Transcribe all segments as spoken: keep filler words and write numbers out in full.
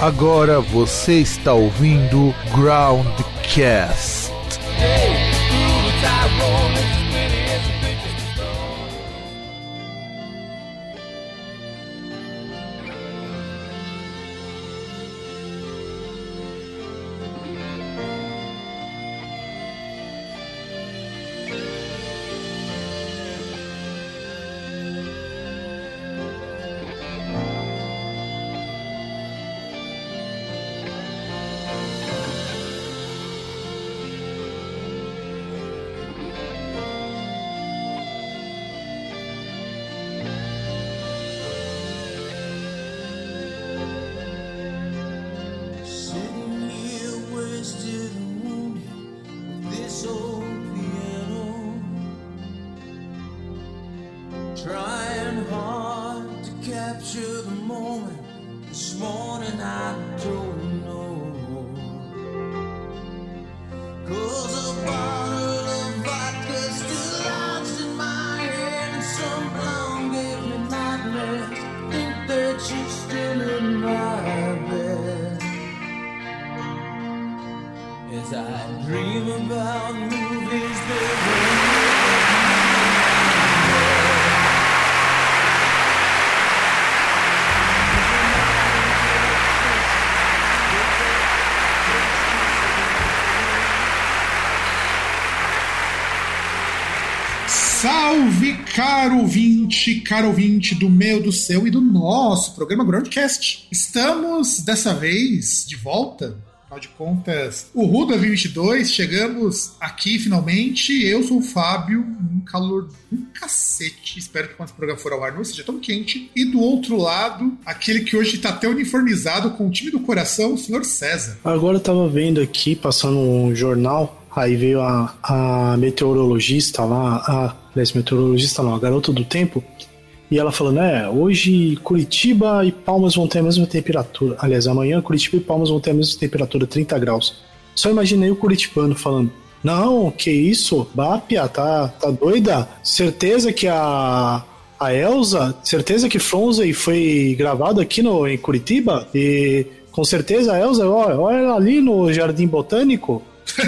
Agora você está ouvindo Groundcast. Salve, caro ouvinte, caro ouvinte do meu, do seu e do nosso programa Groundcast. Estamos, dessa vez, de volta. Afinal de contas, o R U dois mil e vinte e dois, chegamos aqui finalmente. Eu sou o Fábio, um calor do cacete. Espero que quando esse programa for ao ar não seja tão quente. E do outro lado, aquele que hoje está até uniformizado com o time do coração, o senhor César. Agora eu tava vendo aqui, passando um jornal. Aí veio a, a meteorologista lá, a, aliás, meteorologista não, a garota do tempo, e ela falando, né, hoje Curitiba e Palmas vão ter a mesma temperatura, aliás, amanhã Curitiba e Palmas vão ter a mesma temperatura, trinta graus. Só imaginei o curitibano falando, não, que isso, Bápia, tá, tá doida? Certeza que a, a Elza, certeza que Fronzey foi gravado aqui no, em Curitiba? E com certeza a Elza, olha, olha ela ali no Jardim Botânico.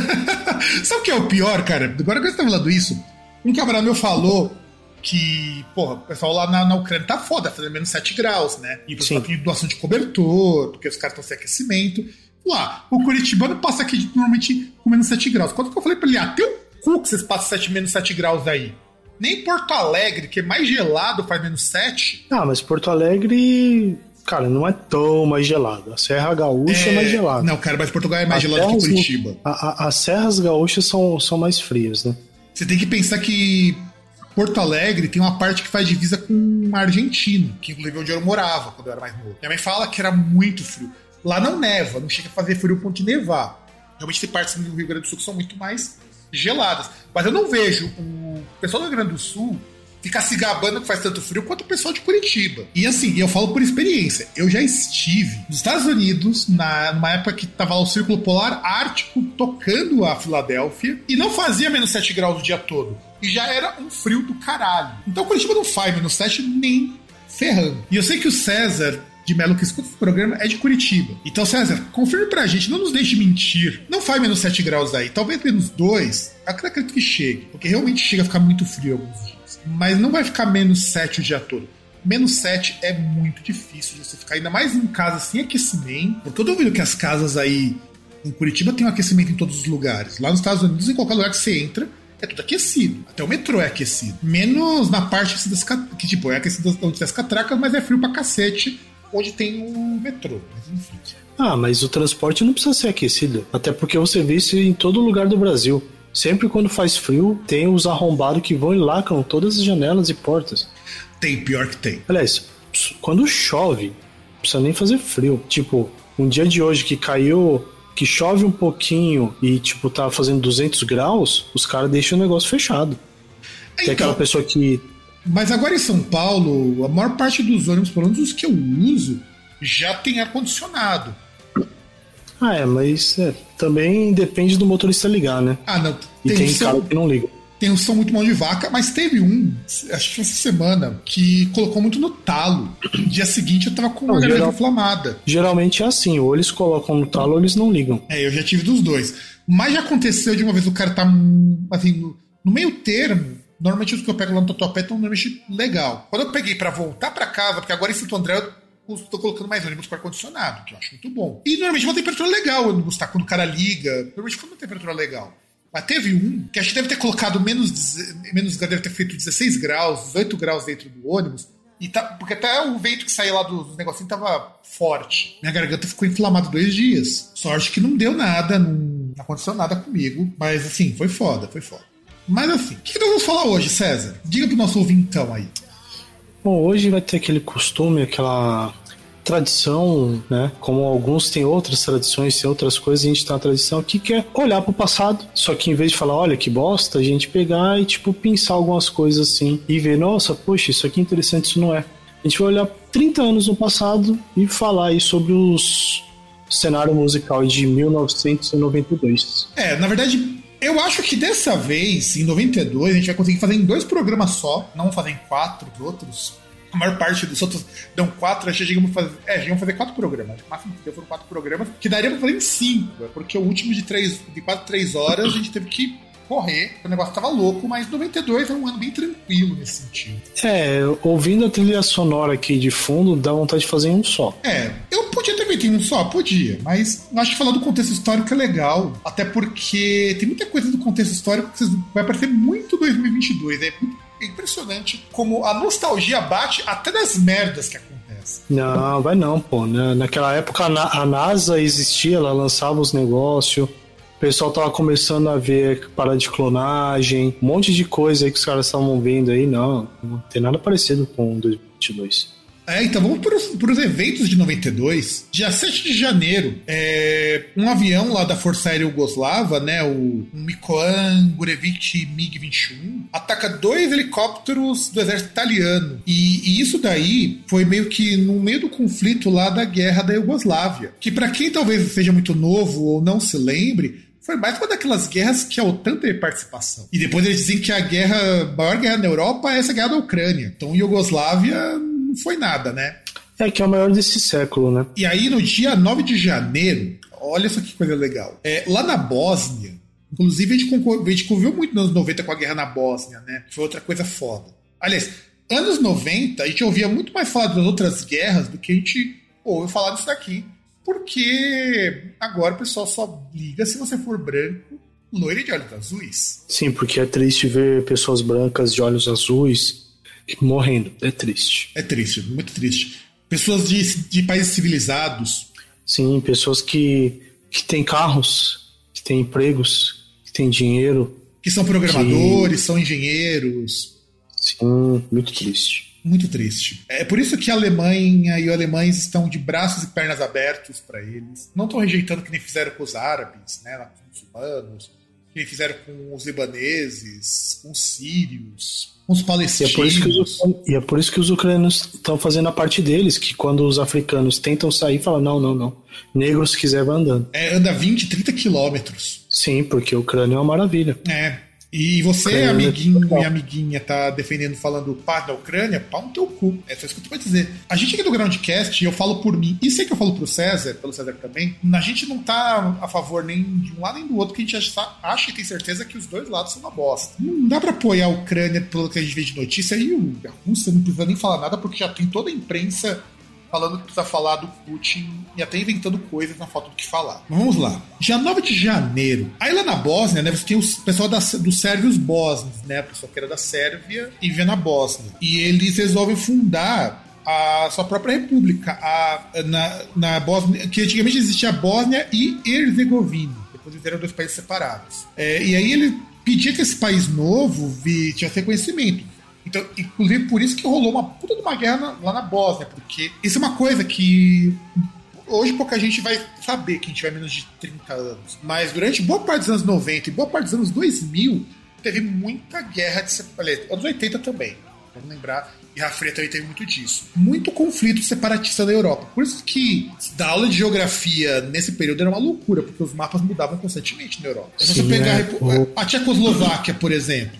Sabe o que é o pior, cara? Agora que você tá falando isso, um camarada meu falou que, porra, o pessoal lá na, na Ucrânia tá foda, fazendo menos sete graus, né? E o pessoal tem doação de cobertor, porque os caras estão sem aquecimento. Lá, o curitibano passa aqui normalmente com menos sete graus. Quando que eu falei pra ele, ah, tem um cu que vocês passam menos sete graus aí? Nem Porto Alegre, que é mais gelado, faz menos sete. Ah, mas Porto Alegre... Cara, não é tão mais gelado. A Serra Gaúcha é, é mais gelada. Não, cara, mas Portugal é mais as gelado que Curitiba. A, a, as Serras Gaúchas são, são mais frias, né? Você tem que pensar que Porto Alegre tem uma parte que faz divisa com a Argentina, que inclusive é onde eu morava quando eu era mais novo. Minha mãe fala que era muito frio. Lá não neva, não chega a fazer frio ao ponto de nevar. Realmente tem partes do Rio Grande do Sul que são muito mais geladas. Mas eu não vejo o pessoal do Rio Grande do Sul ficar se gabando que faz tanto frio quanto o pessoal de Curitiba. E assim, eu falo por experiência, eu já estive nos Estados Unidos, na, numa época que tava lá o Círculo Polar Ártico tocando a Filadélfia, e não fazia menos sete graus o dia todo. E já era um frio do caralho. Então Curitiba não faz menos sete nem ferrando. E eu sei que o César de Melo, que escuta esse programa, é de Curitiba. Então, César, confirme pra gente, não nos deixe mentir. Não faz menos sete graus daí, talvez menos dois, acredito que chegue, porque realmente chega a ficar muito frio alguns dias. Mas não vai ficar menos sete o dia todo. Menos sete é muito difícil de você ficar, ainda mais em casa sem aquecimento. Porque eu tô vendo que as casas aí em Curitiba tem um aquecimento em todos os lugares. Lá nos Estados Unidos, em qualquer lugar que você entra, é tudo aquecido. Até o metrô é aquecido. Menos na parte das, que tipo, é aquecido onde tem as catracas, mas é frio pra cacete onde tem o metrô. Mas enfim. Ah, mas o transporte não precisa ser aquecido. Até porque você vê isso em todo lugar do Brasil. Sempre quando faz frio, tem os arrombados que vão e lacram todas as janelas e portas. Tem, pior que tem. Aliás, quando chove, não precisa nem fazer frio. Tipo, um dia de hoje que caiu, que chove um pouquinho e, tipo, tá fazendo duzentos graus, os caras deixam o negócio fechado. Então, tem aquela pessoa que... Mas agora em São Paulo, a maior parte dos ônibus, pelo menos os que eu uso, já tem ar-condicionado. Ah, é, mas é, também depende do motorista ligar, né? Ah, não. E tem, tem cara que não liga. tem um som muito mão de vaca, mas teve um, acho que foi essa semana, que colocou muito no talo. No dia seguinte eu tava com uma garganta geral, inflamada. Geralmente é assim, ou eles colocam no talo ou eles não ligam. É, eu já tive dos dois. Mas já aconteceu de uma vez o cara tá, assim, no, no meio termo. Normalmente os que eu pego lá no Tatuapé estão normalmente legal. Quando eu peguei pra voltar pra casa, porque agora em Santo André eu tô colocando mais ônibus com ar-condicionado, que eu acho muito bom. E normalmente uma temperatura legal o ônibus tá, quando o cara liga. Normalmente foi uma temperatura legal. Mas teve um que acho que deve ter colocado menos, menos deve ter feito dezesseis graus, dezoito graus dentro do ônibus. E tá, porque até o vento que saía lá dos do negocinhos tava forte. Minha garganta ficou inflamada dois dias. Sorte que não deu nada, não, não aconteceu nada comigo. Mas assim, foi foda, foi foda. Mas assim, o que, que nós vamos falar hoje, César? Diga pro nosso ouvintão aí. Bom, hoje vai ter aquele costume, aquela tradição, né? Como alguns têm outras tradições, tem outras coisas, a gente tem uma tradição aqui que é olhar pro passado. Só que em vez de falar, olha que bosta, a gente pegar e, tipo, pensar algumas coisas assim e ver, nossa, poxa, isso aqui é interessante, isso não é. A gente vai olhar trinta anos no passado e falar aí sobre os o cenário musical de mil novecentos e noventa e dois. É, na verdade, eu acho que dessa vez, em noventa e dois, a gente vai conseguir fazer em dois programas só, não fazer em quatro outros. A maior parte dos outros dão quatro, acho que chegamos a fazer. É, chegamos a fazer quatro programas. O máximo que deu foram quatro programas, que daria pra fazer em cinco, porque o último de, três, de quatro, três horas a gente teve que correr, o negócio tava louco, mas noventa e dois é um ano bem tranquilo nesse sentido. É, ouvindo a trilha sonora aqui de fundo, dá vontade de fazer em um só. É, eu podia ter feito em um só, podia, mas acho que falar do contexto histórico é legal, até porque tem muita coisa do contexto histórico que vai aparecer muito dois mil e vinte e dois, é muito É impressionante como a nostalgia bate até das merdas que acontecem. Não, vai não, pô. Naquela época a NASA existia, ela lançava os negócios, o pessoal tava começando a ver parada de clonagem, um monte de coisa aí que os caras estavam vendo aí. Não, não tem nada parecido com dois mil e vinte e dois. É, então vamos para os eventos de noventa e dois. Dia sete de janeiro, é, um avião lá da Força Aérea Yugoslava, né, o Mikolan Gurevich MiG vinte e um, ataca dois helicópteros do exército italiano. E, e isso daí foi meio que no meio do conflito lá da guerra da Iugoslávia. Que para quem talvez seja muito novo ou não se lembre, foi mais uma daquelas guerras que a OTAN teve participação. E depois eles dizem que a guerra, a maior guerra na Europa é essa guerra da Ucrânia. Então Iugoslávia não foi nada, né? É que é o maior desse século, né? E aí no dia nove de janeiro, olha só que coisa legal. É, lá na Bósnia, inclusive a gente, concor- a gente conviveu muito nos anos noventa com a guerra na Bósnia, né? Foi outra coisa foda. Aliás, anos noventa a gente ouvia muito mais falar das outras guerras do que a gente ouve falar disso daqui. Porque agora o pessoal só liga se você for branco, loiro e de olhos azuis. Sim, porque é triste ver pessoas brancas de olhos azuis morrendo. É triste. É triste, muito triste. Pessoas de, de países civilizados. Sim, pessoas que, que têm carros, que têm empregos, que têm dinheiro. Que são programadores, que... são engenheiros. Sim, muito triste. Muito triste. É por isso que a Alemanha e os alemães estão de braços e pernas abertos para eles. Não estão rejeitando que nem fizeram com os árabes, né, com os muçulmanos, que nem fizeram com os libaneses, com os sírios, com os palestinos. E é por isso que os, e é por isso que os ucranianos estão fazendo a parte deles, que quando os africanos tentam sair, falam, não, não, não. Negro, se quiser, vai andando. É, anda vinte, trinta quilômetros. Sim, porque a Ucrânia é uma maravilha. É. E você, amiguinho e amiguinha, tá defendendo, falando paz da Ucrânia, pau no teu cu. É só isso que eu tô pra dizer. A gente aqui do Groundcast, eu falo por mim, e sei que eu falo pro César, pelo César também, a gente não tá a favor nem de um lado nem do outro, que a gente acha, acha e tem certeza que os dois lados são uma bosta. Não dá pra apoiar a Ucrânia pelo que a gente vê de notícia, e a Rússia não precisa nem falar nada, porque já tem toda a imprensa falando que precisa falar do Putin e até inventando coisas na falta do que falar. Mas vamos lá. Dia nove de janeiro. Aí lá na Bósnia, né, você tem o pessoal da, dos sérvios bósnios, né, a pessoa que era da Sérvia e vivia na Bósnia. E eles resolvem fundar a sua própria república, a, na, na Bósnia, que antigamente existia a Bósnia e Herzegovina. Depois eles eram dois países separados. É, e aí ele pedia que esse país novo vi, tivesse reconhecimento. Então, inclusive por isso que rolou uma puta de uma guerra na, lá na Bósnia, porque isso é uma coisa que hoje pouca gente vai saber, quem tiver menos de trinta anos. Mas durante boa parte dos anos noventa e boa parte dos anos dois mil, teve muita guerra de separatismo. Anos oitenta também, vamos lembrar, Guerra Fria também teve muito disso. Muito conflito separatista na Europa. Por isso que dar aula de geografia nesse período era uma loucura, porque os mapas mudavam constantemente na Europa. Se você pegar é, a, a Tchecoslováquia, por exemplo,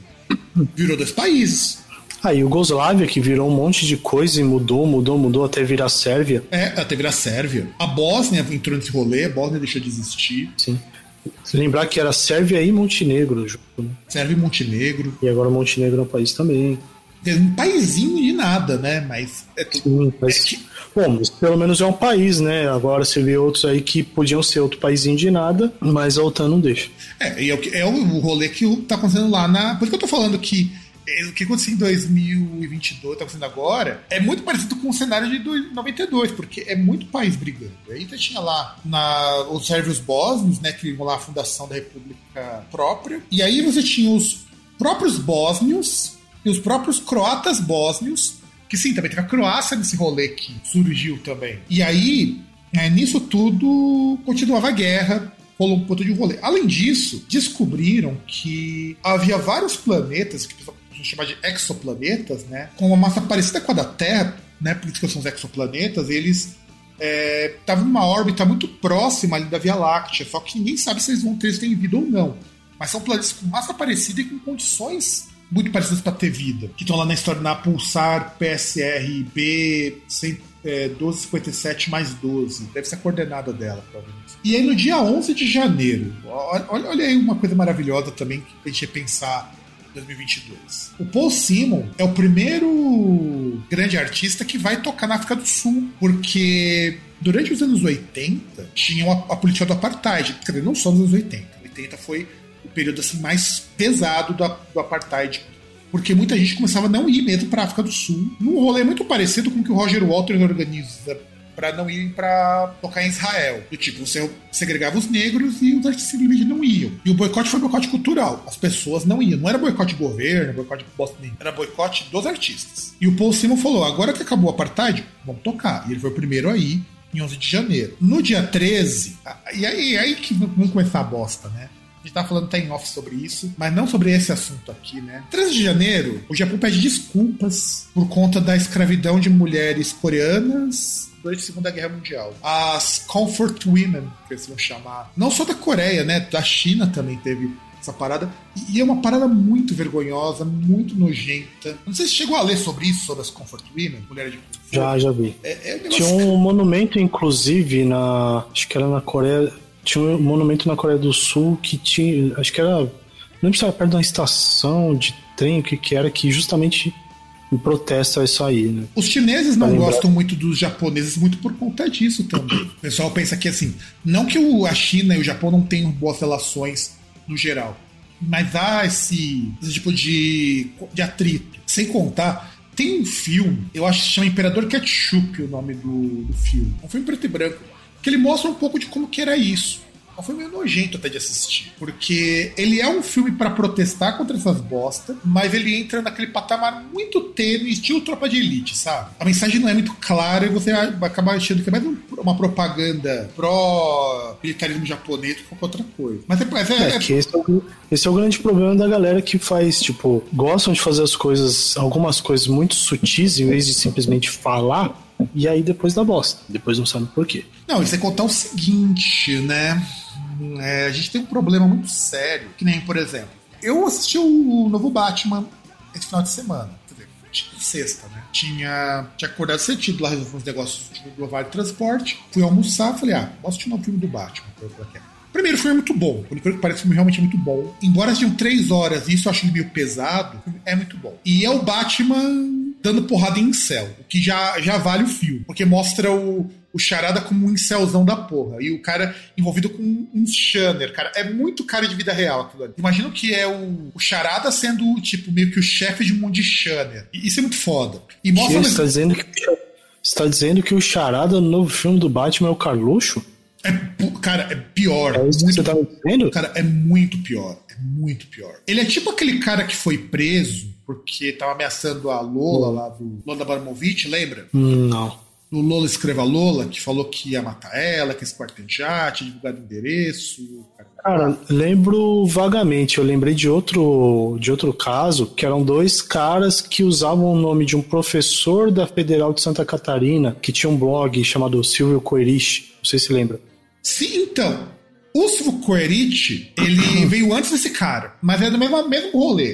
Virou dois países. Ah, e Iugoslávia, que virou um monte de coisa e mudou, mudou, mudou até virar Sérvia. É, até virar Sérvia. A Bósnia entrou nesse rolê, a Bósnia deixou de existir. Sim. Lembrar que era Sérvia e Montenegro. Né? Sérvia e Montenegro. E agora Montenegro é um país também. É um paizinho de nada, né? Mas é tudo. Sim, mas, é que... Bom, mas pelo menos é um país, né? Agora você vê outros aí que podiam ser outro paizinho de nada, mas a OTAN não deixa. É, e é o, que, é o rolê que tá acontecendo lá na. Por isso que eu tô falando que o que aconteceu em dois mil e vinte e dois, tá acontecendo agora, é muito parecido com o cenário de noventa e dois, porque é muito país brigando. Aí você tinha lá na, os sérvios bósnios, né, que iam lá a fundação da república própria, e aí você tinha os próprios bósnios e os próprios croatas bósnios, que sim, também teve a Croácia nesse rolê que surgiu também. E aí, é, nisso tudo, continuava a guerra, rolou um ponto de um rolê. Além disso, descobriram que havia vários planetas, que a gente chama de exoplanetas, né, com uma massa parecida com a da Terra, né, por isso que são os exoplanetas, eles estavam é, numa órbita muito próxima ali da Via Láctea, só que ninguém sabe se eles vão ter, se tem vida ou não. Mas são planetas com massa parecida e com condições muito parecidas para ter vida, que estão lá na história, na Pulsar P S R B doze cinquenta e sete mais doze, deve ser a coordenada dela, provavelmente. E aí no dia onze de janeiro, olha, olha aí uma coisa maravilhosa também que a gente ia pensar em dois mil e vinte e dois. O Paul Simon é o primeiro grande artista que vai tocar na África do Sul, porque durante os anos oitenta tinha a, a política do apartheid, quer dizer, não só nos anos oitenta, oitenta foi o período assim, mais pesado do, do apartheid, porque muita gente começava a não ir mesmo para a África do Sul, num rolê muito parecido com o que o Roger Waters organiza para não ir para tocar em Israel. Do tipo, você segregava os negros e os artistas simplesmente não iam. E o boicote foi boicote cultural. As pessoas não iam. Não era boicote de governo, boicote de bosta nenhuma. Era boicote dos artistas. E o Paul Simon falou, agora que acabou o apartheid, vamos tocar. E ele foi o primeiro a ir em onze de janeiro. No dia treze, e aí, aí que vamos começar a bosta, né? A gente tá falando até em off sobre isso, mas não sobre esse assunto aqui, né? treze de janeiro, o Japão pede desculpas por conta da escravidão de mulheres coreanas durante a Segunda Guerra Mundial. As Comfort Women, que eles vão chamar, não só da Coreia, né? Da China também teve essa parada. E é uma parada muito vergonhosa, muito nojenta. Não sei se chegou a ler sobre isso, sobre as Comfort Women, mulheres de Kung Fu. Já, já vi. É, é um Tinha um monumento, inclusive, na... acho que era na Coreia... Tinha um monumento na Coreia do Sul que tinha... Acho que era... Não lembro se era perto de uma estação de trem, o que que era, que justamente em protesto a isso aí, né? Os chineses não gostam muito dos japoneses muito por conta disso também. O pessoal pensa que, assim, não que o, a China e o Japão não tenham boas relações no geral, mas há esse, esse tipo de, de atrito. Sem contar, tem um filme, eu acho que se chama Imperador Ketchup, o nome do, do filme. É um filme preto e branco, que ele mostra um pouco de como que era isso. Foi meio nojento até de assistir, porque ele é um filme pra protestar contra essas bosta, mas ele entra naquele patamar muito tênue, estilo Tropa de Elite, sabe? A mensagem não é muito clara e você acaba achando que é mais uma propaganda pró-militarismo japonês do que qualquer outra coisa. Mas é, mas é, é, é... que esse é, o, esse é o grande problema da galera que faz, tipo, gostam de fazer as coisas, algumas coisas muito sutis em vez de simplesmente falar, e aí depois dá bosta. Depois não sabe por quê. Não, e você contar o seguinte, né? É, a gente tem um problema muito sério, que nem, por exemplo, eu assisti o novo Batman esse final de semana, quer dizer, sexta, né? Tinha, tinha acordado cedido lá, resolver uns negócios do Vale de Transporte, fui almoçar, falei, ah, vou assistir um novo filme do Batman. Primeiro, o filme é muito bom, por incrível que pareça, o filme realmente é muito bom. Embora sejam três horas, e isso eu acho meio pesado, o filme é muito bom. E é o Batman dando porrada em incel, o que já, já vale o filme, porque mostra o o Charada como um incelzão da porra. E o cara envolvido com um Shanner, cara. É muito cara de vida real aquilo ali. Imagina o que é o, o Charada sendo, tipo, meio que o chefe de um monte de Shanner. E isso é muito foda. E mostra... Você tá dizendo que, você tá dizendo que o Charada no novo filme do Batman é o Carluxo? É, cara, é pior. É isso muito, que você tá dizendo? Cara, é muito pior. É muito pior. Ele é tipo aquele cara que foi preso porque tava ameaçando a Lola hum. lá do Lola Abramovich, lembra? Hum, não. Do Lola Escreva Lola, que falou que ia matar ela, que ia se quartentear, tinha divulgado o endereço. Cara, lembro vagamente, eu lembrei de outro, de outro caso, que eram dois caras que usavam o nome de um professor da Federal de Santa Catarina, que tinha um blog chamado Silvio Coerich, não sei se lembra. Sim, então, o Silvio Coerich, ele veio antes desse cara, mas é do mesmo, mesmo rolê.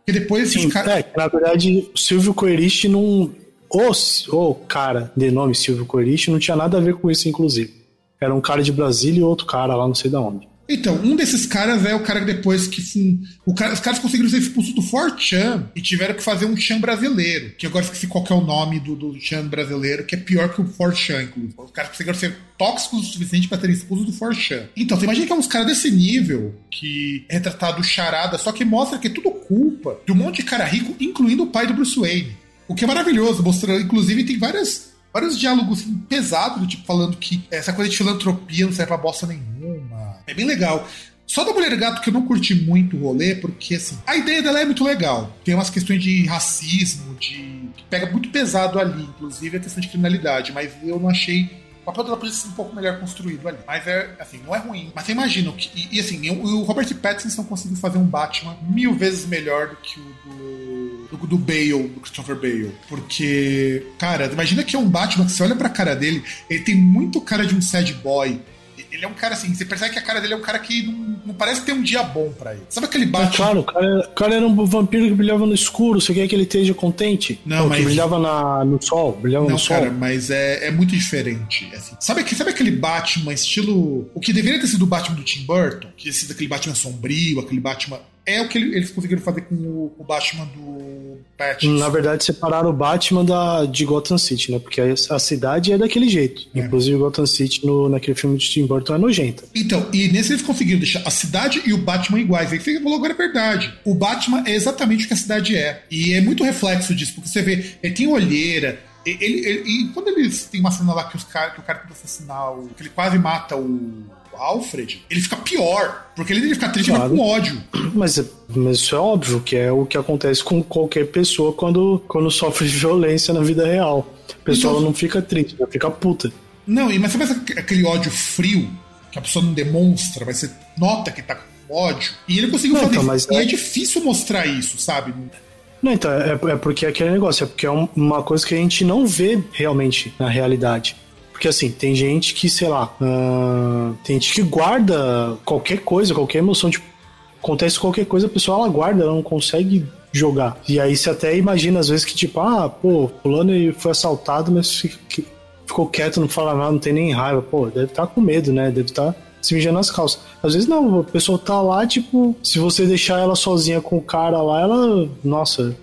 Porque depois Sim, esses caras... é, na verdade, o Silvio Coeriche não... O, o cara de nome Silvio Coeriche não tinha nada a ver com isso, inclusive. Era um cara de Brasília e outro cara lá, não sei de onde. Então, um desses caras é o cara que depois que... O cara, os caras conseguiram ser expulsos do four chan e tiveram que fazer um chan brasileiro. Que agora esqueci qual que é o nome do, do chan brasileiro, que é pior que o four chan, inclusive. Os caras conseguiram ser tóxicos o suficiente pra serem expulsos do four chan. Então, você imagina que é uns caras desse nível que é retratado charada, só que mostra que é tudo culpa de um monte de cara rico, incluindo o pai do Bruce Wayne. O que é maravilhoso, mostrando, inclusive, tem várias... Vários diálogos assim, pesados, tipo, falando que essa coisa de filantropia não serve pra bosta nenhuma. É bem legal. Só da Mulher Gato que eu não curti muito o rolê, porque, assim, a ideia dela é muito legal. Tem umas questões de racismo, de... que pega muito pesado ali, inclusive a questão de criminalidade, mas eu não achei... O papel dela podia ser um pouco melhor construído ali. Mas é, assim, não é ruim. Mas você imagina que... E, e assim, o, o Robert Pattinson conseguiu fazer um Batman mil vezes melhor do que o do... do, do Bale, do Christopher Bale. Porque, cara, imagina que é um Batman que você olha pra cara dele, ele tem muito cara de um sad boy. Ele é um cara assim, você percebe que a cara dele é um cara que não, não parece ter um dia bom pra ele. Sabe aquele Batman... É claro, o cara, o cara era um vampiro que brilhava no escuro, você quer que ele esteja contente? Não, Ou mas... que brilhava na, no sol, brilhava não, no sol. Não, cara, mas é, é muito diferente. Assim. Sabe, sabe aquele Batman estilo... O que deveria ter sido o Batman do Tim Burton, que ia ser aquele Batman sombrio, aquele Batman... É o que eles conseguiram fazer com o, o Batman do Pattinson. Na verdade, separaram o Batman da, de Gotham City, né? Porque a, a cidade é daquele jeito. É. Inclusive, Gotham City, no, naquele filme de Tim Burton, é nojenta. Então, e nesse eles conseguiram deixar a cidade e o Batman iguais. Aí você falou, agora é verdade. O Batman é exatamente o que a cidade é. E é muito reflexo disso, porque você vê, ele tem olheira... Ele, ele, e quando eles tem uma cena lá que, os cara, que o cara tenta assassinar, o, que ele quase mata o Alfred, ele fica pior, porque ele fica triste, claro, com ódio. Mas, mas isso é óbvio, que é o que acontece com qualquer pessoa quando, quando sofre violência na vida real. A pessoa então, não fica triste, ela fica puta. Não, mas você pensa aquele ódio frio, que a pessoa não demonstra, mas você nota que tá com ódio, e ele conseguiu não, fazer então, isso. E é... é difícil mostrar isso, sabe? Não, então, é, é porque é aquele negócio, é porque é uma coisa que a gente não vê realmente na realidade. Porque assim, tem gente que, sei lá, uh, tem gente que guarda qualquer coisa, qualquer emoção, tipo, acontece qualquer coisa, a pessoa ela guarda, ela não consegue jogar. E aí você até imagina às vezes que tipo, ah, pô, fulano foi assaltado, mas ficou quieto, não fala nada, não tem nem raiva. Pô, deve estar com medo, né? Deve estar se mijando nas calças. Às vezes não, a pessoa tá lá, tipo, se você deixar ela sozinha com o cara lá, ela, nossa,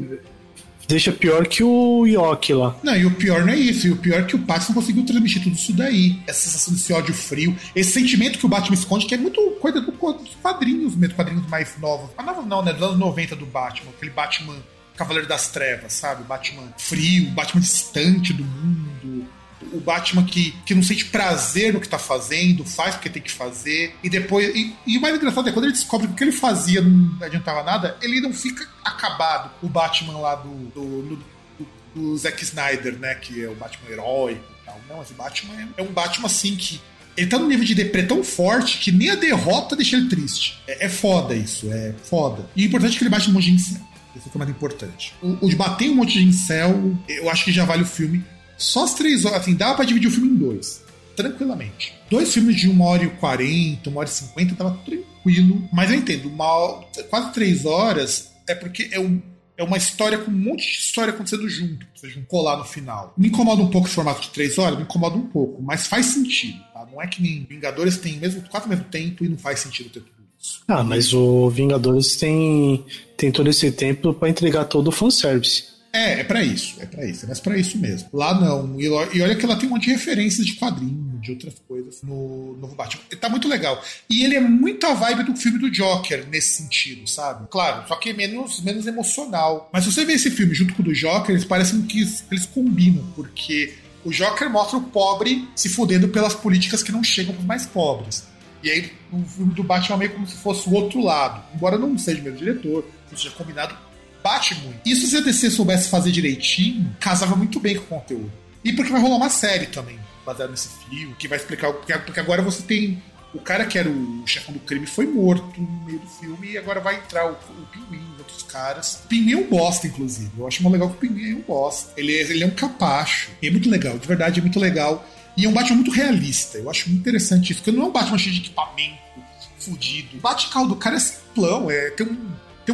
deixa pior que o Yoki lá. Não, e o pior não é isso, e o pior é que o Pattinson conseguiu transmitir tudo isso daí. Essa sensação desse ódio frio, esse sentimento que o Batman esconde, que é muito coisa do, dos quadrinhos mesmo, quadrinhos mais novos. Ah, novos não, né, dos anos noventa do Batman, aquele Batman Cavaleiro das Trevas, sabe? O Batman frio, o Batman distante do mundo. O Batman que, que não sente prazer no que tá fazendo, faz porque tem que fazer, e depois. E, e o mais engraçado é quando ele descobre que o que ele fazia não adiantava nada, ele não fica acabado. O Batman lá do, do, do, do, do Zack Snyder, né? Que é o Batman heróico e tal. Não, esse Batman é, é um Batman assim que. Ele tá num nível de deprê tão forte que nem a derrota deixa ele triste. É, é foda isso, é foda. E o importante é que ele bate um monte de incel. Isso é o mais importante. O, o de bater um monte de incel, eu acho que já vale o filme. Só as três horas, assim, dava pra dividir o filme em dois. Tranquilamente. Dois filmes de uma hora e quarenta, uma hora e cinquenta, tava tranquilo. Mas eu entendo, uma, quase três horas é porque é, um, é uma história com um monte de história acontecendo junto. Ou seja, um colar no final. Me incomoda um pouco esse formato de três horas, me incomoda um pouco, mas faz sentido, tá? Não é que nem Vingadores tem mesmo, quase o mesmo tempo e não faz sentido ter tudo isso. Ah, mas o Vingadores tem, tem todo esse tempo pra entregar todo o fanservice. É, é pra isso, é pra isso, é mais pra isso mesmo. Lá não, e, e olha que ela tem um monte de referências de quadrinho, de outras coisas no novo Batman. Tá muito legal. E ele é muito a vibe do filme do Joker nesse sentido, sabe? Claro, só que é menos, menos emocional. Mas se você vê esse filme junto com o do Joker, eles parecem que eles combinam, porque o Joker mostra o pobre se fudendo pelas políticas que não chegam pros mais pobres. E aí o filme do Batman é meio como se fosse o outro lado. Embora não seja o mesmo diretor, não seja combinado, bate muito. Isso se a D C soubesse fazer direitinho, casava muito bem com o conteúdo. E porque vai rolar uma série também, baseada nesse filme, que vai explicar... Porque agora você tem... O cara que era o chefão do crime foi morto no meio do filme e agora vai entrar o, o Pinguim e outros caras. O Pinguim é um bosta, inclusive. Eu acho muito legal que o Pinguim é um bosta. Ele é, ele é um capacho. E é muito legal, de verdade é muito legal. E é um Batman muito realista. Eu acho muito interessante isso, porque não é um Batman cheio de equipamento, fudido. O bate-carro do cara é simplão, é, tem um... Tem um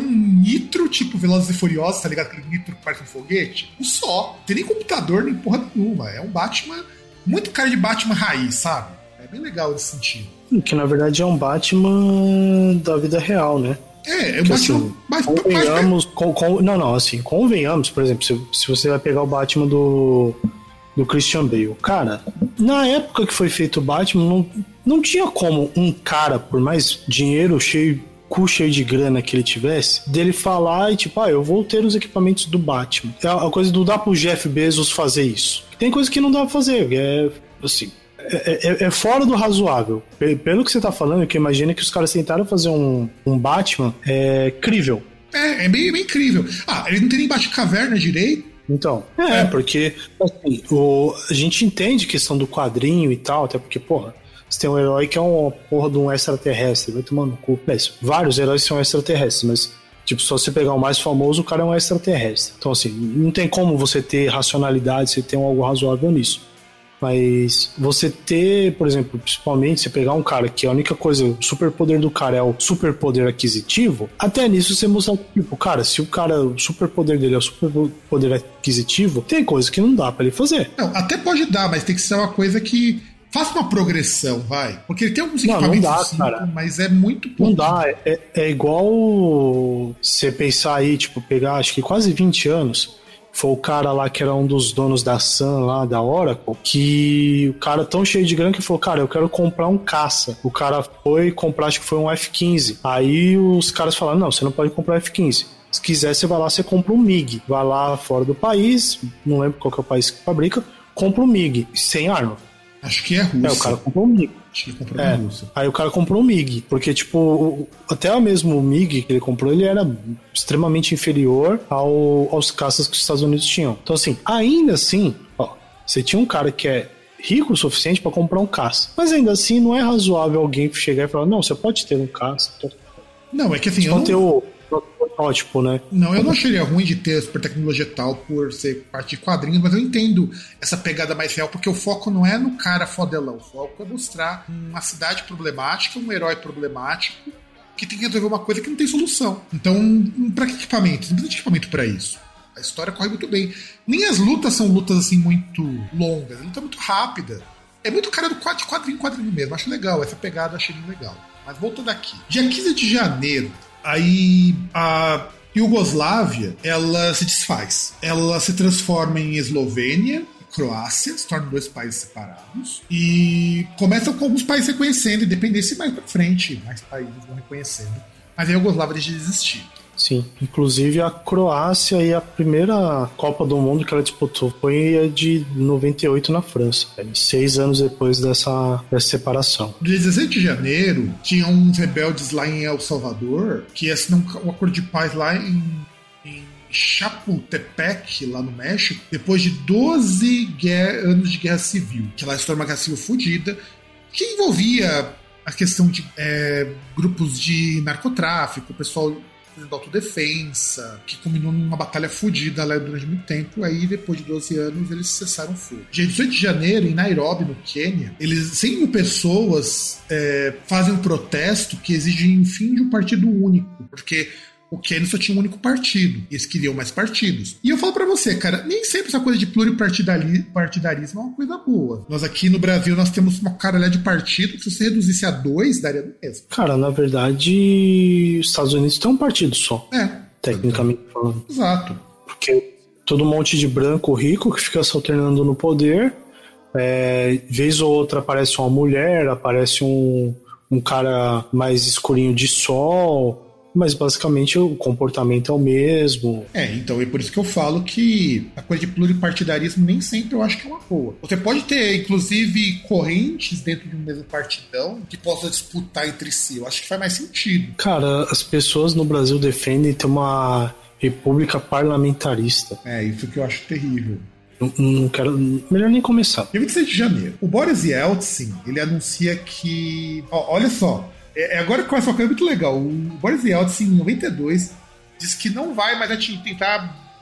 nitro, tipo Velozes e Furiosos, tá ligado? Aquele nitro que parece um foguete. Um só. Não tem nem computador, nem porra nenhuma. É um Batman, muito cara de Batman raiz, sabe? É bem legal nesse sentido. Que na verdade é um Batman da vida real, né? É, é um Batman... Assim, mas, convenhamos... Mas... Com, com, não, não, assim, convenhamos, por exemplo, se, se você vai pegar o Batman do... do Christian Bale. Cara, na época que foi feito o Batman, não, não tinha como um cara, por mais dinheiro cheio, cu cheio de grana que ele tivesse, dele falar e tipo, ah, eu vou ter os equipamentos do Batman. É a coisa do dar pro Jeff Bezos fazer isso. Tem coisa que não dá pra fazer, é assim... É, é, é fora do razoável. Pelo que você tá falando, que imagina que os caras tentaram fazer um, um Batman é crível. É, é bem, bem incrível. Ah, ele não tem nem Batcaverna direito. Então, é, é. porque assim, o, a gente entende a questão do quadrinho e tal, até porque, porra, você tem um herói que é uma porra de um extraterrestre, vai tomando no cu. É, vários heróis são extraterrestres, mas, tipo, só você pegar o mais famoso, o cara é um extraterrestre. Então, assim, não tem como você ter racionalidade, você ter um algo razoável nisso. Mas você ter, por exemplo, principalmente você pegar um cara que a única coisa, o superpoder do cara é o superpoder aquisitivo, até nisso você mostra, tipo, cara, se o cara, o superpoder dele é o superpoder aquisitivo, tem coisa que não dá pra ele fazer. Não, até pode dar, mas tem que ser uma coisa que faça uma progressão, vai. Porque ele tem alguns equipamentos, não, não dá, assim, cara. Mas é muito pouco. Não dá, é, é igual você pensar aí, tipo, pegar acho que quase vinte anos. Foi o cara lá que era um dos donos da Sun lá, da Oracle, que o cara tão cheio de grana que falou, cara, eu quero comprar um caça. O cara foi comprar, acho que foi um F quinze. Aí os caras falaram, não, você não pode comprar um F quinze. Se quiser, você vai lá, você compra um M I G. Vai lá fora do país, não lembro qual que é o país que fabrica, compra um M I G, sem arma. Acho que é Rússia. É, o cara comprou um M I G. Acho que comprou é. na Rússia. Aí o cara comprou um M I G, porque, tipo, até mesmo o M I G que ele comprou, ele era extremamente inferior ao, aos caças que os Estados Unidos tinham. Então, assim, ainda assim, ó, você tinha um cara que é rico o suficiente pra comprar um caça. Mas ainda assim, não é razoável alguém chegar e falar, não, você pode ter um caça. Não, é que assim, você eu pode não... ter o protótipo, né? Não, eu não acharia ruim de ter a super tecnologia tal por ser parte de quadrinhos, mas eu entendo essa pegada mais real, porque o foco não é no cara fodelão, o foco é mostrar uma cidade problemática, um herói problemático, que tem que resolver uma coisa que não tem solução. Então, pra que equipamento? Não precisa de equipamento pra isso. A história corre muito bem. Nem as lutas são lutas assim muito longas, a luta é muito rápida. É muito cara do quadrinho, quadrinho mesmo. Acho legal, essa pegada eu achei legal. Mas voltando aqui. Dia quinze de janeiro, aí a Iugoslávia, ela se desfaz. Ela se transforma em Eslovênia e Croácia, se tornam dois países separados. E começam com alguns países reconhecendo, independência mais pra frente, mais países vão reconhecendo. Mas a Iugoslávia deixa de existir. Sim, inclusive a Croácia e a primeira Copa do Mundo que ela disputou foi a de noventa e oito na França, seis anos depois dessa, dessa separação. No dia dezessete de janeiro, tinham uns rebeldes lá em El Salvador que assinam um acordo de paz lá em, em Chapultepec, lá no México, depois de doze guerra, anos de guerra civil, que lá se tornou uma guerra civil fodida, que envolvia a questão de é, grupos de narcotráfico, o pessoal da autodefensa, que culminou numa batalha fodida lá durante muito tempo. Aí, depois de doze anos, eles cessaram o fogo. Dia dezoito de janeiro, em Nairobi, no Quênia, eles, cem mil pessoas é, fazem um protesto que exige o fim de um partido único, porque o Quênia só tinha um único partido, e eles queriam mais partidos. E eu falo pra você, cara, nem sempre essa coisa de pluripartidarismo é uma coisa boa. Nós aqui no Brasil, nós temos uma caralhada de partido, que se você reduzisse a dois, daria do mesmo. Cara, na verdade, os Estados Unidos tem um partido só. É. Tecnicamente falando. Exato. Porque todo um monte de branco rico que fica se alternando no poder, é, vez ou outra aparece uma mulher, aparece um, um cara mais escurinho de sol... Mas basicamente o comportamento é o mesmo. É, então é por isso que eu falo que a coisa de pluripartidarismo nem sempre eu acho que é uma boa. Você pode ter, inclusive, correntes dentro de um mesmo partidão que possam disputar entre si. Eu acho que faz mais sentido. Cara, as pessoas no Brasil defendem ter uma república parlamentarista. É, isso que eu acho terrível. Não, não quero... Melhor nem começar. Dia vinte e seis de janeiro. O Boris Yeltsin, ele anuncia que... Ó, olha só. É agora que começa uma coisa muito legal. O Boris Yeltsin, em noventa e dois, disse que não vai mais tentar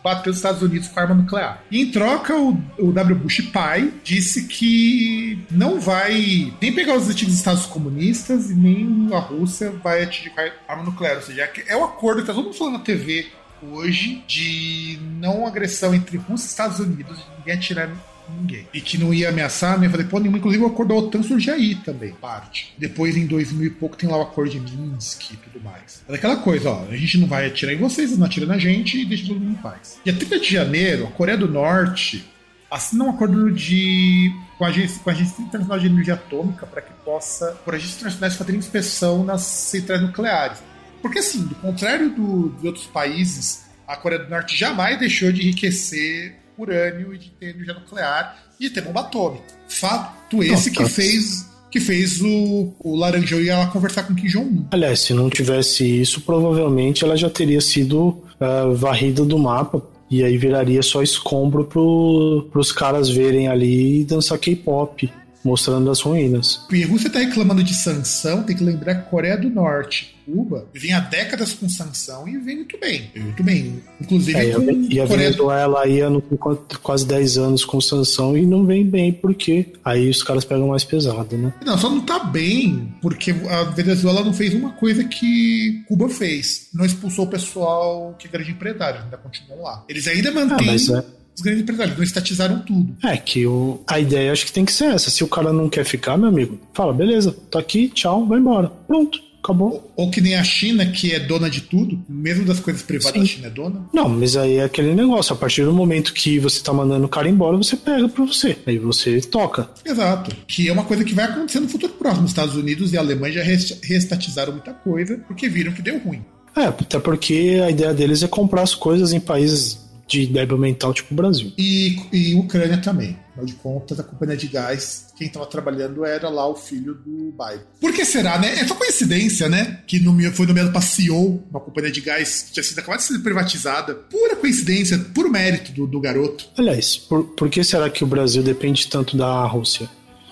bateu os Estados Unidos com arma nuclear. E em troca, o, o W. Bush pai disse que não vai nem pegar os antigos Estados comunistas e nem a Rússia vai atingir arma nuclear. Ou seja, é o acordo que está todo mundo falando na T V hoje de não agressão entre Rússia e Estados Unidos, de ninguém atirar ninguém. E que não ia ameaçar, não ia fazer porra nenhuma. Inclusive o acordo da OTAN surge aí também, parte. Depois, em dois mil e pouco, tem lá o acordo de Minsk e tudo mais. Mas aquela coisa, ó, a gente não vai atirar em vocês, vocês não atiram na gente e deixa todo mundo em paz. Dia trinta de janeiro, a Coreia do Norte assina um acordo de, com, a Agência, com a Agência Internacional de Energia Atômica para que possa, por agências internacionais, fazer inspeção nas centrais nucleares. Porque, assim, do contrário do, de outros países, a Coreia do Norte jamais deixou de enriquecer urânio e de ter energia nuclear e de ter bomba atômica. Fato esse que fez, que fez o, o Laranjão ir lá conversar com Kim Jong-un. Aliás, se não tivesse isso, provavelmente ela já teria sido uh, varrida do mapa. E aí viraria só escombro pro, pros caras verem ali e dançar K-pop, mostrando as ruínas. E a Rússia tá reclamando de sanção, tem que lembrar que a Coreia do Norte, Cuba, vem há décadas com sanção e vem muito bem. Muito bem. Inclusive é, com e a Coreia Venezuela aí ano quase dez anos com sanção e não vem bem, porque aí os caras pegam mais pesado, né? Não, só não tá bem porque a Venezuela não fez uma coisa que Cuba fez. Não expulsou o pessoal que era de empresários, ainda continuam lá. Eles ainda mantêm... Ah, mas é... Os grandes empresários não estatizaram tudo. É que o, a ideia acho que tem que ser essa. Se o cara não quer ficar, meu amigo, fala, beleza, tô aqui, tchau, vai embora. Pronto, acabou. Ou, ou que nem a China, que é dona de tudo, mesmo das coisas privadas. Sim. A China é dona. Não, mas aí é aquele negócio, a partir do momento que você tá mandando o cara embora, você pega pra você. Aí você toca. Exato. Que é uma coisa que vai acontecer no futuro próximo. Os Estados Unidos e a Alemanha já reestatizaram muita coisa, porque viram que deu ruim. É, até porque a ideia deles é comprar as coisas em países de débil mental, tipo o Brasil. E, e Ucrânia também. Afinal de contas, a companhia de gás, quem estava trabalhando era lá o filho do Biden. Por que será, né? É só coincidência, né? Que foi nomeado para C E O, uma companhia de gás que tinha sido acabada de ser privatizada. Pura coincidência, puro mérito do, do garoto. Aliás, por, por que será que o Brasil depende tanto da Rússia?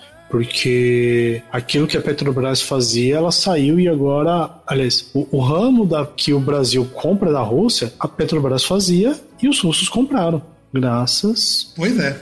Porque aquilo que a Petrobras fazia, ela saiu e agora... Aliás, o, o ramo da, que o Brasil compra da Rússia, a Petrobras fazia e os russos compraram. Graças... Pois é.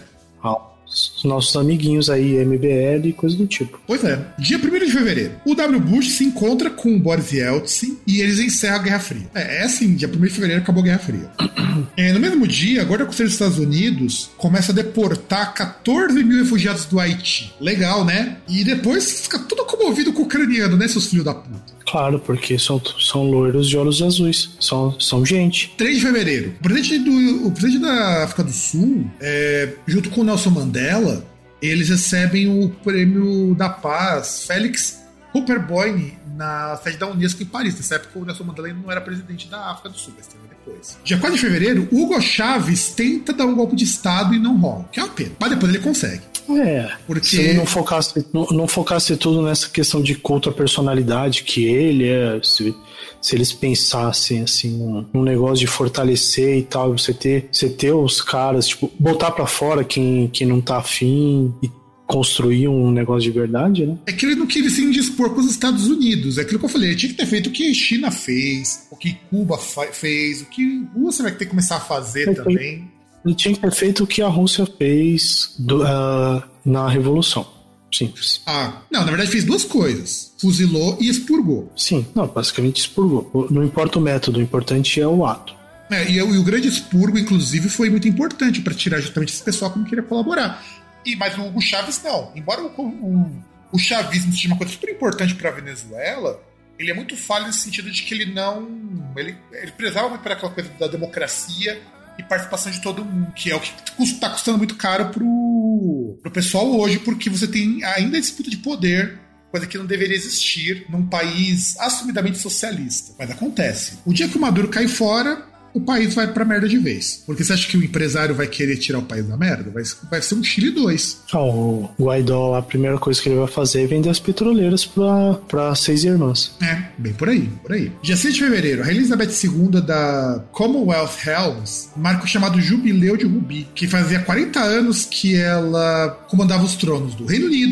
Aos nossos amiguinhos aí, M B L e coisa do tipo. Pois é. Dia primeiro de fevereiro, o W. Bush se encontra com o Boris Yeltsin e eles encerram a Guerra Fria. É, é assim, dia primeiro de fevereiro acabou a Guerra Fria. É, no mesmo dia, agora o Conselho dos Estados Unidos começa a deportar catorze mil refugiados do Haiti. Legal, né? E depois fica tudo comovido com o ucraniano, né, seus filhos da puta? Claro, porque são, são loiros de olhos azuis. São, são gente. três de fevereiro. O presidente, do, o presidente da África do Sul, é, junto com o Nelson Mandela, eles recebem o prêmio da paz Félix Houphouët-Boigny na sede da Unesco em Paris. Nessa época o Nelson Mandela ainda não era presidente da África do Sul, mas teve depois. Dia quatro de fevereiro, Hugo Chávez tenta dar um golpe de Estado e não rola. Que é uma pena. Mas depois ele consegue. É, porque... se ele não focasse, não, não focasse tudo nessa questão de culto à personalidade que ele é, se, se eles pensassem assim num, num negócio de fortalecer e tal, você ter, você ter os caras, tipo, botar pra fora quem, quem não tá afim e construir um negócio de verdade, né? É que ele não queria se indispor com os Estados Unidos. É aquilo que eu falei, ele tinha que ter feito o que a China fez, o que Cuba fez, o que a Rússia vai ter que começar a fazer é, também. Ele tinha que ter feito o que a Rússia fez do, uh, na Revolução. Simples. Ah, não, na verdade fez duas coisas. Fuzilou e expurgou. Sim, não, basicamente expurgou. Não importa o método, o importante é o ato. É, e, e o grande expurgo, inclusive, foi muito importante para tirar justamente esse pessoal que não queria colaborar. E, mas o Hugo Chávez não. Embora o, o, o chavismo seja uma coisa super importante para a Venezuela, ele é muito falho nesse sentido de que ele não... Ele, ele prezava muito por aquela coisa da democracia e participação de todo mundo, que é o que está custando muito caro pro, pro pessoal hoje, porque você tem ainda a disputa de poder, coisa que não deveria existir num país assumidamente socialista. Mas acontece. O dia que o Maduro cai fora, o país vai pra merda de vez. Porque você acha que o empresário vai querer tirar o país da merda? Vai, vai ser um Chile dois. Ah, o Guaidó, a primeira coisa que ele vai fazer é vender as petroleiras pra, pra seis irmãs. É, bem por aí, por aí. Dia seis de fevereiro, a Rainha Elizabeth segunda da Commonwealth Helms marca o chamado Jubileu de Rubi, que fazia quarenta anos que ela comandava os tronos do Reino Unido,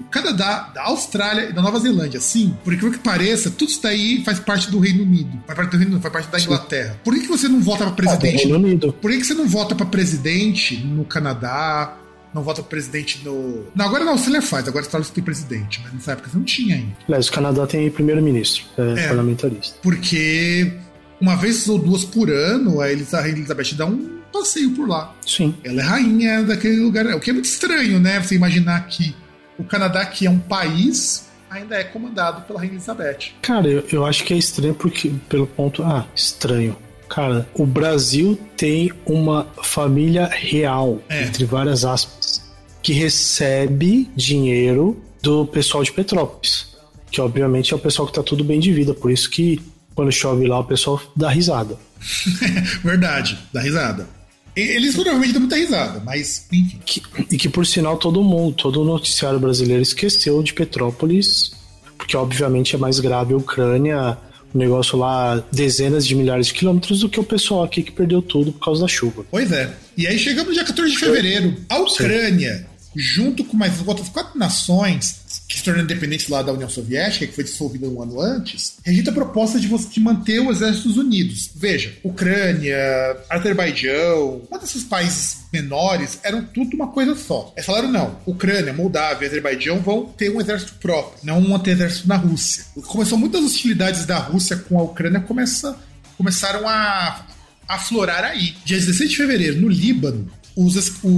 Canadá, da Austrália e da Nova Zelândia. Sim, por incrível que pareça, tudo isso daí faz parte do Reino Unido. Faz parte do Reino Unido, faz parte da Inglaterra. Sim. Por que, que você não vota pra presidente? Ah, Reino Unido. Por que, que você não vota pra presidente no Canadá? Não vota pro presidente no... Não, agora na Austrália faz, agora você tem presidente, mas nessa época você não tinha ainda. Aliás, o Canadá tem primeiro-ministro, é, é parlamentarista. Porque uma vez ou duas por ano, a Elizabeth dá um passeio por lá. Sim. Ela é rainha daquele lugar, o que é muito estranho, né? Você imaginar que o Canadá, que é um país, ainda é comandado pela rainha Elizabeth. Cara, eu, eu acho que é estranho porque, pelo ponto... Ah, estranho. Cara, o Brasil tem uma família real, é. entre várias aspas, que recebe dinheiro do pessoal de Petrópolis, que obviamente é o pessoal que tá tudo bem de vida, por isso que quando chove lá o pessoal dá risada. Verdade, dá risada. Eles provavelmente dão muita risada, mas enfim. Que, e que por sinal todo mundo, todo o noticiário brasileiro esqueceu de Petrópolis, porque obviamente é mais grave a Ucrânia... O negócio lá, dezenas de milhares de quilômetros do que o pessoal aqui que perdeu tudo por causa da chuva. Pois é. E aí chegamos no dia quatorze de fevereiro. A Ucrânia, Sim. junto com mais outras quatro nações que se tornaram independentes lá da União Soviética, que foi dissolvida um ano antes, rejeita a proposta de, você, de manter os exércitos unidos. Veja, Ucrânia, Azerbaijão, uma desses países menores eram tudo uma coisa só. Eles falaram, não, Ucrânia, Moldávia e Azerbaijão vão ter um exército próprio, não vão ter exército na Rússia. Começou muitas hostilidades da Rússia com a Ucrânia, começa, começaram a aflorar aí. Dia dezesseis de fevereiro, no Líbano, Os,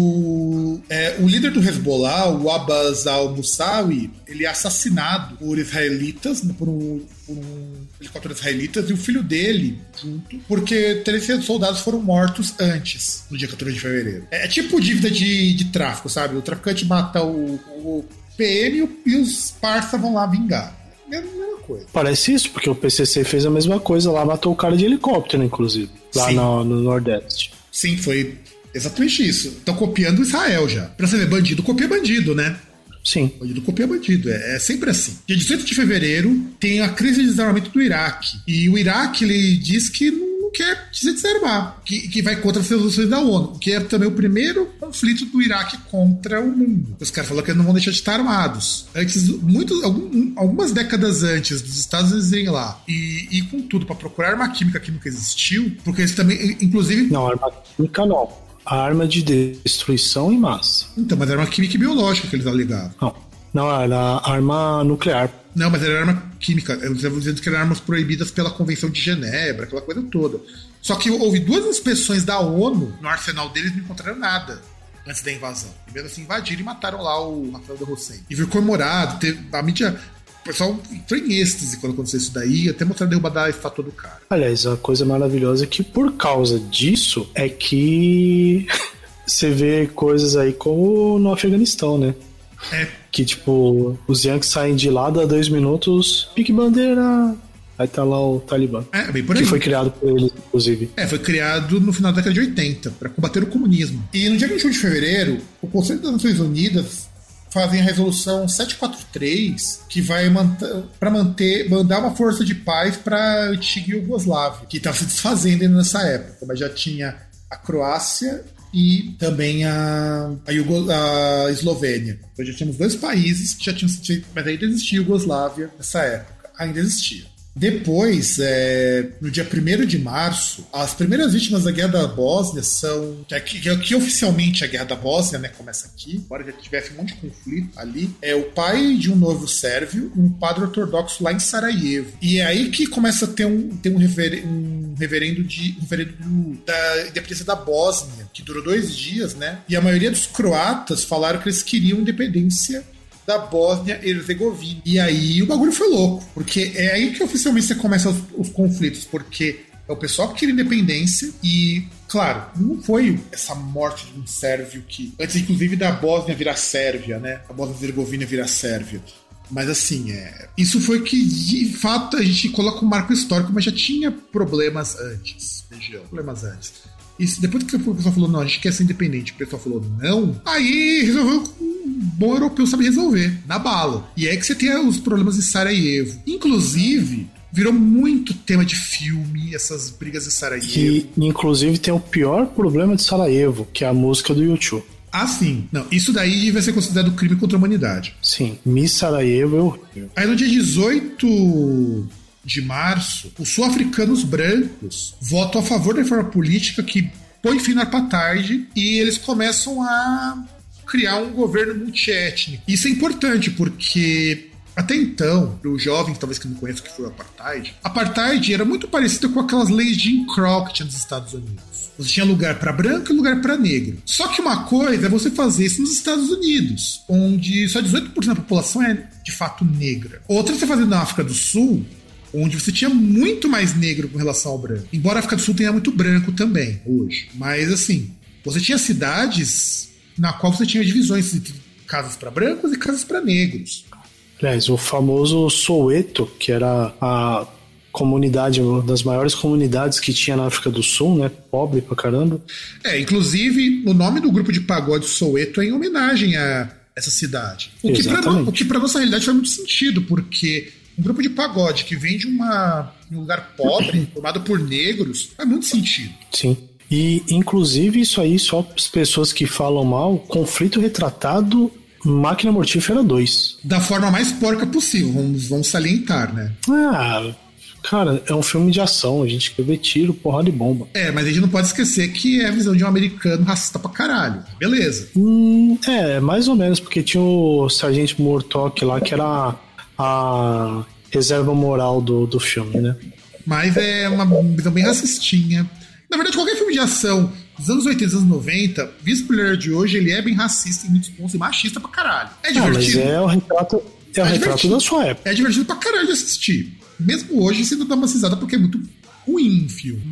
o, é, o líder do Hezbollah, o Abbas al-Musawi, ele é assassinado por israelitas, por um, por um helicóptero israelitas, e o filho dele junto, porque três soldados foram mortos antes, no dia quatorze de fevereiro. É, é tipo dívida de, de tráfico, sabe? O traficante mata o, o P M e os parça vão lá vingar. É a mesma coisa. Parece isso, porque o P C C fez a mesma coisa lá, matou o cara de helicóptero, inclusive, lá no, no Nordeste. Sim, foi... Exatamente isso. Estão copiando Israel já. Pra você ver, bandido copia bandido, né? Sim. Bandido copia bandido. É, é sempre assim. Dia dezoito de fevereiro tem a crise de desarmamento do Iraque. E o Iraque, ele diz que não quer se desarmar. Que, que vai contra as resoluções da ONU. Que é também o primeiro conflito do Iraque contra o mundo. Os caras falaram que eles não vão deixar de estar armados. Antes, muito, algum, algumas décadas antes dos Estados Unidos irem lá e, e com tudo pra procurar arma química que nunca existiu. Porque eles também, inclusive... Não, arma química não. A arma de destruição em massa. Então, mas era arma química e biológica que eles alegavam. Não, não era arma nuclear. Não, mas era arma química. Eu estava dizendo que eram armas proibidas pela Convenção de Genebra, aquela coisa toda. Só que houve duas inspeções da ONU no arsenal deles e não encontraram nada antes da invasão. E mesmo assim invadiram e mataram lá o Rafael da Hussein. E foi comemorado. Teve, a mídia... O pessoal entrou em êxtase quando aconteceu isso daí, até mostrar a derrubada da estátua do cara. Aliás, a coisa maravilhosa é que por causa disso é que você vê coisas aí como no Afeganistão, né? É. Que tipo, os Yankees saem de lá, dá dois minutos, pique bandeira, aí tá lá o Talibã. É, bem por aí. Que foi criado por eles, inclusive. É, foi criado no final da década de oitenta, para combater o comunismo. E no dia vinte e um de fevereiro, o Conselho das Nações Unidas fazem a resolução setecentos e quarenta e três, que vai para manter, mandar uma força de paz para a antiga Iugoslávia, que estava se desfazendo ainda nessa época, mas já tinha a Croácia e também a, a, Yugo, a Eslovênia. Então já tínhamos dois países que já tinham, mas ainda existia a Iugoslávia nessa época, ainda existia. Depois, é, no dia primeiro de março, as primeiras vítimas da Guerra da Bósnia são... Que, que, que oficialmente a Guerra da Bósnia, né, começa aqui, embora já tivesse um monte de conflito ali. É o pai de um noivo sérvio e um padre ortodoxo lá em Sarajevo. E é aí que começa a ter um, ter um, rever, um reverendo, de, um reverendo da independência da Bósnia, que durou dois dias, né? E a maioria dos croatas falaram que eles queriam independência da Bósnia e Herzegovina. E aí o bagulho foi louco, porque é aí que oficialmente você começa os, os conflitos, porque é o pessoal que queria independência e, claro, não foi essa morte de um sérvio que, antes inclusive da Bósnia virar Sérvia, né? A Bósnia e Herzegovina virar Sérvia. Mas assim, é... isso foi que de fato a gente coloca um marco histórico, mas já tinha problemas antes, região, problemas antes. E depois que o pessoal falou, não, a gente quer ser independente, o pessoal falou, não, aí resolveu com um bom europeu sabe resolver, na bala. E é que você tem os problemas em Sarajevo. Inclusive, virou muito tema de filme, essas brigas em Sarajevo. Que, inclusive, tem o pior problema de Sarajevo, que é a música do YouTube. Ah, sim. Não, isso daí vai ser considerado crime contra a humanidade. Sim, Miss Sarajevo é horrível. Aí no dia dezoito de março, os sul-africanos brancos votam a favor da reforma política que põe fim na apartheid e eles começam a criar um governo multiétnico. Isso é importante porque até então, para os jovens talvez que não conheçam o que foi o apartheid, apartheid era muito parecido com aquelas leis de Jim Crow que tinha nos Estados Unidos. Você tinha lugar para branco e lugar para negro. Só que uma coisa é você fazer isso nos Estados Unidos, onde só dezoito por cento da população é de fato negra. Outra é você fazer na África do Sul, onde você tinha muito mais negro com relação ao branco. Embora a África do Sul tenha muito branco também, hoje. Mas assim, você tinha cidades na qual você tinha divisões entre casas para brancos e casas para negros. Aliás, o famoso Soweto, que era a comunidade, uma das maiores comunidades que tinha na África do Sul, né? Pobre pra caramba. É, inclusive, o nome do grupo de pagode Soweto é em homenagem a essa cidade. O que, pra, o que pra nossa realidade faz muito sentido, porque um grupo de pagode que vem de uma, um lugar pobre, formado por negros, faz muito sentido. Sim. E, inclusive, isso aí, só as pessoas que falam mal, conflito retratado Máquina Mortífera dois. Da forma mais porca possível, vamos, vamos salientar, né? Ah, cara, é um filme de ação, a gente quer ver tiro, porrada e bomba. É, mas a gente não pode esquecer que é a visão de um americano racista pra caralho. Beleza. Hum, é, mais ou menos, porque tinha o Sargento Murtaugh lá, que era a reserva moral do, do filme, né? Mas é uma visão bem racistinha. Na verdade, qualquer filme de ação dos anos oitenta, dos anos noventa, visto pelo olhar de hoje, ele é bem racista em muitos pontos e machista pra caralho. É divertido. Ah, mas é o retrato, é o é retrato da sua época. É divertido pra caralho de assistir. Mesmo hoje, você não dá uma cisada porque é muito ruim o filme.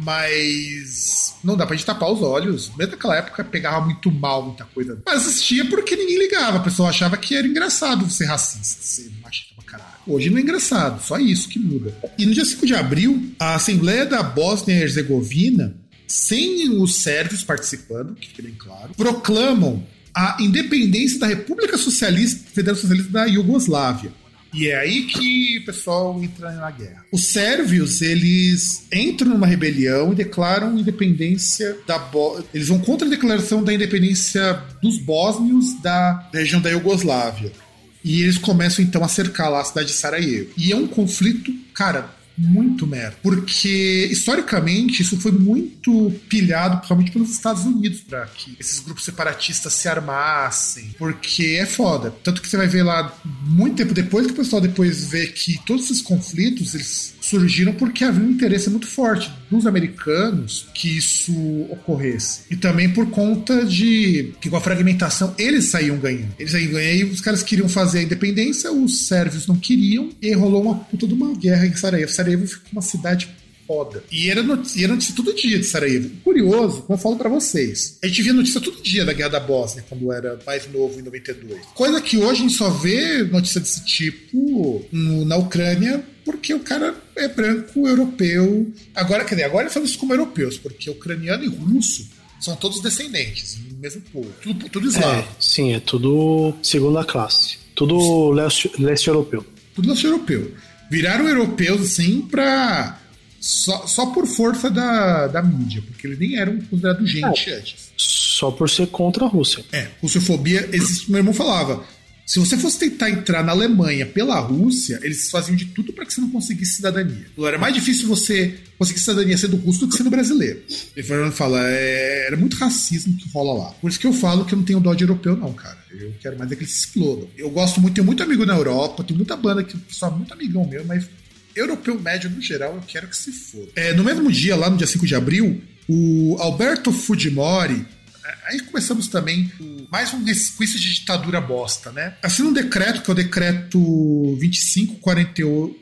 Mas não dá pra gente tapar os olhos. Mesmo naquela época, pegava muito mal muita coisa. Mas assistia porque ninguém ligava. A pessoa achava que era engraçado ser racista, ser machista pra caralho. Hoje não é engraçado, só isso que muda. E no dia cinco de abril, a Assembleia da Bósnia e Herzegovina, sem os sérvios participando, que fique bem claro, proclamam a independência da República Socialista, Federal Socialista da Iugoslávia. E é aí que o pessoal entra na guerra. Os sérvios, eles entram numa rebelião e declaram independência da Bo... Eles vão contra a declaração da independência dos bósnios da região da Iugoslávia. E eles começam então a cercar lá a cidade de Sarajevo. E é um conflito, cara, muito merda. Porque, historicamente, isso foi muito pilhado, principalmente pelos Estados Unidos, para que esses grupos separatistas se armassem. Porque é foda. Tanto que você vai ver lá, muito tempo depois, que o pessoal depois vê que todos esses conflitos, eles surgiram porque havia um interesse muito forte dos americanos que isso ocorresse. E também por conta de que com a fragmentação eles saíam ganhando. Eles saíam ganhando e os caras queriam fazer a independência, os sérvios não queriam, e rolou uma puta de uma guerra em Sarajevo. Sarajevo ficou uma cidade foda. E era notícia, era notícia todo dia de Sarajevo. Curioso, como eu falo pra vocês, a gente via notícia todo dia da Guerra da Bósnia, quando era mais novo, em noventa e dois. Coisa que hoje a gente só vê notícia desse tipo no, na Ucrânia, porque o cara é branco, europeu. Agora, quer dizer, agora ele fala isso como europeus, porque ucraniano e russo são todos descendentes, do mesmo povo. Tudo, tudo eslavo. É, sim, é tudo segunda classe. Tudo leste, leste europeu. Tudo leste europeu. Viraram europeus, assim, pra... Só, só por força da, da mídia, porque eles nem eram considerados gente é, antes. Só por ser contra a Rússia. É, russofobia existe. Meu irmão falava, se você fosse tentar entrar na Alemanha pela Rússia, eles faziam de tudo para que você não conseguisse cidadania. Era mais difícil você conseguir cidadania sendo russo do que sendo brasileiro. Ele fala, é, era muito racismo que rola lá. Por isso que eu falo que eu não tenho dó de europeu não, cara. Eu quero mais é que eles se explodam. Eu gosto muito, tenho muito amigo na Europa, tem muita banda que só muito amigão meu, mas europeu médio no geral eu quero que se foda. É, no mesmo dia, lá no dia cinco de abril, o Alberto Fujimori, aí começamos também mais um resquício de ditadura bosta, né? Assina um decreto, que é o decreto vinte e cinco quarenta e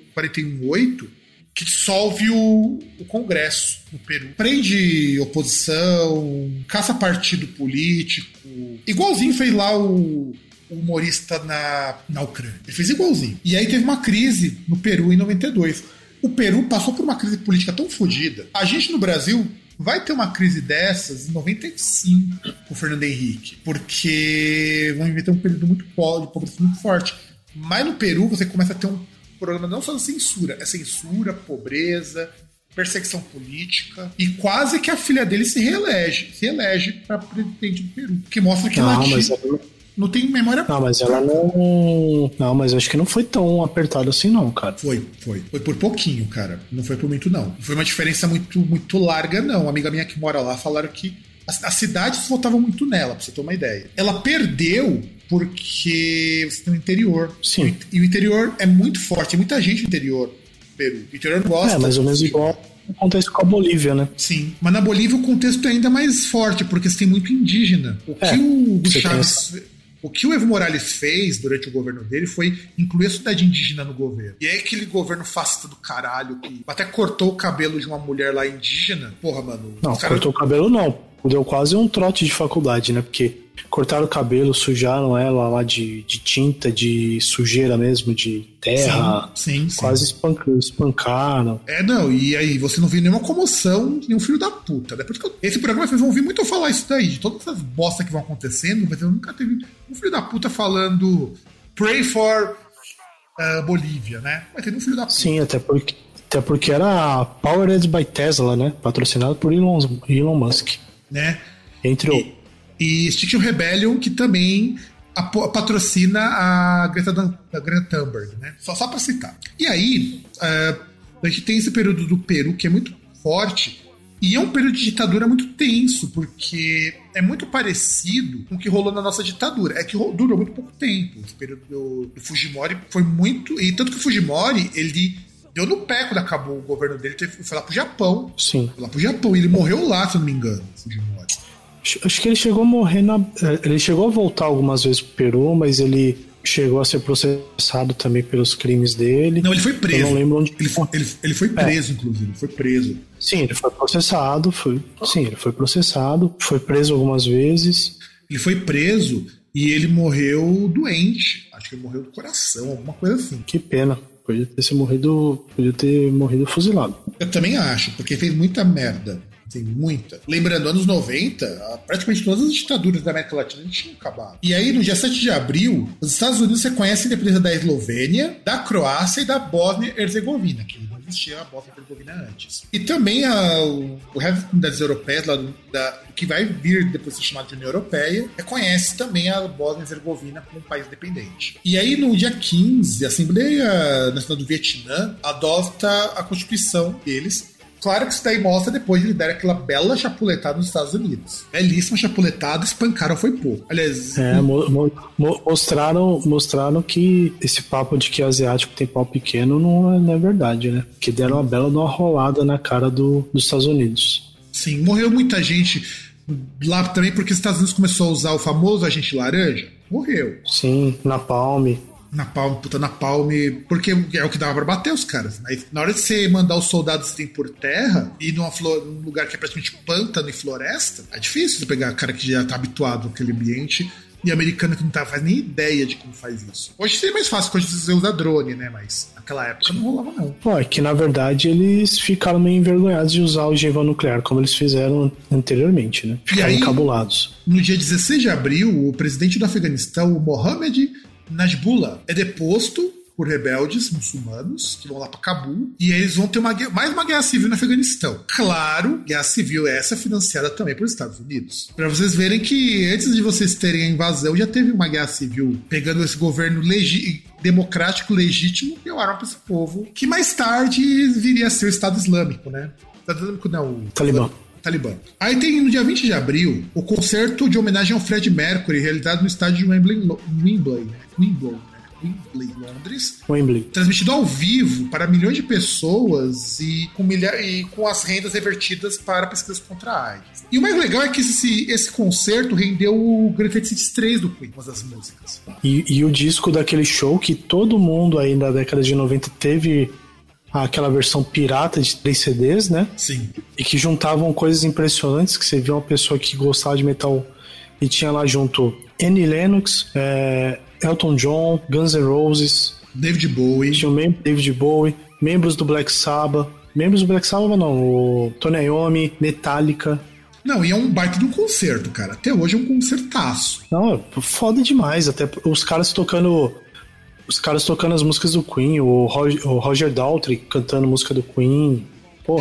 um oito, que dissolve o, o Congresso no Peru. Prende oposição, caça partido político. Igualzinho fez lá o, o humorista na, na Ucrânia. Ele fez igualzinho. E aí teve uma crise no Peru em noventa e dois. O Peru passou por uma crise política tão fodida. A gente no Brasil vai ter uma crise dessas em noventa e cinco com o Fernando Henrique, porque vão viver um período muito pobre, de pobreza muito forte. Mas no Peru você começa a ter um problema não só de censura, é censura, pobreza, perseguição política, e quase que a filha dele se reelege, se elege para presidente do Peru, que mostra que não, ela mas tinha, ela... não tem memória. Não, mas ela não... Não, mas eu acho que não foi tão apertado assim não, cara. Foi, foi. Foi por pouquinho, cara. Não foi por muito, não. Não foi uma diferença muito, muito larga, não. Uma amiga minha que mora lá falaram que as, as cidades votavam muito nela, pra você ter uma ideia. Ela perdeu porque você tem o interior. Sim. E o interior é muito forte. Tem muita gente no interior do Peru. O interior não gosta. É, mais ou menos igual acontece com a Bolívia, né? Sim. Mas na Bolívia o contexto é ainda mais forte, porque você tem muito indígena. O que é, o Hugo Chávez... O que o Evo Morales fez durante o governo dele foi incluir a sociedade indígena no governo. E aí aquele governo fascista do caralho, que até cortou o cabelo de uma mulher lá indígena. Porra, mano. Não, cara... cortou o cabelo não. Deu quase um trote de faculdade, né? Porque cortaram o cabelo, sujaram ela lá de, de tinta, de sujeira mesmo, de terra. Sim, sim, sim. Quase espancaram, espancaram. É, não, e aí você não viu nenhuma comoção, nenhum filho da puta. Depois que eu... Esse programa vocês vão ouvir muito eu falar isso daí, de todas essas bostas que vão acontecendo, mas eu nunca teve um filho da puta falando pray for uh, Bolívia, né? Vai ter um filho da puta. Sim, até porque, até porque era Powered by Tesla, né? Patrocinado por Elon, Elon Musk. Né? Entre outros. E Extinction Rebellion, que também a, a patrocina a Greta, a Greta Thunberg, né? Só, só pra citar. E aí, uh, a gente tem esse período do Peru que é muito forte, e é um período de ditadura muito tenso, porque é muito parecido com o que rolou na nossa ditadura. É que durou muito pouco tempo. Esse período do, do Fujimori foi muito... E tanto que o Fujimori, ele... deu no pé quando acabou o governo dele, teve, foi lá pro Japão. Sim. Foi lá pro Japão. E ele morreu lá, se eu não me engano, Fujimori. Acho que ele chegou a morrer na... Ele chegou a voltar algumas vezes pro Peru, mas ele chegou a ser processado também pelos crimes dele. Não, ele foi preso. Eu não lembro onde... Ele foi, ele, ele foi preso, é. inclusive. Ele foi preso. Sim, ele foi processado. Foi... Sim, ele foi processado. Foi preso algumas vezes. Ele foi preso e ele morreu doente. Acho que ele morreu do coração, alguma coisa assim. Que pena. Podia ter se morrido, podia ter morrido fuzilado. Eu também acho, porque fez muita merda. Tem muita. Lembrando, anos noventa, praticamente todas as ditaduras da América Latina tinham acabado. E aí, no dia sete de abril, os Estados Unidos reconhecem a independência da Eslovênia, da Croácia e da Bósnia e Herzegovina, que não existia a Bósnia e Herzegovina antes. E também a, o, o resto das comunidades europeias, lá do, da, que vai vir depois de ser chamado de União Europeia, reconhece também a Bósnia e Herzegovina como um país independente. E aí, no dia quinze, a Assembleia Nacional do Vietnã adota a Constituição deles. Claro que isso daí mostra depois de ele dar aquela bela chapuletada nos Estados Unidos. Belíssima chapuletada, espancaram foi pouco. Aliás... É, mo- mo- mostraram, mostraram que esse papo de que asiático tem pau pequeno não é, não é verdade, né? Que deram uma bela de uma rolada na cara do, dos Estados Unidos. Sim, morreu muita gente lá também porque os Estados Unidos começou a usar o famoso agente laranja. Morreu. Sim, Napalm. Napalm, puta Napalm, porque é o que dava pra bater os caras. Aí, na hora de você mandar os soldados que tem por terra e numa flor, num lugar que é praticamente pântano e floresta, é difícil você pegar cara que já tá habituado àquele ambiente e americano que não tá, faz nem ideia de como faz isso. Hoje seria mais fácil, hoje você usa drone, né? Mas naquela época não rolava, não. Pô, é que na verdade eles ficaram meio envergonhados de usar o ogiva nuclear, como eles fizeram anteriormente, né? Ficaram aí, encabulados. No dia dezesseis de abril, o presidente do Afeganistão, o Mohamed Najibullah, é deposto por rebeldes muçulmanos que vão lá para Cabul e eles vão ter uma, mais uma guerra civil no Afeganistão. Claro, guerra civil essa financiada também pelos Estados Unidos. Para vocês verem que antes de vocês terem a invasão já teve uma guerra civil pegando esse governo legi- democrático legítimo e arma para esse povo que mais tarde viria a ser o Estado Islâmico, né? Estado Islâmico não, o Talibã. Talibã. Aí tem no dia vinte de abril o concerto de homenagem ao Fred Mercury realizado no estádio de Wembley, Wembley, né? Wembley, né? Wembley, Londres. Wembley. Transmitido ao vivo para milhões de pessoas e com, milha- e com as rendas revertidas para pesquisas contra a AIDS. E o mais legal é que esse, esse concerto rendeu o Greatest Hits três do Queen, uma das músicas. E, e o disco daquele show que todo mundo aí na década de noventa teve aquela versão pirata de três C Ds, né? Sim. E que juntavam coisas impressionantes, que você via uma pessoa que gostava de metal e tinha lá junto Annie Lennox, é, Elton John, Guns N' Roses, David Bowie, tinha o mem- David Bowie, membros do Black Sabbath, membros do Black Sabbath não, o Tony Iommi, Metallica. Não, e é um baita de um concerto, cara. Até hoje é um concertaço. Não, é foda demais, até os caras tocando os caras tocando as músicas do Queen, o Roger, o Roger Daltrey cantando música do Queen, porra.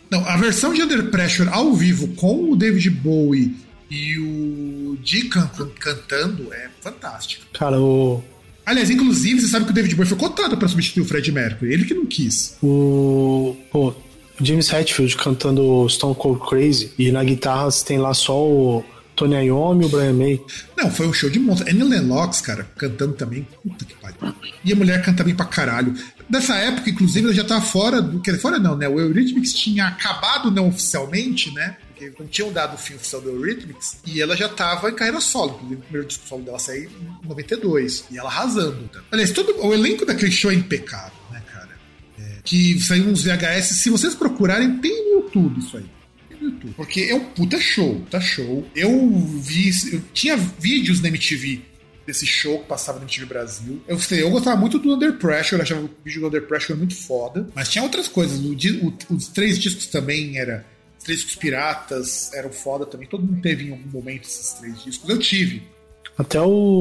Não, a versão de Under Pressure ao vivo com o David Bowie e o Deacon cantando é fantástica. Cara, o... Aliás, inclusive, você sabe que o David Bowie foi cotado pra substituir o Freddie Mercury. Ele que não quis. O... Pô, James Hetfield cantando Stone Cold Crazy e na guitarra você tem lá só o Tony Iommi e o Brian May. Não, foi um show de monstro. Annie Lennox, cara, cantando também. Puta que pariu. E a mulher canta bem pra caralho. Dessa época, inclusive, ela já tava fora do... Quer dizer, fora não, né? O Eurythmics tinha acabado não oficialmente, né? Porque não tinham dado o fim oficial do Eurythmics. E ela já tava em carreira solo. Inclusive, o primeiro disco solo dela saiu em noventa e dois. E ela arrasando. Tá? Aliás, todo, o elenco daquele show é impecável, né, cara? É, que saiu uns V H S. Se vocês procurarem, tem no YouTube isso aí. Porque é um puta show, puta show. Eu vi. Eu tinha vídeos na M T V desse show que passava na M T V Brasil. Eu sei, eu gostava muito do Under Pressure, eu achava o vídeo do Under Pressure muito foda. Mas tinha outras coisas. O, o, os três discos também era. Os três discos piratas eram foda também. Todo mundo teve em algum momento esses três discos. Eu tive. Até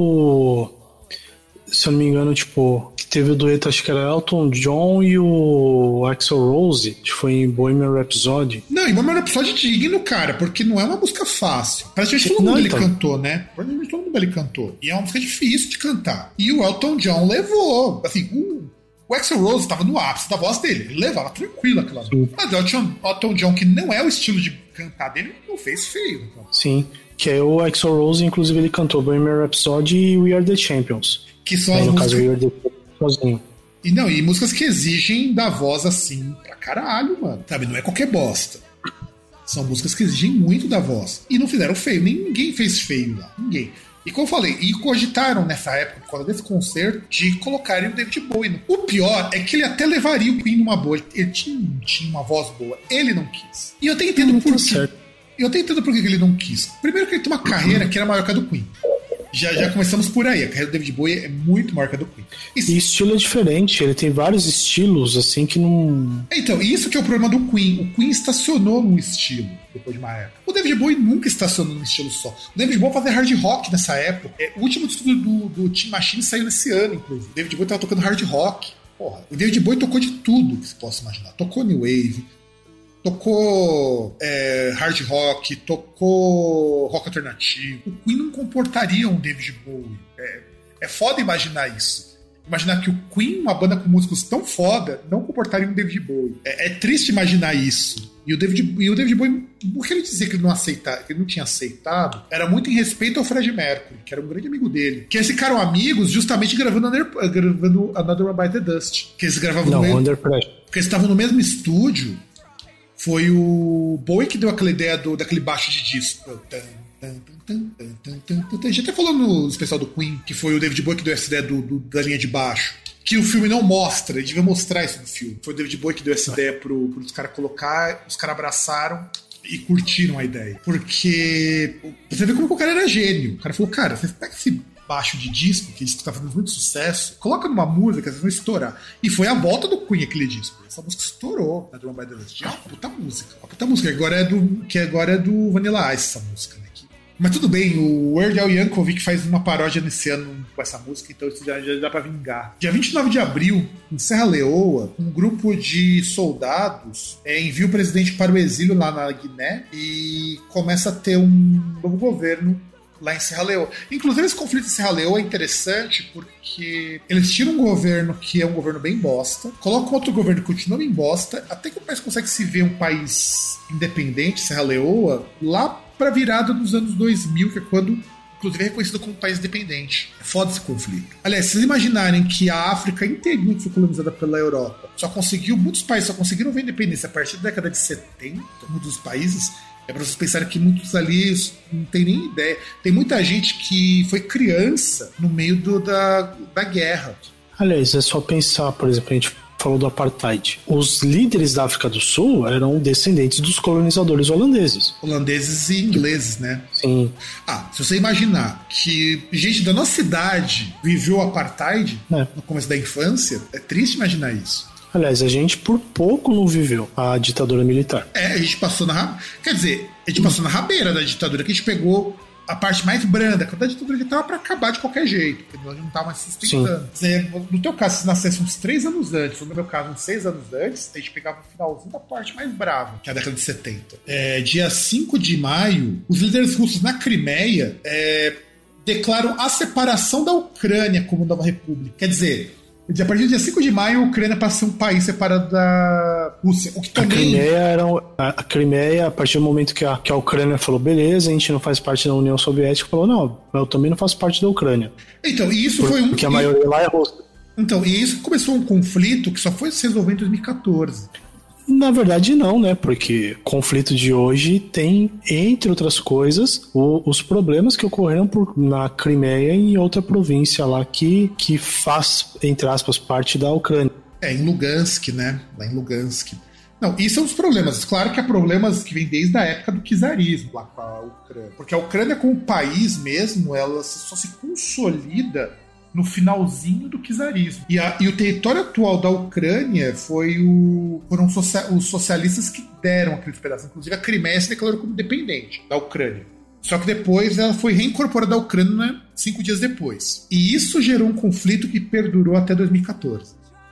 o. Se eu não me engano, tipo, que teve o dueto, acho que era Elton John e o Axl Rose, que foi em Bohemian Rhapsody. Não, em Bohemian Rhapsody digno, cara, porque não é uma música fácil. Praticamente todo mundo não, ele então. cantou, né? Praticamente todo mundo ele cantou. E é uma música difícil de cantar. E o Elton John levou. Assim, o, o Axl Rose estava no ápice da voz dele. Ele levava tranquilo aquela música. Mas o Elton, Elton John, que não é o estilo de cantar dele, não fez feio. Então. Sim, que é o Axl Rose, inclusive ele cantou Bohemian Rhapsody e We Are The Champions. Que são aí, as no músicas... caso, We Are The Champions sozinho. E não, e músicas que exigem da voz assim pra caralho, mano. Sabe, não é qualquer bosta. São músicas que exigem muito da voz. E não fizeram feio, nem ninguém fez feio lá. Ninguém. E como eu falei, e cogitaram nessa época, por causa desse concerto, de colocarem o David Bowie. O pior é que ele até levaria o Queen numa boa. Ele tinha, tinha uma voz boa. Ele não quis. E eu até entendo não, por quê. Certo. Eu até entendo por que ele não quis. Primeiro que ele tem uma carreira que era maior que a do Queen. Já, já começamos por aí. A carreira do David Bowie é muito maior que a do Queen. E o estilo é diferente. Ele tem vários estilos, assim, que não... Então, isso que é o problema do Queen. O Queen estacionou num estilo, depois de uma época. O David Bowie nunca estacionou num estilo só. O David Bowie fazia hard rock nessa época. É, o último disco do, do Tim Machine saiu nesse ano, inclusive. O David Bowie tava tocando hard rock. Porra, o David Bowie tocou de tudo que você possa imaginar. Tocou New Wave, tocou é, hard rock, tocou rock alternativo. O Queen não comportaria um David Bowie. É, é foda imaginar isso. Imaginar que o Queen, uma banda com músicos tão foda, não comportaria um David Bowie. É, é triste imaginar isso. E o David, e o David Bowie, por que ele dizia que ele não aceitava, que ele não tinha aceitado, era muito em respeito ao Freddie Mercury, que era um grande amigo dele. Que eles ficaram amigos justamente gravando, under, gravando Another One By The Dust. Que eles gravavam não, no mesmo, Under Pressure. Porque eles estavam no mesmo estúdio. Foi o Bowie que deu aquela ideia do, daquele baixo de disco. A gente até falou no especial do Queen, que foi o David Bowie que deu essa ideia do, do, da linha de baixo. Que o filme não mostra, ele devia mostrar isso no filme. Foi o David Bowie que deu essa ideia pro, pros caras colocar, os caras abraçaram e curtiram a ideia. Porque você vê como o cara era gênio. O cara falou, cara, você pega esse baixo de disco, que disco tá fazendo muito sucesso, coloca numa música, vocês vão estourar. E foi a volta do Queen aquele disco. Essa música estourou na Drum by the Dust. É uma puta música. Uma puta música. Agora é do, que agora é do Vanilla Ice, essa música, né? Mas tudo bem, o Weird Al Yankovic faz uma paródia nesse ano com essa música, então isso já, já dá pra vingar. Dia vinte e nove de abril, em Serra Leoa, um grupo de soldados é, envia o presidente para o exílio lá na Guiné e começa a ter um novo governo lá em Serra Leoa. Inclusive, esse conflito em Serra Leoa é interessante porque eles tiram um governo que é um governo bem bosta, colocam outro governo que continua bem bosta, até que o país consegue se ver um país independente, Serra Leoa, lá para virada dos anos dois mil, que é quando, inclusive, é reconhecido como um país independente. É foda esse conflito. Aliás, se vocês imaginarem que a África inteirinha foi colonizada pela Europa, só conseguiu, muitos países só conseguiram ver independência a partir da década de setenta, muitos dos países, é para vocês pensarem que muitos ali não tem nem ideia. Tem muita gente que foi criança no meio do, da, da guerra. Aliás, é só pensar, por exemplo, a gente falou do apartheid. Os líderes da África do Sul eram descendentes dos colonizadores holandeses. Holandeses e ingleses, né? Sim. Ah, se você imaginar que gente da nossa idade viveu o apartheid é. no começo da infância, é triste imaginar isso. Aliás, a gente por pouco não viveu a ditadura militar. É, a gente passou na... Quer dizer, a gente passou na rabeira da ditadura, que a gente pegou a parte mais branda, a ditadura estava para acabar de qualquer jeito, porque nós não estávamos se sustentando. Dizer, no teu caso, se nascesse uns três anos antes, ou no meu caso, uns seis anos antes, a gente pegava o finalzinho da parte mais brava, que é a década de setenta. É, dia cinco de maio, os líderes russos na Crimeia é, declaram a separação da Ucrânia como nova república. Quer dizer, a partir do dia cinco de maio, a Ucrânia passa a ser um país separado da Rússia. O que também... a, Crimeia era, a Crimeia, a partir do momento que a, que a Ucrânia falou, beleza, a gente não faz parte da União Soviética, falou, não, eu também não faço parte da Ucrânia. Então, e isso Por, foi um... Porque a maioria lá é russa. Então, e isso começou um conflito que só foi se resolver em dois mil e catorze. Na verdade não, né? Porque o conflito de hoje tem, entre outras coisas, o, os problemas que ocorreram por, na Crimeia e em outra província lá que, que faz, entre aspas, parte da Ucrânia. É, em Lugansk, né? Lá em Lugansk. Não, isso são os problemas. Claro que há problemas que vêm desde a época do czarismo lá com a Ucrânia. Porque a Ucrânia, como país mesmo, ela só se consolida no finalzinho do czarismo. E, a, e o território atual da Ucrânia foi o, foram socia, os socialistas que deram aqueles pedaços. Inclusive a Crimeia se declarou como independente da Ucrânia. Só que depois ela foi reincorporada à Ucrânia cinco dias depois. E isso gerou um conflito que perdurou até dois mil e catorze.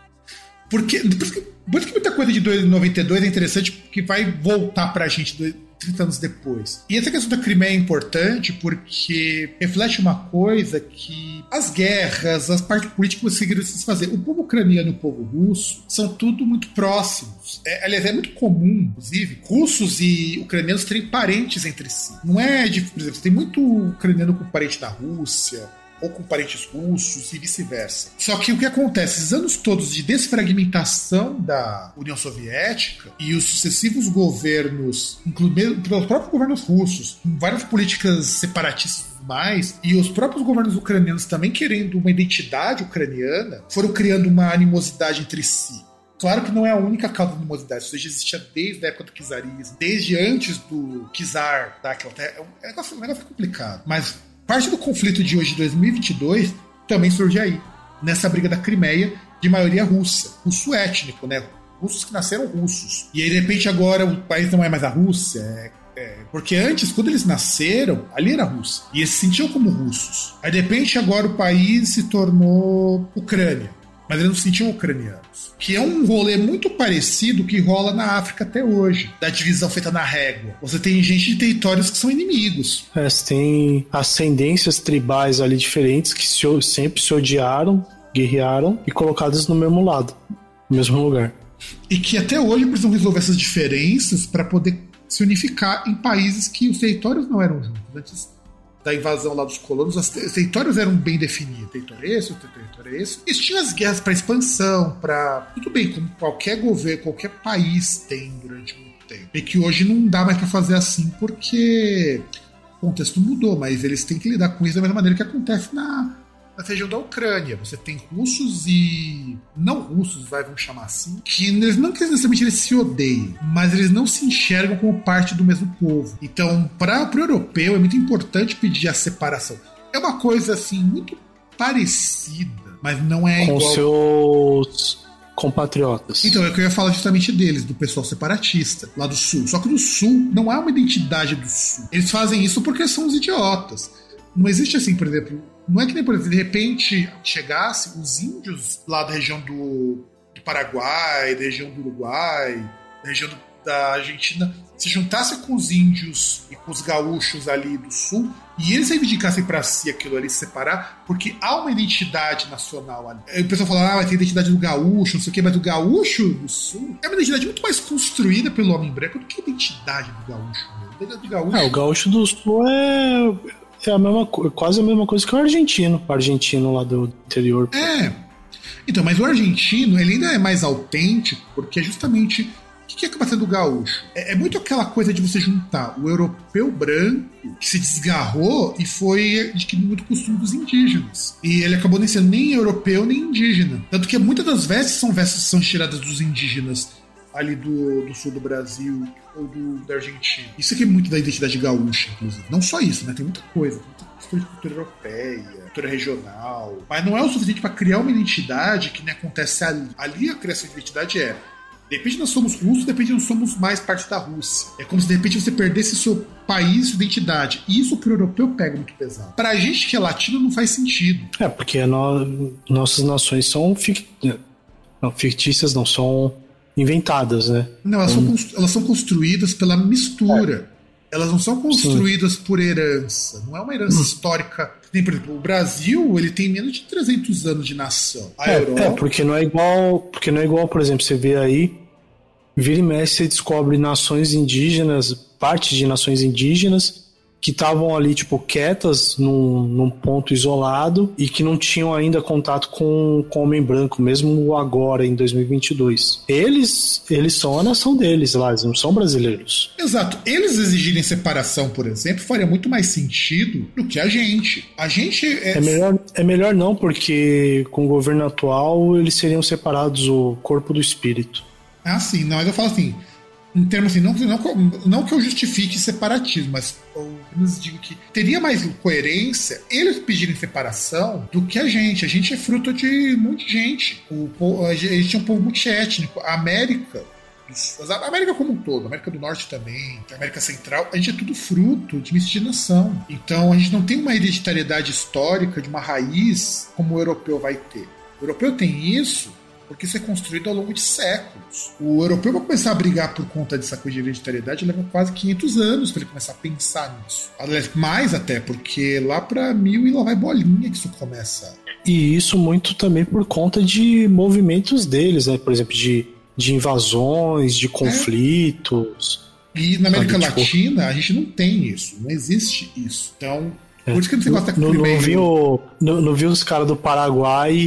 Porque, por isso que, por isso que muita coisa de noventa e dois é interessante, porque vai voltar pra gente trinta anos depois. E essa questão da Crimeia é importante porque reflete uma coisa que as guerras, as partes políticas conseguiram se fazer. O povo ucraniano e o povo russo são tudo muito próximos. É, aliás, é muito comum, inclusive, russos e ucranianos terem parentes entre si. Não é de, por exemplo, tem muito ucraniano com parente da Rússia, ou com parentes russos e vice-versa. Só que o que acontece? Esses anos todos de desfragmentação da União Soviética e os sucessivos governos, incluindo pelos próprios governos russos, com várias políticas separatistas mais, e os próprios governos ucranianos também querendo uma identidade ucraniana, foram criando uma animosidade entre si. Claro que não é a única causa da animosidade, isso já existia desde a época do czarismo, desde antes do czar, tá? É um negócio, um negócio complicado, mas parte do conflito de hoje, de dois mil e vinte e dois, também surge aí, nessa briga da Crimeia, de maioria russa, russo étnico, né? Russos que nasceram russos. E aí, de repente, agora o país não é mais a Rússia, é, é, porque antes, quando eles nasceram, ali era a Rússia, e eles se sentiam como russos. Aí, de repente, agora o país se tornou Ucrânia, mas eles não se sentiam ucranianos. Que é um rolê muito parecido que rola na África até hoje, da divisão feita na régua. Você tem gente de territórios que são inimigos. É, você tem ascendências tribais ali diferentes que se, sempre se odiaram, guerrearam e colocadas no mesmo lado, no mesmo lugar. E que até hoje precisam resolver essas diferenças para poder se unificar em países que os territórios não eram juntos. Antes da invasão lá dos colonos, os territórios eram bem definidos. Território é esse, o território é esse. Eles tinham as guerras para expansão, para... Tudo bem, como qualquer governo, qualquer país tem durante muito tempo. E que hoje não dá mais para fazer assim, porque o contexto mudou, mas eles têm que lidar com isso da mesma maneira que acontece na, na região da Ucrânia. Você tem russos e não russos, vai, vamos chamar assim, que eles não que necessariamente eles se odeiam, mas eles não se enxergam como parte do mesmo povo. Então, para o europeu é muito importante pedir a separação. É uma coisa assim muito parecida, mas não é com igual com seus compatriotas. Então, é o que eu ia falar justamente deles, do pessoal separatista lá do sul. Só que no sul não há uma identidade do sul. Eles fazem isso porque são os idiotas. Não existe assim, por exemplo, não é que nem, por exemplo, de repente chegasse os índios lá da região do, do Paraguai, da região do Uruguai, da região do, da Argentina, se juntassem com os índios e com os gaúchos ali do sul, e eles reivindicassem para si aquilo ali, se separar, porque há uma identidade nacional ali. Aí o pessoal fala, ah, vai ter identidade do gaúcho, não sei o quê, mas o gaúcho do sul é uma identidade muito mais construída pelo homem branco do que a identidade do gaúcho. A identidade do gaúcho... É, o gaúcho do sul é... É a mesma, quase a mesma coisa que o argentino, o argentino lá do interior. É. Então, mas o argentino, ele ainda é mais autêntico, porque é justamente... O que é a capacidade do gaúcho? É, é muito aquela coisa de você juntar o europeu branco, que se desgarrou e foi adquirindo muito costume dos indígenas. E ele acabou nem sendo nem europeu, nem indígena. Tanto que muitas das vestes são vestes que são tiradas dos indígenas ali do, do sul do Brasil ou do, da Argentina. Isso aqui é muito da identidade gaúcha, inclusive. Não só isso, né? Tem muita coisa. Tem muita questão de cultura europeia, cultura regional. Mas não é o suficiente para criar uma identidade que nem acontece ali. Ali a criação de identidade é, de De repente nós somos russos, de repente nós somos mais parte da Rússia. É como se de repente você perdesse seu país, sua identidade. E isso pro europeu pega muito pesado. Pra gente que é latino não faz sentido. É, porque no, nossas nações são fic, não, fictícias, não são inventadas, né? Não, elas, um... são, elas são construídas pela mistura. É. Elas não são construídas Sim. por herança. Não é uma herança hum. histórica. Tem, por exemplo, o Brasil, ele tem menos de trezentos anos de nação. A é, Europa... é, porque não é igual, porque não é igual, por exemplo, você vê aí, vira e mexe, você descobre nações indígenas, partes de nações indígenas que estavam ali, tipo, quietas num, num ponto isolado e que não tinham ainda contato com o homem branco, mesmo agora, em dois mil e vinte e dois. Eles, eles são a nação deles lá, eles não são brasileiros. Exato. Eles exigirem separação, por exemplo, faria muito mais sentido do que a gente. A gente... É, é, melhor, é melhor não, porque com o governo atual eles seriam separados o corpo do espírito. Ah, sim. Não, mas eu falo assim... Em termos assim, não, não, não que eu justifique separatismo, mas eu digo que teria mais coerência eles pedirem separação do que a gente. A gente é fruto de muita gente. O, a gente é um povo multiétnico. A América, a América como um todo, a América do Norte também, a América Central, a gente é tudo fruto de miscigenação. Então a gente não tem uma hereditariedade histórica de uma raiz como o europeu vai ter. O europeu tem isso porque isso é construído ao longo de séculos. O europeu vai começar a brigar por conta dessa coisa de hereditariedade leva quase quinhentos anos para ele começar a pensar nisso. Aliás, mais até, porque lá para mil e lá vai bolinha que isso começa. E isso muito também por conta de movimentos deles, né? Por exemplo, de, de invasões, de conflitos. É. E na América sabe, Latina, tipo... a gente não tem isso, não existe isso. Então, por isso que você gosta não, não, viu, não, não viu os caras do Paraguai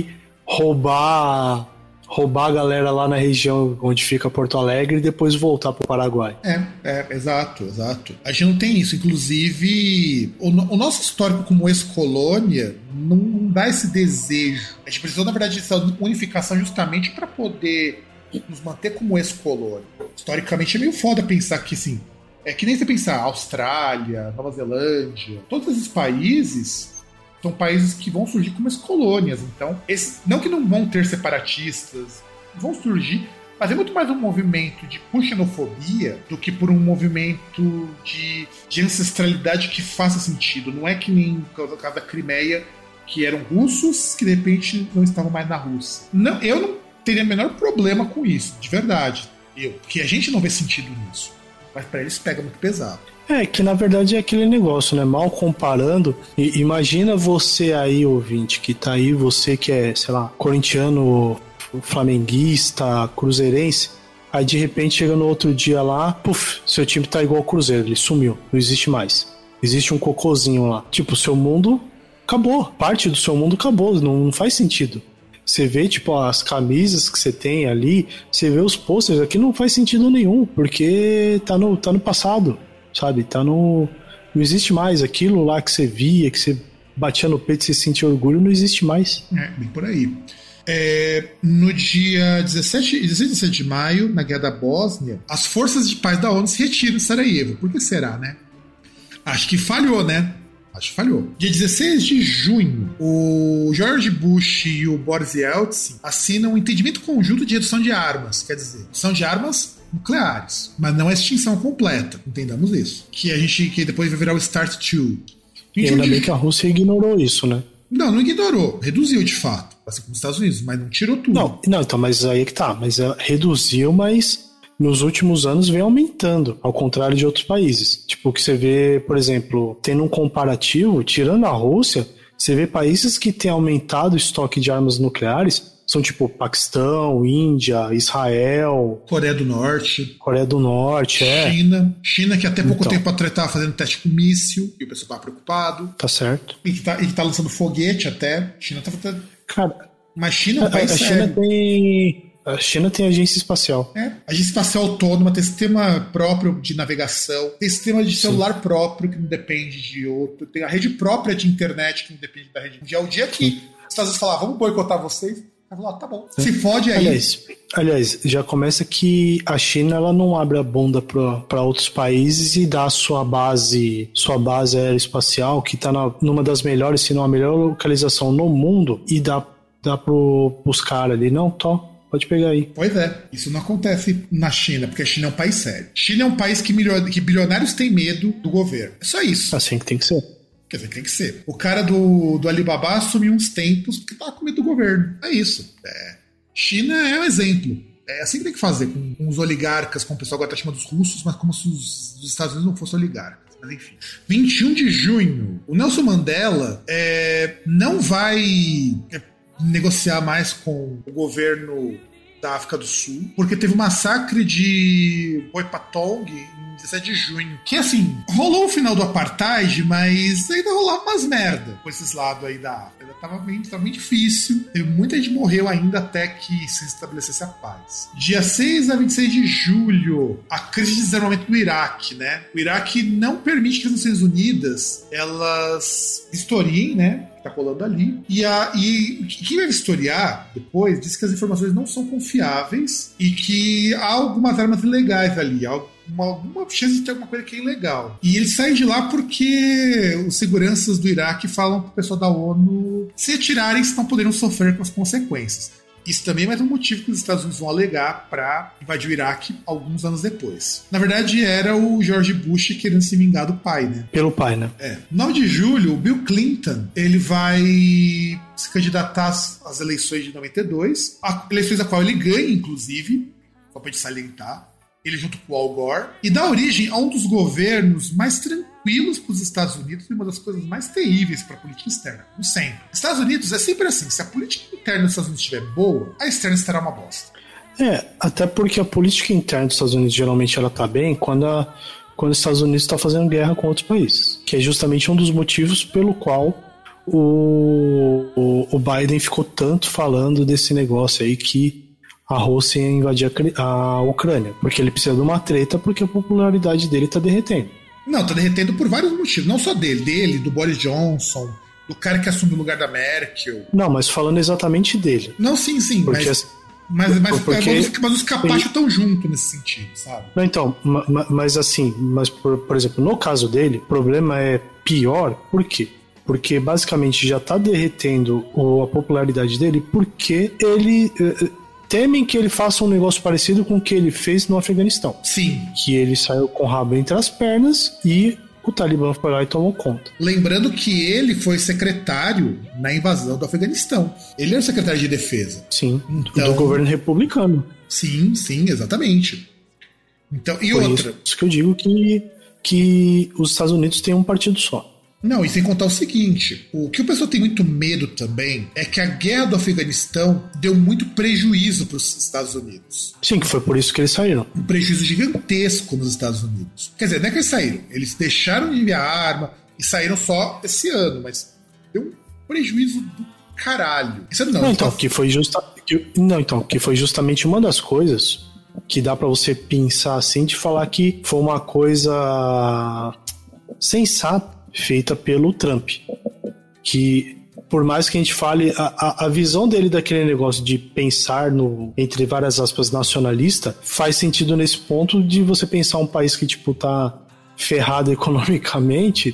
roubar... roubar a galera lá na região onde fica Porto Alegre e depois voltar pro Paraguai. É, é, exato, exato. A gente não tem isso. Inclusive, o, o nosso histórico como ex-colônia não, não dá esse desejo. A gente precisou, na verdade, dessa unificação justamente para poder nos manter como ex-colônia. Historicamente é meio foda pensar que, assim, é que nem você pensar Austrália, Nova Zelândia, todos esses países... são países que vão surgir como as colônias. Então, esse, não que não vão ter separatistas, vão surgir, mas é muito mais um movimento de xenofobia do que por um movimento de, de ancestralidade que faça sentido. Não é que nem o caso da Crimeia, que eram russos que de repente não estavam mais na Rússia. Não, eu não teria o menor problema com isso, de verdade. Eu, porque a gente não vê sentido nisso. Mas para eles pega muito pesado. É, que na verdade é aquele negócio, né? Mal comparando, e, imagina você aí, ouvinte, que tá aí, você que é, sei lá, corintiano, flamenguista, cruzeirense, aí de repente chega no outro dia lá, puf, seu time tá igual ao Cruzeiro, ele sumiu, não existe mais. Existe um cocôzinho lá. Tipo, o seu mundo acabou, parte do seu mundo acabou, não, não faz sentido. Você vê, tipo, as camisas que você tem ali, você vê os posters, aqui não faz sentido nenhum, porque tá no, tá no passado. Sabe, tá no... não existe mais aquilo lá que você via, que você batia no peito e você sentia orgulho, não existe mais. É, bem por aí. É, no dia dezessete, dezesseis e dezessete de maio, na Guerra da Bósnia, as forças de paz da ONU se retiram de Sarajevo. Por que será, né? Acho que falhou, né? Acho que falhou. Dia dezesseis de junho, o George Bush e o Boris Yeltsin assinam um entendimento conjunto de redução de armas. Quer dizer, redução de armas nucleares, mas não a extinção completa, entendamos isso. Que a gente, que depois vai virar o START dois. E ainda bem que a Rússia ignorou isso, né? Não, não ignorou, reduziu de fato, assim como os Estados Unidos, mas não tirou tudo. Não, não, então, mas aí é que tá, mas reduziu, mas nos últimos anos vem aumentando, ao contrário de outros países. Tipo, que você vê, por exemplo, tendo um comparativo, tirando a Rússia, você vê países que têm aumentado o estoque de armas nucleares. São tipo Paquistão, Índia, Israel... Coreia do Norte. Coreia do Norte, é. China. China, que até pouco então. tempo atrás estava fazendo teste com míssil, e o pessoal estava preocupado. Tá certo. E que tá, e que tá lançando foguete até. China tá fazendo... Cara, mas China é um a, país a China sério. tem... A China tem agência espacial. É, agência espacial autônoma, tem sistema próprio de navegação, tem sistema de celular Sim. próprio que não depende de outro, tem a rede própria de internet que não depende da rede mundial. O dia que os Estados Unidos falar, vamos boicotar vocês... Ah, tá bom. Se fode aí. Aliás, aliás, já começa que a China ela não abre a bunda para outros países e dá a sua base, sua base aeroespacial, que está numa das melhores, se não a melhor localização no mundo, e dá, dá pro, pros caras ali. Não, tó. Pode pegar aí. Pois é, isso não acontece na China, porque a China é um país sério. China é um país que, milio... que bilionários têm medo do governo. É só isso. Assim que tem que ser. Quer dizer, tem que ser. O cara do, do Alibaba assumiu uns tempos porque tava com medo do governo. É isso. É. China é um exemplo. É assim que tem que fazer, com, com os oligarcas, como o pessoal agora tá chamando dos russos, mas como se os, os Estados Unidos não fossem oligarcas. Mas enfim. vinte e um de junho, o Nelson Mandela é, não vai negociar mais com o governo da África do Sul, porque teve o massacre de Boipatong em dezessete de junho, que assim, rolou o final do apartheid, mas ainda rolava umas merda com esses lados aí da África. Ainda tava bem, tava bem difícil, teve muita gente morreu ainda até que se estabelecesse a paz. Dia seis a vinte e seis de julho, a crise de desarmamento do Iraque, né? O Iraque não permite que as Nações Unidas elas historiem, né? Tá rolando ali. E, a, e quem vai historiar depois diz que as informações não são confiáveis e que há algumas armas ilegais ali, há uma, alguma chance de ter alguma coisa que é ilegal. E eles saem de lá porque os seguranças do Iraque falam pro pessoal da ONU se retirarem, senão poderiam sofrer com as consequências. Isso também é mais um motivo que os Estados Unidos vão alegar para invadir o Iraque alguns anos depois. Na verdade, era o George Bush querendo se vingar do pai, né? Pelo pai, né? É. nove de julho, o Bill Clinton, ele vai se candidatar às, às eleições de noventa e dois, a, eleições a qual ele ganha, inclusive, só pra gente salientar, ele junto com o Al Gore, e dá origem a um dos governos mais tranquilos para os Estados Unidos e uma das coisas mais terríveis para a política externa, como sempre. Estados Unidos é sempre assim, se a política interna dos Estados Unidos estiver boa, a externa estará uma bosta. É, até porque a política interna dos Estados Unidos geralmente ela tá bem quando, a, quando os Estados Unidos está fazendo guerra com outros países, que é justamente um dos motivos pelo qual o, o, o Biden ficou tanto falando desse negócio aí que a Rússia ia invadir a, a Ucrânia, porque ele precisa de uma treta porque a popularidade dele tá derretendo. Não, tá derretendo por vários motivos, não só dele, dele, do Boris Johnson, do cara que assume o lugar da Merkel. Não, mas falando exatamente dele. Não, sim, sim, porque, mas, mas, mas, porque, mas, mas os capachos estão juntos nesse sentido, sabe? Não, então, mas, mas assim, mas por, por exemplo, no caso dele, o problema é pior, por quê? Porque basicamente já tá derretendo a popularidade dele porque ele... temem que ele faça um negócio parecido com o que ele fez no Afeganistão. Sim. Que ele saiu com o rabo entre as pernas e o Talibã foi lá e tomou conta. Lembrando que ele foi secretário na invasão do Afeganistão. Ele era o secretário de defesa. Sim, então, do governo republicano. Sim, sim, exatamente. Então, e Por outra... Isso, isso que eu digo que, que os Estados Unidos têm um partido só. Não, e sem contar o seguinte, o que o pessoal tem muito medo também é que a guerra do Afeganistão deu muito prejuízo para os Estados Unidos. Sim, que foi por isso que eles saíram. Um prejuízo gigantesco nos Estados Unidos. Quer dizer, não é que eles saíram, eles deixaram de enviar arma e saíram só esse ano, mas deu um prejuízo do caralho. Isso não, não então, que foi justa... que... não, então, que foi justamente uma das coisas que dá para você pensar assim, de falar que foi uma coisa sensata feita pelo Trump, que por mais que a gente fale, a, a visão dele daquele negócio de pensar no, entre várias aspas, nacionalista, faz sentido nesse ponto de você pensar um país que tipo tá ferrado economicamente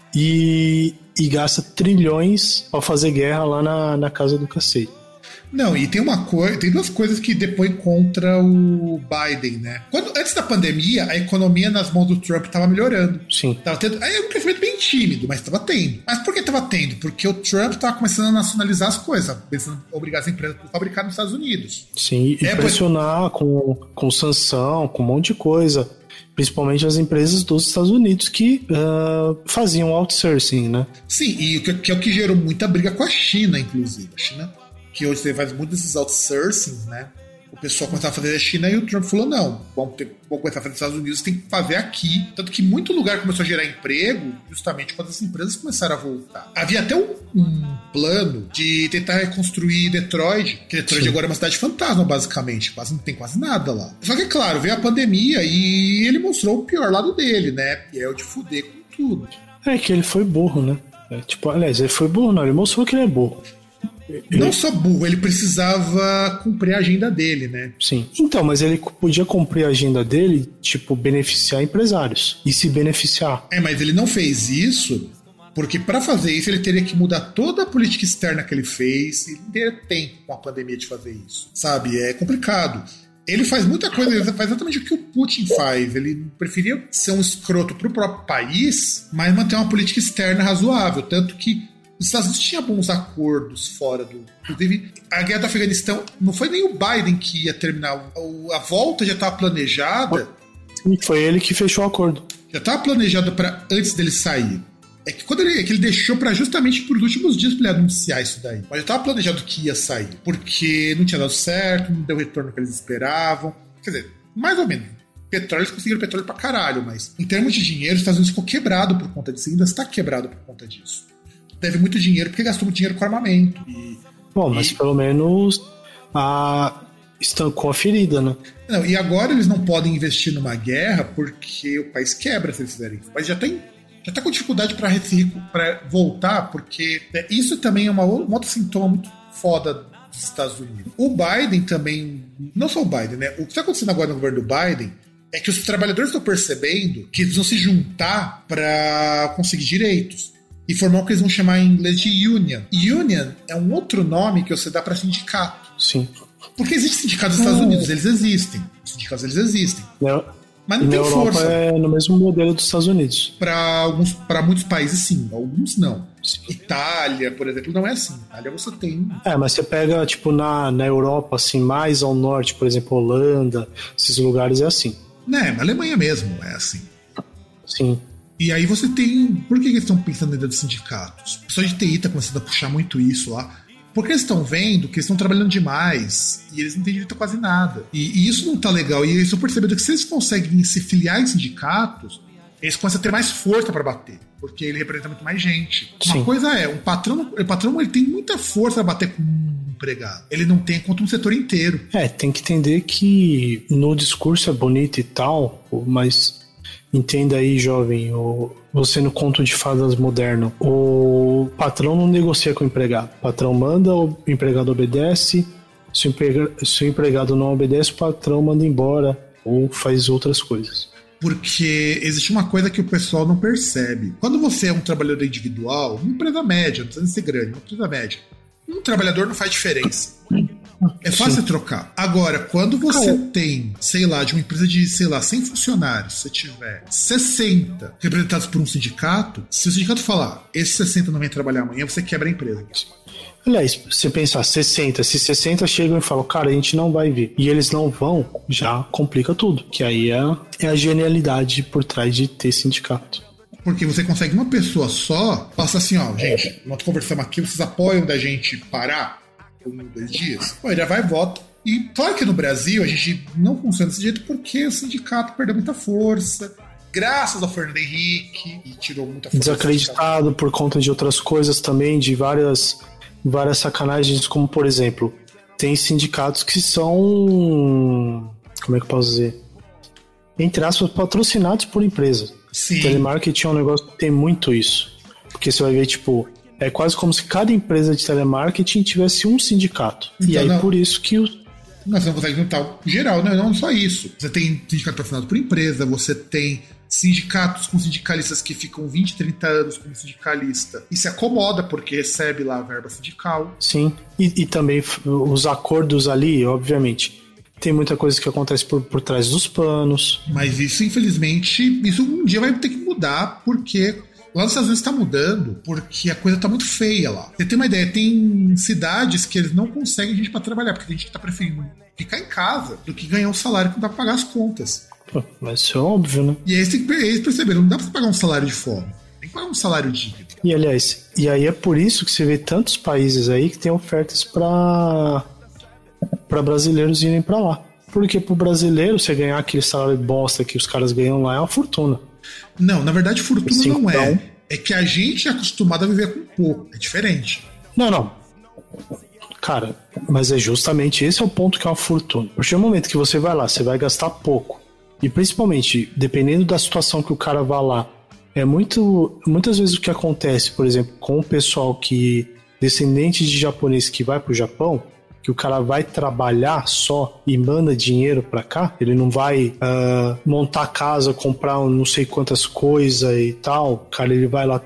e, e gasta trilhões pra fazer guerra lá na, na casa do cacete. Não, e tem uma coisa, tem duas coisas que depõem contra o Biden, né? Quando, antes da pandemia, a economia nas mãos do Trump estava melhorando. Sim. Tava tendo, aí é um crescimento bem tímido, mas estava tendo. Mas por que estava tendo? Porque o Trump estava começando a nacionalizar as coisas, pensando em obrigar as empresas a fabricar nos Estados Unidos. Sim, e é, pressionar pois... com, com sanção, com um monte de coisa. Principalmente as empresas dos Estados Unidos que uh, faziam outsourcing, né? Sim, e que, que é o que gerou muita briga com a China, inclusive. A China... que hoje você faz muito desses outsourcings, né? O pessoal começava a fazer da China e o Trump falou, não, vamos, ter, vamos começar a fazer dos Estados Unidos, tem que fazer aqui. Tanto que muito lugar começou a gerar emprego justamente quando as empresas começaram a voltar. Havia até um, um plano de tentar reconstruir Detroit, que Detroit Sim. agora é uma cidade fantasma, basicamente. Quase não tem quase nada lá. Só que, claro, veio a pandemia e ele mostrou o pior lado dele, né? E é o de fuder com tudo. É que ele foi burro, né? É, tipo, aliás, ele foi burro, não, ele mostrou que ele é burro. Não ele... só burro, ele precisava cumprir a agenda dele, né? Sim. Então, mas ele podia cumprir a agenda dele, tipo, beneficiar empresários e se beneficiar. É, mas ele não fez isso Porque para fazer isso ele teria que mudar toda a política externa que ele fez e não teria tempo com a pandemia de fazer isso, sabe? É complicado. Ele faz muita coisa, ele faz exatamente o que o Putin faz. Ele preferia ser um escroto pro próprio país, mas manter uma política externa razoável. Tanto que os Estados Unidos tinham bons acordos fora do... Inclusive, a guerra do Afeganistão não foi nem o Biden que ia terminar. A volta já estava planejada. Foi ele que fechou o acordo. Já estava planejado para antes dele sair. É que quando ele, é que ele deixou para justamente por últimos dias para ele anunciar isso daí. Mas já estava planejado que ia sair. Porque não tinha dado certo, não deu o retorno que eles esperavam. Quer dizer, mais ou menos. Petróleo, eles conseguiram petróleo pra caralho, mas em termos de dinheiro, os Estados Unidos ficou quebrado por conta disso. Ainda está quebrado por conta disso. Deve muito dinheiro porque gastou muito dinheiro com armamento. E, Bom, e... mas pelo menos a... estancou a ferida, né? Não, e agora eles não podem investir numa guerra porque o país quebra se eles fizerem isso. O país já tem... já está com dificuldade para voltar, porque isso também é uma, um outro sintoma muito foda dos Estados Unidos. O Biden também, não só o Biden, né? O que está acontecendo agora no governo do Biden é que os trabalhadores estão percebendo que eles vão se juntar para conseguir direitos e formar o que eles vão chamar em inglês de union. Union é um outro nome que você dá para sindicato. Sim. Porque existem sindicatos nos Estados Unidos, eles existem. Os sindicatos, eles existem. Não. Mas não e tem na Europa força. É no mesmo modelo dos Estados Unidos. Para alguns, para muitos países, sim. Alguns não. Sim. Itália, por exemplo, não é assim. Itália você tem. É, mas você pega, tipo, na, na Europa, assim, mais ao norte, por exemplo, Holanda, esses lugares é assim. Né, na Alemanha mesmo é assim. Sim. E aí você tem... Por que eles estão pensando na ideia dos sindicatos? O pessoal de T I está começando a puxar muito isso lá. Porque eles estão vendo que eles estão trabalhando demais e eles não têm direito a quase nada. E, e isso não tá legal. E eles estão percebendo que se eles conseguem se filiar em sindicatos, eles começam a ter mais força para bater. Porque ele representa muito mais gente. Sim. Uma coisa é, um patrão, o patrão ele tem muita força para bater com um empregado. Ele não tem contra um setor inteiro. É, tem que entender que no discurso é bonito e tal, mas... Entenda aí, jovem, o, você no conto de fadas moderno, o patrão não negocia com o empregado. O patrão manda, o empregado obedece. Se o, emprega, se o empregado não obedece, o patrão manda embora ou faz outras coisas. Porque existe uma coisa que o pessoal não percebe. Quando você é um trabalhador individual, uma empresa média, não precisa ser grande, uma empresa média, um trabalhador não faz diferença. É fácil Sim. trocar. Agora, quando você ah, tem, sei lá, de uma empresa de, sei lá, cem funcionários, se você tiver sessenta representados por um sindicato, se o sindicato falar, esses sessenta não vêm trabalhar amanhã, você quebra a empresa. Aliás, você pensar sessenta, se sessenta chegam e falam, cara, a gente não vai vir, e eles não vão, já complica tudo. Que aí é, é a genialidade por trás de ter sindicato. Porque você consegue uma pessoa só, passa assim, ó, gente, nós conversamos aqui, vocês apoiam da gente parar? Um, dois dias. Bom, ele já vai e vota. E claro que no Brasil a gente não funciona desse jeito porque o sindicato perdeu muita força. Graças ao Fernando Henrique, e tirou muita força. Desacreditado por conta de outras coisas também, de várias, várias sacanagens, como por exemplo, tem sindicatos que são. Como é que eu posso dizer? Entre aspas, patrocinados por empresas. Sim. Telemarketing é um negócio que tem muito isso. Porque você vai ver, tipo. É quase como se cada empresa de telemarketing tivesse um sindicato. Então, e aí, não, por isso que o... Mas você não consegue juntar o geral, não, não só isso. Você tem sindicato patrocinado por empresa, você tem sindicatos com sindicalistas que ficam vinte, trinta anos como sindicalista. E se acomoda porque recebe lá a verba sindical. Sim, e, e também os acordos ali, obviamente. Tem muita coisa que acontece por, por trás dos panos. Mas isso, infelizmente, isso um dia vai ter que mudar porque... Lá nos Estados Unidos está mudando porque a coisa está muito feia lá. Você tem uma ideia, tem cidades que eles não conseguem gente para trabalhar, porque tem gente que está preferindo ficar em casa do que ganhar um salário que não dá para pagar as contas. Pô, mas isso é óbvio, né? E aí eles perceberam, não dá para pagar um salário de fome. Tem que pagar um salário digno. E aliás, e aí é por isso que você vê tantos países aí que tem ofertas para para brasileiros irem para lá. Porque pro brasileiro, você ganhar aquele salário bosta que os caras ganham lá é uma fortuna. Não, na verdade fortuna Sim, não é. então... É que a gente é acostumado a viver com pouco. É diferente. Não, não. Cara, mas é justamente esse é o ponto que é uma fortuna. Porque no momento que você vai lá, você vai gastar pouco. E principalmente, dependendo da situação que o cara vai lá, é muito... Muitas vezes o que acontece, por exemplo, com o pessoal que... Descendente de japonês que vai pro Japão... que o cara vai trabalhar só e manda dinheiro pra cá, ele não vai uh, montar casa, comprar não sei quantas coisas e tal, cara, ele vai lá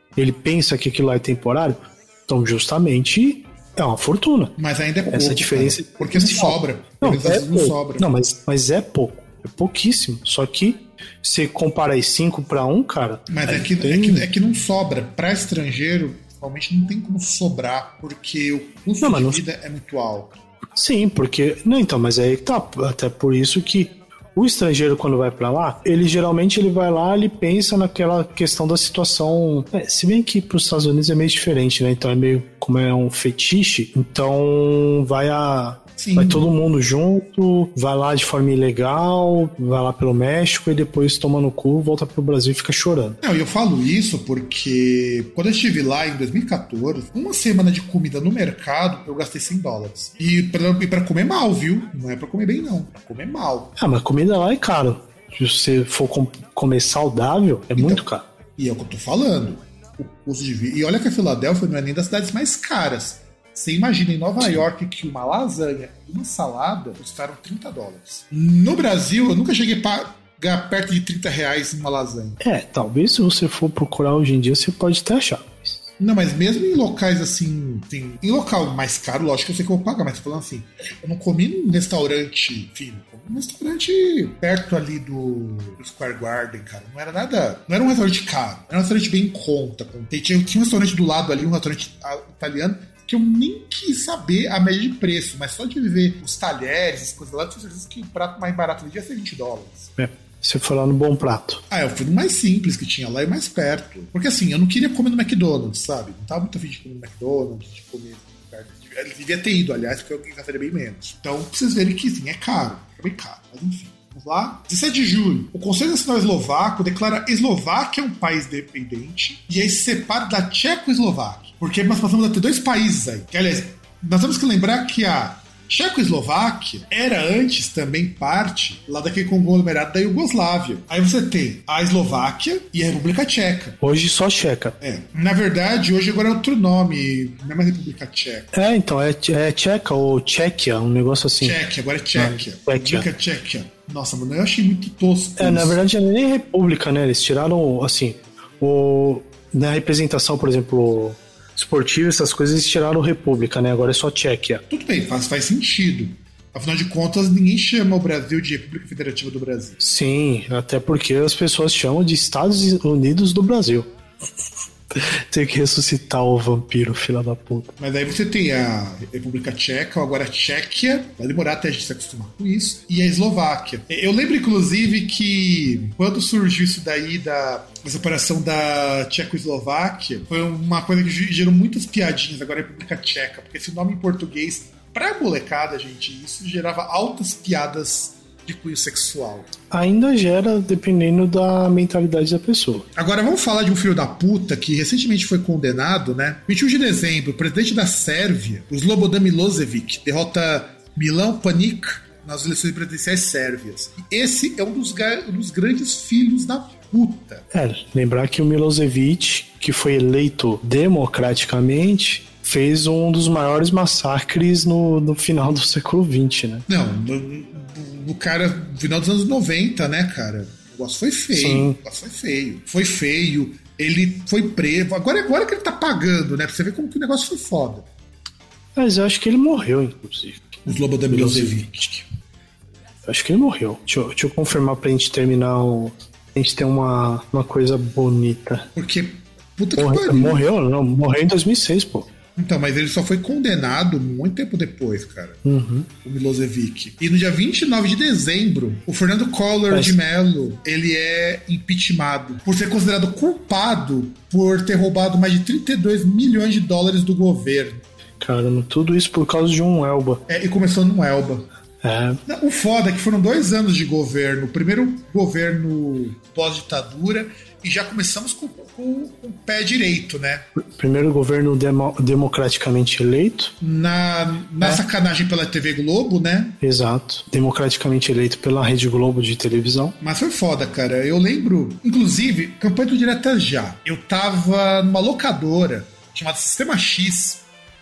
ele pensa que aquilo lá é temporário, então justamente é uma fortuna. Mas ainda é pouco. Essa diferença, cara, porque não sobra. Não, é não sobra. Não, mas, mas é pouco. É pouquíssimo. Só que você compara aí cinco para um, cara. Mas é que, tem... é, que, é que não sobra. Para estrangeiro, realmente não tem como sobrar, porque o custo não, de não... vida é muito alto. Sim, porque. Não, então, mas aí tá. Até por isso que o estrangeiro, quando vai pra lá, ele geralmente ele vai lá, ele pensa naquela questão da situação. É, se bem que pros Estados Unidos é meio diferente, né? Então é meio como é um fetiche, então vai a. Sim. Vai todo mundo junto, vai lá de forma ilegal, vai lá pelo México e depois toma no cu, volta pro Brasil e fica chorando. Não, eu falo isso porque quando eu estive lá em dois mil e catorze, uma semana de comida no mercado, eu gastei cem dólares. E pra, e pra comer mal, viu? Não é pra comer bem, não. Pra comer mal. Ah, mas comida lá é caro. Se você for com, comer saudável, é então, muito caro. E é o que eu tô falando. O custo de vida. E olha que a Filadélfia não é nem das cidades mais caras. Você imagina em Nova York que uma lasanha e uma salada custaram trinta dólares. No Brasil, eu nunca cheguei a pagar perto de trinta reais em uma lasanha. É, talvez se você for procurar hoje em dia, você pode até achar. Não, mas mesmo em locais assim, assim, em local mais caro, lógico que eu sei que eu vou pagar, mas tô falando assim, eu não comi num restaurante fino, comi num restaurante perto ali do, do Square Garden, cara. Não era nada, não era um restaurante caro, era um restaurante bem em conta. Tinha, tinha um restaurante do lado ali, um restaurante italiano, que eu nem quis saber a média de preço, mas só de ver os talheres, as coisas lá, eu tinha certeza que o prato mais barato ali ia ser vinte dólares. É, você foi lá no Bom Prato. Ah, eu fui no mais simples que tinha lá e mais perto. Porque assim, eu não queria comer no McDonald's, sabe? Não tava muito afim de comer no McDonald's, de comer perto. Eu devia ter ido, aliás, porque eu gastaria bem menos. Então, pra vocês verem que, sim, é caro. É bem caro, mas enfim. Vamos lá. dezessete de julho, o Conselho Nacional Eslovaco declara a Eslováquia um país dependente e aí se separa da Tchecoslováquia. Porque nós passamos a ter dois países aí. Que, aliás, nós temos que lembrar que a Tchecoslováquia era antes também parte lá daquele conglomerado da Iugoslávia. Aí você tem a Eslováquia e a República Tcheca. Hoje só Tcheca. É. Na verdade, hoje agora é outro nome, não é mais República Tcheca. É, então, é, é Tcheca ou Tchequia, um negócio assim. Tchequia, agora é Tchequia. Ah, República Tchequia. Nossa, mano, eu achei muito tosco. É, isso. Na verdade, não é nem República, né? Eles tiraram, assim, o... na representação, por exemplo, esportiva, essas coisas, eles tiraram República, né? Agora é só Tchequia. Tudo bem, faz, faz sentido. Afinal de contas, ninguém chama o Brasil de República Federativa do Brasil. Sim, até porque as pessoas chamam de Estados Unidos do Brasil. Tem que ressuscitar o vampiro, filha da puta. Mas aí você tem a República Tcheca, agora a Tchequia, vai demorar até a gente se acostumar com isso, e a Eslováquia. Eu lembro, inclusive, que quando surgiu isso daí da separação da Tchecoslováquia, foi uma coisa que gerou muitas piadinhas, agora a República Tcheca, porque esse nome em português, pra molecada, gente, isso gerava altas piadas de cunho sexual. Ainda gera, dependendo da mentalidade da pessoa. Agora vamos falar de um filho da puta que recentemente foi condenado, né? vinte e um de dezembro, o presidente da Sérvia, o Slobodan Milosevic, derrota Milan Panic nas eleições presidenciais sérvias. Esse é um dos, um dos grandes filhos da puta. É, lembrar que o Milosevic, que foi eleito democraticamente, fez um dos maiores massacres no, no final do século vinte, né? Não, no, no cara, no final dos anos noventa, né, cara? O negócio foi feio. Sim. O negócio foi feio. Foi feio. Ele foi preso. Agora, agora que ele tá pagando, né? Pra você ver como que o negócio foi foda. Mas eu acho que ele morreu, inclusive. O Slobodan Milosevic. Acho que ele morreu. Deixa eu, deixa eu confirmar pra gente terminar o... A gente ter uma, uma coisa bonita. Porque, puta Morre, que pariu. Morreu, não. Morreu em dois mil e seis, pô. Então, mas ele só foi condenado muito tempo depois, cara. Uhum. O Milosevic. E no dia vinte e nove de dezembro, o Fernando Collor mas... de Mello, ele é impeachmentado por ser considerado culpado por ter roubado mais de trinta e dois milhões de dólares do governo. Caramba, tudo isso por causa de um Elba. É, e começou num Elba. É. O foda é que foram dois anos de governo. O primeiro governo pós-ditadura e já começamos com, com, com o pé direito, né? Primeiro governo demo, democraticamente eleito. Na, na é. sacanagem pela T V Globo, né? Exato. Democraticamente eleito pela Rede Globo de televisão. Mas foi foda, cara. Eu lembro, inclusive, campanha do Direta Já. Eu tava numa locadora chamada Sistema X.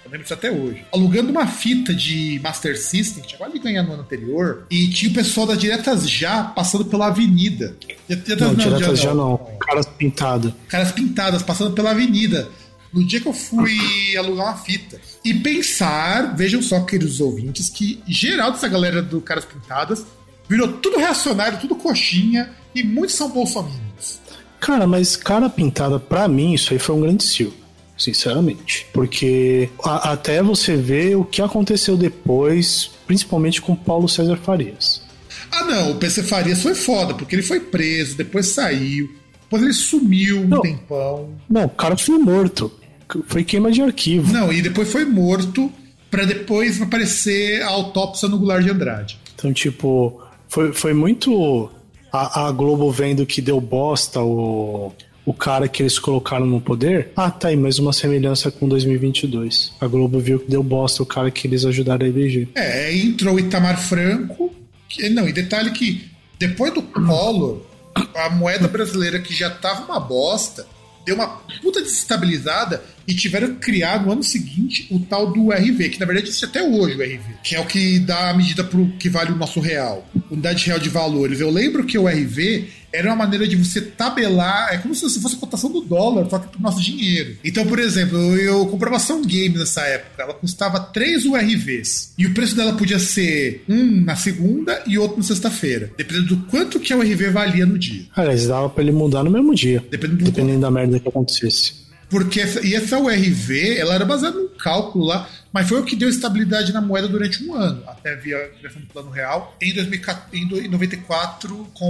Eu lembro disso até hoje. Alugando uma fita de Master System, que tinha quase ganhado no ano anterior, e tinha o pessoal da Diretas Já passando pela avenida. Diretas, não, não, Diretas Já não. não. Caras pintadas. Caras pintadas, passando pela avenida. No dia que eu fui alugar uma fita. E pensar, vejam só, queridos ouvintes, que geral dessa galera do Caras Pintadas virou tudo reacionário, tudo coxinha, e muitos são bolsominions. Cara, mas Cara Pintada, pra mim, isso aí foi um grande circo. Sinceramente. Porque a, até você ver o que aconteceu depois, principalmente com Paulo César Farias. Ah, não, o P C Farias foi foda, porque ele foi preso, depois saiu, depois ele sumiu um não, tempão. Não, o cara foi morto. Foi queima de arquivo. Não, e depois foi morto pra depois aparecer a autópsia no Goulart de Andrade. Então, tipo, foi, foi muito a, a Globo vendo que deu bosta o... o cara que eles colocaram no poder, ah, tá aí, mais uma semelhança com dois mil e vinte e dois. A Globo viu que deu bosta o cara que eles ajudaram a eleger. É, entrou o Itamar Franco, que, não, e detalhe que depois do Collor, a moeda brasileira que já tava uma bosta, deu uma puta desestabilizada e tiveram que criar no ano seguinte o tal do R V, que na verdade existe até hoje o R V, que é o que dá a medida pro que vale o nosso real, unidade real de valores. Eu lembro que o R V era uma maneira de você tabelar, é como se fosse a cotação do dólar, só que pro nosso dinheiro. Então, por exemplo, eu comprava ação game nessa época, ela custava três U R Vs, e o preço dela podia ser um na segunda e outro na sexta-feira, dependendo do quanto que o R V valia no dia. Aliás, dava pra ele mudar no mesmo dia, dependendo, do dependendo da merda que acontecesse. Porque essa, e essa U R V, ela era baseada num cálculo lá, mas foi o que deu estabilidade na moeda durante um ano, até via a criação do Plano Real, em, dois mil e quatro, em noventa e quatro, com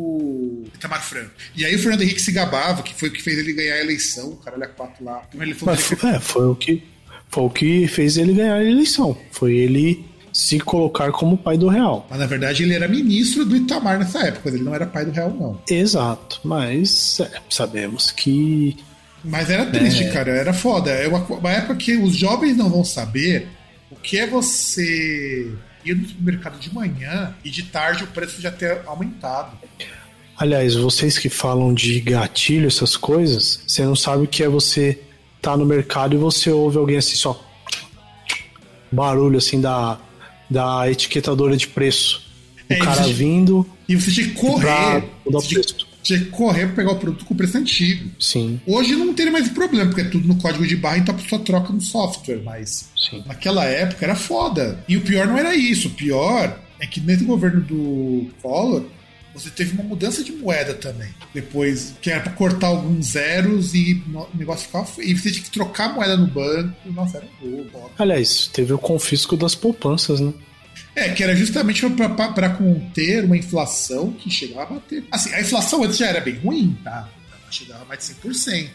o Itamar Franco. E aí o Fernando Henrique se gabava, que foi o que fez ele ganhar a eleição, o caralho a quatro lá. Então ele foi, mas foi, é, foi, o que, foi o que fez ele ganhar a eleição. Foi ele se colocar como pai do Real. Mas na verdade ele era ministro do Itamar nessa época, mas ele não era pai do Real, não. Exato, mas é, sabemos que... Mas era triste, é. cara, era foda. É uma, uma época que os jovens não vão saber o que é você ir no supermercado de manhã e de tarde o preço já ter aumentado. Aliás, vocês que falam de gatilho, essas coisas, você não sabe o que é você tá no mercado e você ouve alguém assim só barulho assim da, da etiquetadora de preço. O é, cara vindo e você tinha que correr. Tinha que correr pra pegar o produto com o preço antigo. Sim. Hoje não teria mais problema, porque é tudo no código de barra, então a pessoa troca no software, mas Sim. naquela época era foda. E o pior não era isso, o pior é que nesse governo do Collor, você teve uma mudança de moeda também. Depois, que era pra cortar alguns zeros e o negócio ficava feio. E você tinha que trocar a moeda no banco. Nossa, era um roubo. Aliás, teve o confisco das poupanças, né? É, que era justamente para conter uma inflação que chegava a bater. Assim, a inflação antes já era bem ruim, tá? Chegava a mais de cem por cento.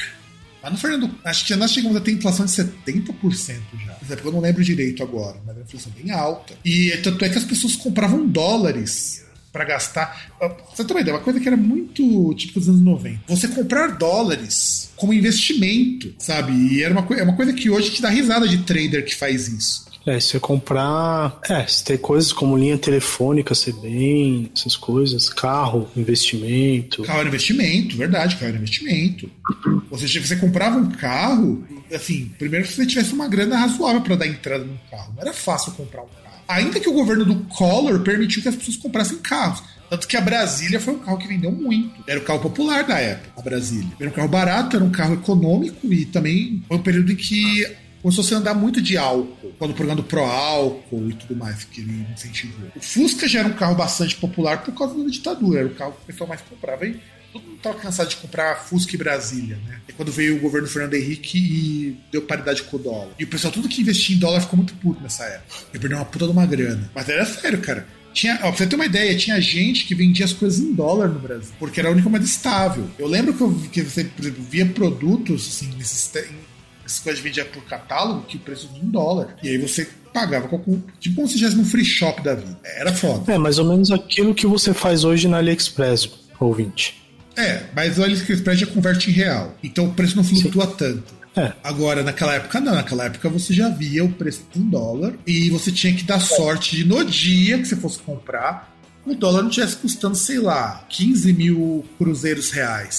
Mas no Fernando, acho que nós chegamos a ter inflação de setenta por cento já. Eu não lembro direito agora, mas era uma inflação bem alta. E tanto é que as pessoas compravam dólares para gastar. Você tem uma ideia, uma coisa que era muito típica dos anos noventa. Você comprar dólares como investimento, sabe? E era uma, é uma coisa que hoje te dá risada de trader que faz isso. É, você comprar... É, você tem coisas como linha telefônica, C B E M, essas coisas, carro, investimento... Carro era investimento, verdade, carro era investimento. Ou seja, você comprava um carro, assim, primeiro se você tivesse uma grana razoável para dar entrada no carro. Não era fácil comprar um carro. Ainda que o governo do Collor permitiu que as pessoas comprassem carros. Tanto que a Brasília foi um carro que vendeu muito. Era o carro popular da época, a Brasília. Era um carro barato, era um carro econômico e também foi um período em que começou a se andar muito de álcool, quando o programa do Pro-Álcool e tudo mais que ele incentivou. O Fusca já era um carro bastante popular por causa da ditadura, era o carro que o pessoal mais comprava. E todo mundo estava cansado de comprar Fusca e Brasília, né? E quando veio o governo Fernando Henrique e deu paridade com o dólar. E o pessoal, tudo que investia em dólar ficou muito puto nessa época. E perdeu uma puta de uma grana. Mas era sério, cara. Tinha, ó, pra você ter uma ideia, tinha gente que vendia as coisas em dólar no Brasil, porque era a única moeda estável. Eu lembro que, eu, que você, por exemplo, via produtos assim, nesses... essas coisas vendiam por catálogo que o preço vinha em dólar. E aí você pagava com, tipo como se estivesse num free shop da vida. Era foda. É, mais ou menos aquilo que você faz hoje na AliExpress, ouvinte. É, mas o AliExpress já converte em real. Então o preço não flutua Sim. tanto. É. Agora, naquela época não. Naquela época você já via o preço em dólar e você tinha que dar sorte de no dia que você fosse comprar, o dólar não estivesse custando, sei lá, quinze mil cruzeiros reais.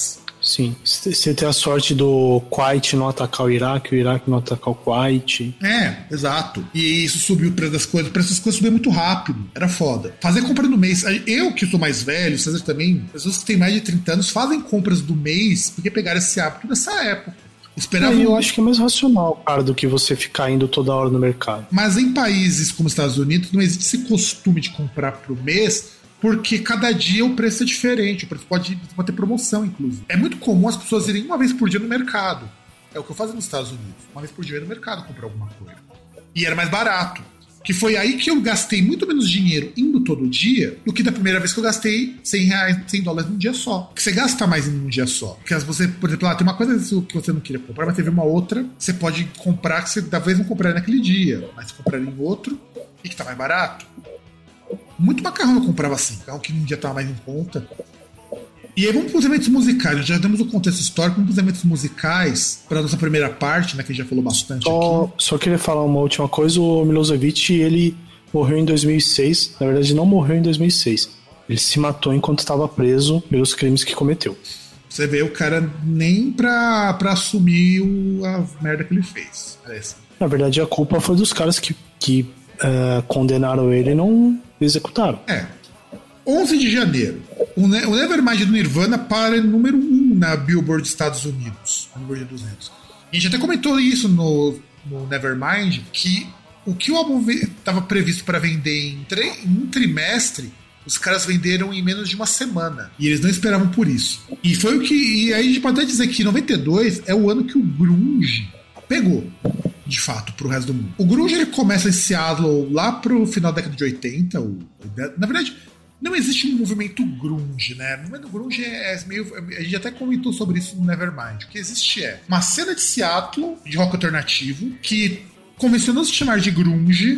Sim, você tem a sorte do Kuwait não atacar o Iraque, o Iraque não atacar o Kuwait. É, exato. E isso subiu o preço das coisas. O preço das coisas subiu muito rápido. Era foda. Fazer compra no mês. Eu, que sou mais velho, o César também, pessoas que têm mais de trinta anos fazem compras do mês porque pegaram esse hábito nessa época. Esperava... Eu acho que é mais racional, cara, do que você ficar indo toda hora no mercado. Mas em países como os Estados Unidos não existe esse costume de comprar pro mês, porque cada dia o preço é diferente, o preço pode, pode ter promoção, inclusive. É muito comum as pessoas irem uma vez por dia no mercado. É o que eu faço nos Estados Unidos. Uma vez por dia no mercado comprar alguma coisa. E era mais barato. Que foi aí que eu gastei muito menos dinheiro indo todo dia do que da primeira vez que eu gastei cem reais, cem dólares num dia só. Porque você gasta mais em um dia só. Porque você, por exemplo, ah, tem uma coisa que você não queria comprar, mas teve uma outra, você pode comprar que você talvez não compraria naquele dia, mas você compraria em outro e que tá mais barato. Muito macarrão eu comprava assim, macarrão que num dia tava mais em conta. E aí vamos para os eventos musicais. Já demos o contexto histórico, vamos para os eventos musicais, para a nossa primeira parte, né, que a gente já falou bastante só, aqui. Só queria falar uma última coisa, o Milosevic, ele morreu em dois mil e seis, na verdade não morreu em dois mil e seis. Ele se matou enquanto estava preso pelos crimes que cometeu. Você vê o cara nem pra, pra assumir o, a merda que ele fez. Parece. Na verdade a culpa foi dos caras que, que uh, condenaram ele e não executaram. É. onze de janeiro. O, ne- o Nevermind do Nirvana para número um na Billboard Estados Unidos. Número de duzentos. A gente até comentou isso no, no Nevermind, que o que o álbum estava previsto para vender em, tre- em um trimestre, os caras venderam em menos de uma semana. E eles não esperavam por isso. E foi o que... E aí a gente pode até dizer que noventa e dois é o ano que o grunge pegou, de fato, pro resto do mundo. O grunge ele começa em Seattle lá pro final da década de oitenta. O, na verdade... Não existe um movimento grunge, né? O movimento grunge é meio... A gente até comentou sobre isso no Nevermind. O que existe é uma cena de Seattle, de rock alternativo, que convencionou se chamar de grunge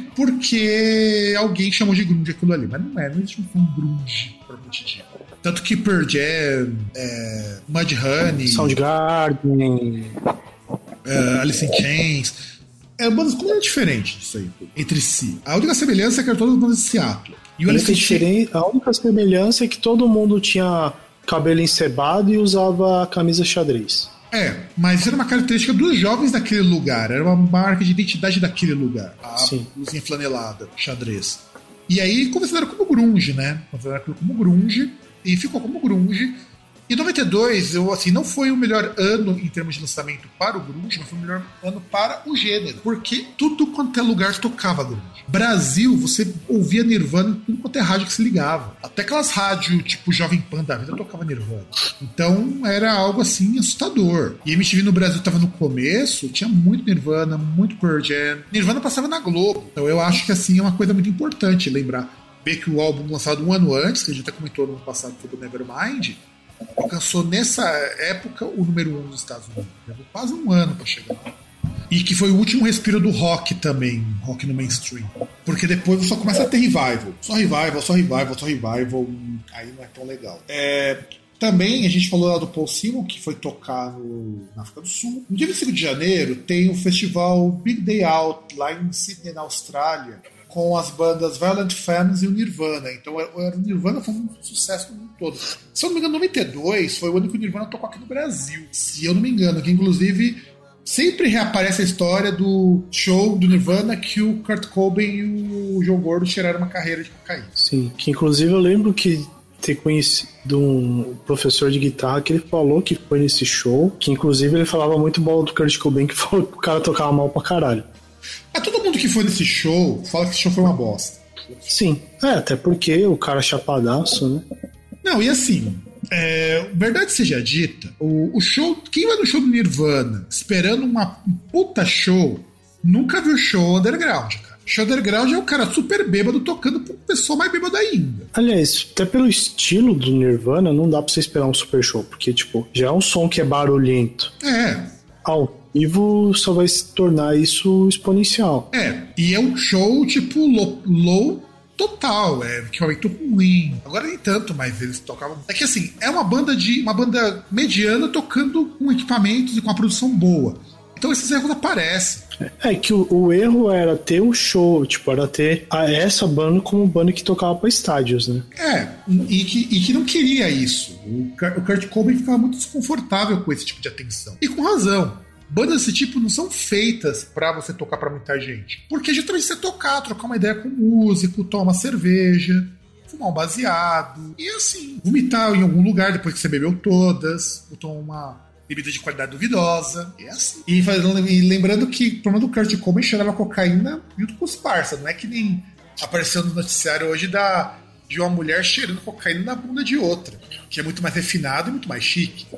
porque alguém chamou de grunge aquilo ali. Mas não é, não existe um grunge, propriamente dito. Tanto que Pearl Jam, é, Mudhoney... Soundgarden... É, Alice in Chains... É bandas completamente diferentes disso aí, entre si. A única semelhança é que eram todas bandas de Seattle. E o Alice in Chains... A única semelhança é que todo mundo tinha cabelo encebado e usava camisa xadrez. É, mas era uma característica dos jovens daquele lugar. Era uma marca de identidade daquele lugar. A Sim. blusinha flanelada, xadrez. E aí consideraram como grunge, né? Consideraram aquilo como grunge e ficou como grunge. E noventa e dois, eu, assim, não foi o melhor ano em termos de lançamento para o grunge, mas foi o melhor ano para o gênero. Porque tudo quanto é lugar tocava grunge. Brasil, você ouvia Nirvana em tudo quanto é rádio que se ligava. Até aquelas rádios tipo Jovem Pan da vida tocava Nirvana. Então era algo assim assustador. E a M T V no Brasil estava no começo, tinha muito Nirvana, muito Pearl Jam. Nirvana passava na Globo. Então eu acho que assim é uma coisa muito importante lembrar. Ver que o álbum lançado um ano antes, que a gente até comentou no ano passado sobre o Nevermind, alcançou nessa época o número um dos Estados Unidos. Levou quase um ano para chegar. E que foi o último respiro do rock também, rock no mainstream. Porque depois só começa a ter revival. Só revival, só revival, só revival. Aí não é tão legal. É, também a gente falou lá do Paul Simon, que foi tocar no, na África do Sul. No dia vinte e cinco de janeiro tem o festival Big Day Out, lá em Sydney, na Austrália, com as bandas Violent Femmes e o Nirvana. Então o Nirvana foi um sucesso no mundo todo. Se eu não me engano, noventa e dois foi o ano que o Nirvana tocou aqui no Brasil. Se eu não me engano, que inclusive sempre reaparece a história do show do Nirvana que o Kurt Cobain e o Joe Gordo tiraram uma carreira de cocaína. Sim, que inclusive eu lembro que ter conhecido um professor de guitarra que ele falou que foi nesse show, que inclusive ele falava muito mal do Kurt Cobain, que falou que o cara tocava mal pra caralho. Mas todo mundo que foi nesse show fala que esse show foi uma bosta. Sim, é, até porque o cara é chapadaço, né? Não, e assim, é, verdade seja dita, o, o show, quem vai no show do Nirvana esperando uma, um puta show, nunca viu show underground, cara. Show underground é o cara super bêbado tocando pra pessoa mais bêbada ainda. Aliás, até pelo estilo do Nirvana, não dá pra você esperar um super show, porque, tipo, já é um som que é barulhento. É. Ao vivo só vai se tornar isso exponencial. É, e é um show, tipo, low, low total, é equipamento ruim. Agora nem tanto, mas eles tocavam. É que assim, é uma banda de uma banda mediana tocando com equipamentos e com uma produção boa. Então esses erros aparecem. É que o, o erro era ter um show, tipo, era ter a, essa banda como banda que tocava pra estádios, né? É, e que, e que não queria isso. O, o Kurt Cobain ficava muito desconfortável com esse tipo de atenção. E com razão. Bandas desse tipo não são feitas pra você tocar pra muita gente. Porque justamente você tocar, trocar uma ideia com o músico, tomar uma cerveja, fumar um baseado, e assim, vomitar em algum lugar depois que você bebeu todas, ou tomar uma bebida de qualidade duvidosa, e assim. E, e lembrando que o problema do Kurt Cobain cheirava cocaína junto com os parça, não é que nem apareceu no noticiário hoje da, de uma mulher cheirando cocaína na bunda de outra, que é muito mais refinado e muito mais chique.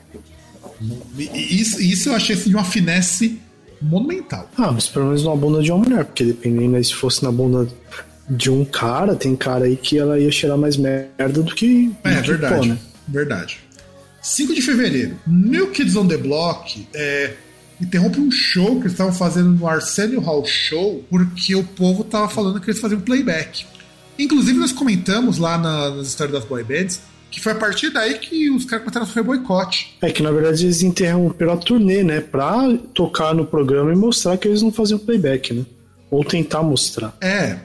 E isso, isso eu achei assim, de uma finesse monumental. Ah, mas pelo menos na bunda de uma mulher, porque dependendo aí se fosse na bunda de um cara, tem cara aí que ela ia cheirar mais merda do que. É, do que verdade. Pô, né? Verdade. cinco de fevereiro, New Kids on the Block é, interrompe um show que eles estavam fazendo no Arsenio Hall Show porque o povo tava falando que eles faziam playback. Inclusive nós comentamos lá na, nas histórias das boy bands que foi a partir daí que os caras começaram a sofrer boicote. É que na verdade eles interromperam a turnê, né? Pra tocar no programa e mostrar que eles não faziam playback, né? Ou tentar mostrar. É.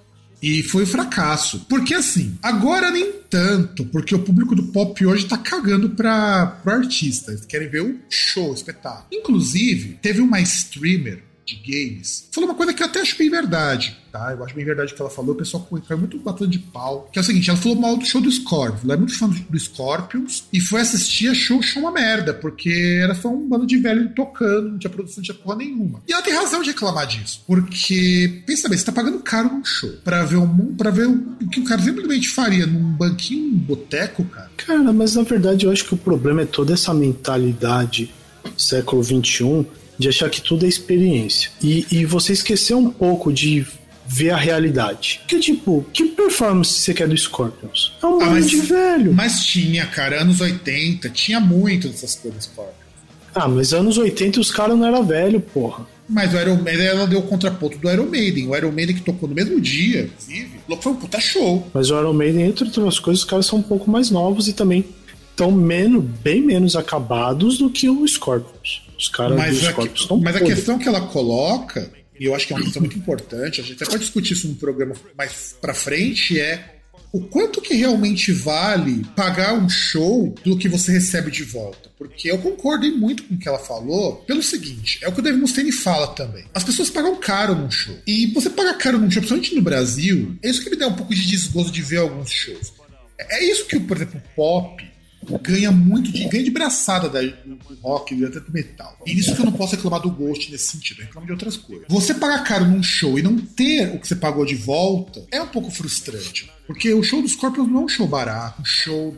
E foi um fracasso. Porque assim, agora nem tanto, porque o público do pop hoje tá cagando pra, pro artista. Eles querem ver o show, o espetáculo. Inclusive, teve uma streamer de games falou uma coisa que eu até acho bem verdade, tá? Eu acho bem verdade o que ela falou, o pessoal caiu muito batendo de pau. Que é o seguinte, ela falou mal do show do Scorpions. Ela é muito fã do, do Scorpions e foi assistir a show, show uma merda, porque era só um bando de velho tocando, não tinha produção, não tinha porra nenhuma. E ela tem razão de reclamar disso, porque, pensa bem, você tá pagando caro num show pra ver, um, pra ver o, o que o cara simplesmente faria num banquinho, num boteco, cara. Cara, mas na verdade eu acho que o problema é toda essa mentalidade do século vinte e um de achar que tudo é experiência. E, e você esqueceu um pouco de ver a realidade. Que tipo, que performance você quer do Scorpions? É um ah, bando mas, de velho. Mas tinha, cara, anos oitenta, tinha muito dessas coisas, Scorpions. Ah, mas anos oitenta os caras não eram velho, porra. Mas o Iron Maiden, ela deu o contraponto do Iron Maiden. O Iron Maiden que tocou no mesmo dia, inclusive, foi um puta show. Mas o Iron Maiden, entre outras coisas, os caras são um pouco mais novos e também estão menos, bem menos acabados do que o Scorpions. Os caras mas do a, Scorpions estão Mas a questão que ela coloca, e eu acho que é uma questão muito importante, a gente até pode discutir isso num programa mais pra frente, é o quanto que realmente vale pagar um show do que você recebe de volta. Porque eu concordei muito com o que ela falou, pelo seguinte, é o que o Dave Mustaine fala também. As pessoas pagam caro num show. E você paga caro num show, principalmente no Brasil, é isso que me dá um pouco de desgosto de ver alguns shows. É isso que, por exemplo, o pop ganha muito de, ganha de braçada da, do, do rock e até do metal. E nisso que eu não posso reclamar do Ghost nesse sentido, eu reclamo de outras coisas. Você pagar caro num show e não ter o que você pagou de volta é um pouco frustrante. Porque o show dos Scorpions não é um show barato, o show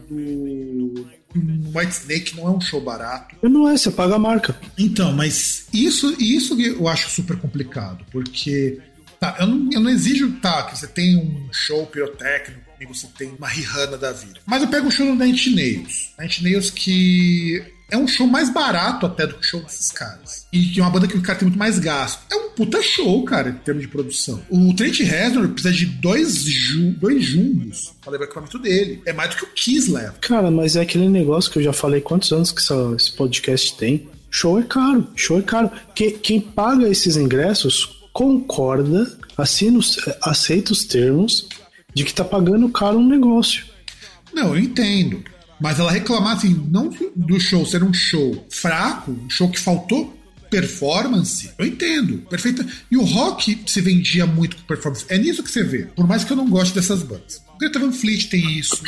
do White Snake não é um show barato. Não é, você paga a marca. Então, mas isso, isso eu acho super complicado, porque tá, eu, não, eu não exijo tá, que você tenha um show pirotécnico, e você tem uma Rihanna da vida. Mas eu pego o show do Nine Inch Nails. Nine Inch Nails que é um show mais barato até do que o show desses caras. E que é uma banda que o cara tem muito mais gasto. É um puta show, cara, em termos de produção. O Trent Reznor precisa de dois, ju- dois jumbos pra levar o equipamento dele. É mais do que o Kiss leva. Cara, mas é aquele negócio que eu já falei quantos anos que essa, esse podcast tem. Show é caro, show é caro. Que, quem paga esses ingressos concorda, assina os, aceita os termos de que tá pagando caro um negócio. Não, eu entendo. Mas ela reclamar, assim, não do show ser um show fraco, um show que faltou performance, eu entendo, perfeita. E o rock se vendia muito com performance. É nisso que você vê. Por mais que eu não goste dessas bandas. O Greta Van Fleet tem isso.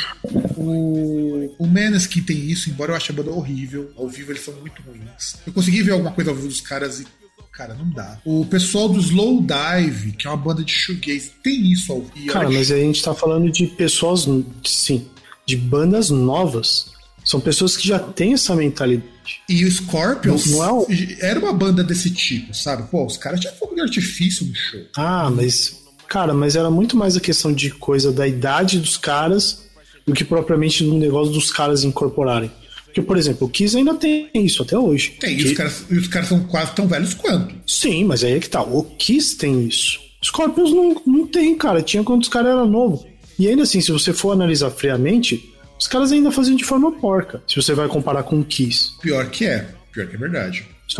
O, o Maneskin tem isso, embora eu ache a banda horrível. Ao vivo eles são muito ruins. Eu consegui ver alguma coisa ao vivo dos caras e cara, não dá. O pessoal do Slow Dive, que é uma banda de shoegaze, tem isso ao vivo. Cara, mas aí a gente tá falando de pessoas, sim, de bandas novas. São pessoas que já têm essa mentalidade. E o Scorpions não, não é o... era uma banda desse tipo, sabe? Pô, os caras tinham fogo de artifício no show. Ah, mas... Cara, mas era muito mais a questão de coisa da idade dos caras do que propriamente do negócio dos caras incorporarem. Porque, por exemplo, o Kiss ainda tem isso até hoje. Tem, que... e, os caras, e os caras são quase tão velhos quanto. Sim, mas aí é que tá. O Kiss tem isso. Scorpions não, não tem, cara. Tinha quando os caras eram novos. E ainda assim, se você for analisar friamente, os caras ainda faziam de forma porca. Se você vai comparar com o Kiss. Pior que é. Pior que é verdade. Só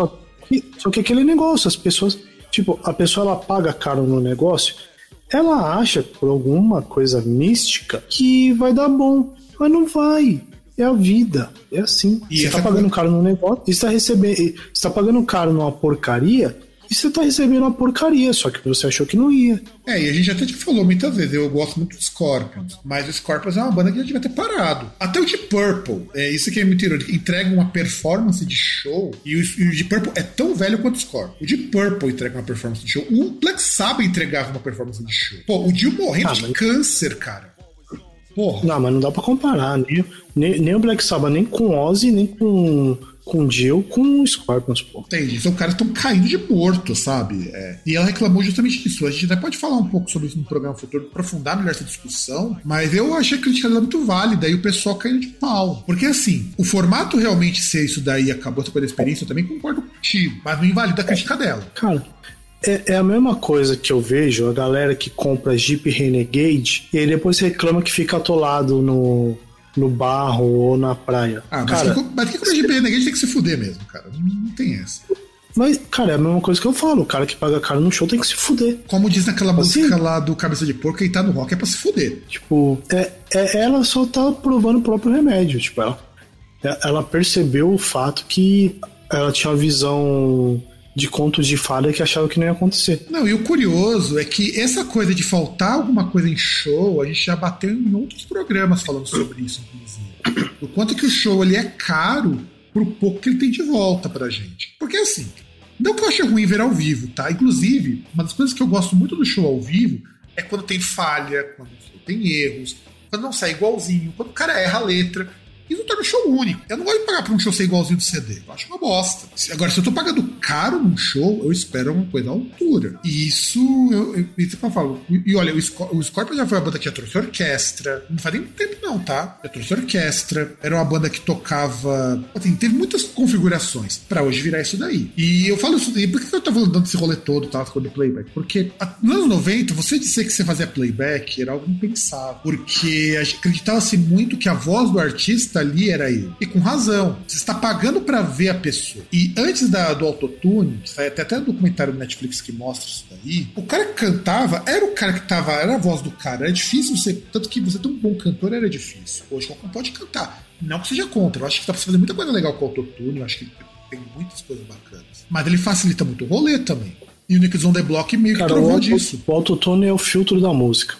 E, só que aquele negócio, as pessoas... Tipo, a pessoa ela paga caro no negócio, ela acha, por alguma coisa mística, que vai dar bom. Mas não vai. É a vida. É assim. E você tá pagando coisa... caro no negócio, e você tá recebendo... Você tá pagando caro numa porcaria... E você tá recebendo uma porcaria, só que você achou que não ia. É, e a gente até te falou muitas vezes, eu gosto muito dos Scorpions, mas o Scorpions é uma banda que já devia ter parado. Até o Deep Purple, é isso que é muito irônico, entrega uma performance de show, e o, e o Deep Purple é tão velho quanto o Scorpion. O Deep Purple entrega uma performance de show, o Black Sabbath entregava uma performance de show. Pô, o Dio morrendo ah, de mas... câncer, cara. Porra. Não, mas não dá pra comparar, nem, nem, nem o Black Sabbath, nem com Ozzy, nem com... com o Dio, com o Scorpions, pô. Entendi. Então, os caras estão caindo de morto, sabe? É. E ela reclamou justamente disso. A gente até pode falar um pouco sobre isso no programa futuro, aprofundar melhor essa discussão, mas eu achei a crítica dela muito válida e o pessoal caindo de pau. Porque, assim, o formato realmente ser isso daí acabou com a experiência, eu também concordo contigo, mas não invalida a crítica dela. Cara, é, é a mesma coisa que eu vejo a galera que compra Jeep Renegade e aí depois reclama que fica atolado no... no barro ou na praia. Ah, mas cara, quem, mas quem compra Jeep Renegade tem que se fuder mesmo, cara. Não, não tem essa. Mas, cara, é a mesma coisa que eu falo. O cara que paga caro no show tem que se fuder. Como diz naquela assim, música lá do Cabeça de Porco, quem tá no rock é pra se fuder. Tipo, é, é, ela só tá provando o próprio remédio. Tipo, ela, ela percebeu o fato que ela tinha uma visão de contos de fada que achava que não ia acontecer. Não, e o curioso é que essa coisa de faltar alguma coisa em show, a gente já bateu em outros programas falando sobre isso, inclusive. O quanto que o show ele é caro pro pouco que ele tem de volta pra gente. Porque assim, não que eu ache ruim ver ao vivo, tá? Inclusive, uma das coisas que eu gosto muito do show ao vivo é quando tem falha, quando tem erros, quando não sai igualzinho, quando o cara erra a letra. Isso torna um show único. Eu não gosto de pagar pra um show ser igualzinho do C D. Eu acho uma bosta. Agora, se eu tô pagando caro num show, eu espero uma coisa à altura. E isso, eu, eu, isso que eu falo. E, e olha, o, Scor- o Scorpion já foi uma banda que já trouxe orquestra. Não faz nem tempo não, tá? Já trouxe orquestra. Era uma banda que tocava... Assim, teve muitas configurações pra hoje virar isso daí. E eu falo isso daí. Por que eu tava dando esse rolê todo, tava ficando playback? Porque nos anos noventa, você dizer que você fazia playback era algo impensável. Porque acreditava-se muito que a voz do artista ali era ele. E com razão. Você está pagando pra ver a pessoa. E antes da, do autotune, tem até um documentário do Netflix que mostra isso daí, o cara que cantava era o cara que tava, era a voz do cara. Era difícil você, tanto que você ter um bom cantor era difícil. Hoje qualquer um pode cantar. Não que seja contra. Eu acho que dá pra fazer muita coisa legal com o autotune. Eu acho que tem muitas coisas bacanas. Mas ele facilita muito o rolê também. E o New Kids on the Block meio que provou disso. O autotune é o filtro da música.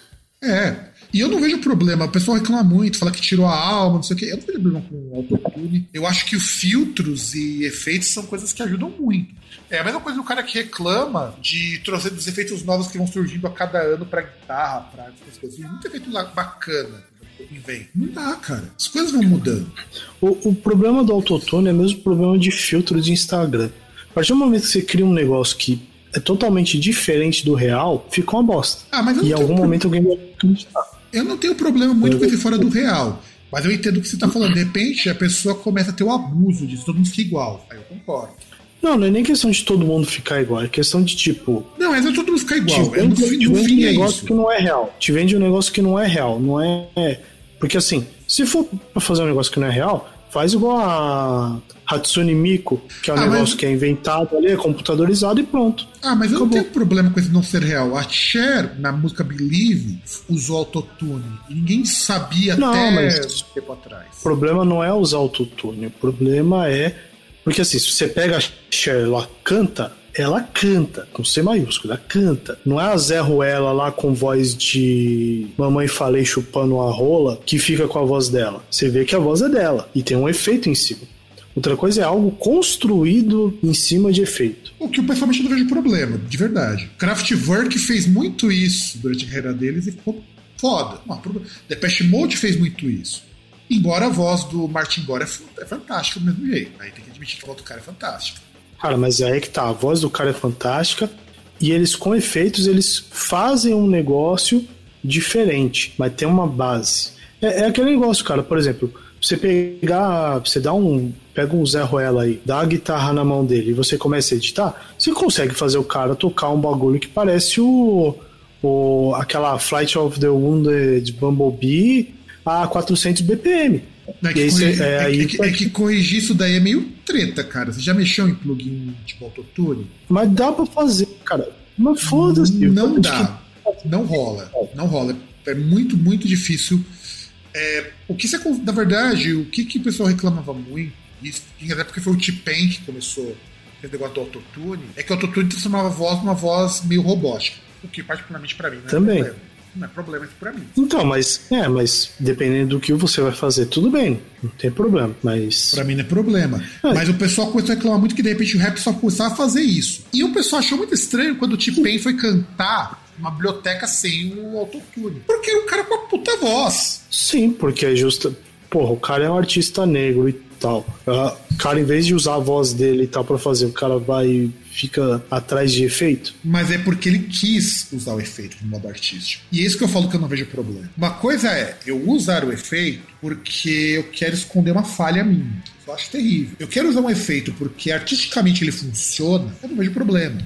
É. E eu não vejo problema, o pessoal reclama muito, fala que tirou a alma, não sei o quê. Eu não vejo problema com o autotune. Eu acho que os filtros e efeitos são coisas que ajudam muito. É a mesma coisa do cara que reclama de trazer dos efeitos novos que vão surgindo a cada ano pra guitarra, pra essas coisas. Muito efeito bacana. Vem. Não dá, cara. As coisas vão mudando. O, o problema do autotune é mesmo o problema de filtro de Instagram. A partir do momento que você cria um negócio que é totalmente diferente do real, fica uma bosta. Ah, mas e em algum pro... momento alguém vai acreditar. Eu não tenho problema muito com esse fora do real, mas eu entendo o que você tá falando. De repente, a pessoa começa a ter o abuso disso, todo mundo fica igual. Aí eu concordo. Não, não é nem questão de todo mundo ficar igual, é questão de tipo... Não, mas é todo mundo ficar igual. Te vende, é, te vende um negócio é que não é real. Te vende um negócio que não é real, não é... Porque assim, se for pra fazer um negócio que não é real, faz igual a Hatsune Miku, que é um ah, negócio mas... que é inventado ali, é computadorizado e pronto. Ah, mas eu Acabou. Não tenho problema com isso não ser real. A Cher, na música Believe, usou autotune. E ninguém sabia não, até mas um tempo atrás. O problema não é usar autotune. O problema é... Porque assim, se você pega a Cher, ela canta... Ela canta, com C maiúsculo, ela canta. Não é a Zé Ruela lá com voz de Mamãe Falei chupando a rola que fica com a voz dela. Você vê que a voz é dela e tem um efeito em cima. Outra coisa é algo construído em cima de efeito. O que eu pessoalmente não vejo problema, de verdade. Kraftwerk fez muito isso durante a carreira deles e ficou foda. Não, Depeche Mode fez muito isso. Embora a voz do Martin Gore é, é fantástica do mesmo jeito. Aí tem que admitir que a voz do cara é fantástica. Cara, mas aí é que tá, a voz do cara é fantástica e eles com efeitos, eles fazem um negócio diferente, mas tem uma base. É, é aquele negócio, cara, por exemplo, você pegar, você dá um, pega um Zé Ruela aí, dá a guitarra na mão dele e você começa a editar, você consegue fazer o cara tocar um bagulho que parece o, o aquela Flight of the Wounded Bumblebee a quatrocentos B P M. É que, esse, corrigir, é, é, aí, é, que, é que corrigir isso daí é meio treta, cara. Você já mexeu em plugin tipo autotune? Mas dá pra fazer, cara. Mas foda-se. Não dá. Que... Não rola. Não rola. É muito, muito difícil. É, o que você, na verdade, o que, que o pessoal reclamava muito, isso, até porque foi o T-Pain que começou esse negócio do autotune, é que o autotune transformava a voz numa voz meio robótica. O que, particularmente pra mim, não é Também. problema. Não é problema isso pra mim. Então, mas é, mas dependendo do que você vai fazer, tudo bem, não tem problema. Mas. Pra mim não é problema. É. Mas o pessoal começou a reclamar muito que de repente o rap só começava a fazer isso. E o pessoal achou muito estranho quando o T-Pain foi cantar uma biblioteca sem o autotune. Porque o cara com a puta voz. Sim, porque é justo. Porra, o cara é um artista negro e tal. O cara, em vez de usar a voz dele e tal pra fazer, o cara vai e fica atrás de efeito. Mas é porque ele quis usar o efeito no modo artístico. E é isso que eu falo que eu não vejo problema. Uma coisa é eu usar o efeito porque eu quero esconder uma falha minha. Eu acho terrível. Eu quero usar um efeito porque artisticamente ele funciona, eu não vejo problema.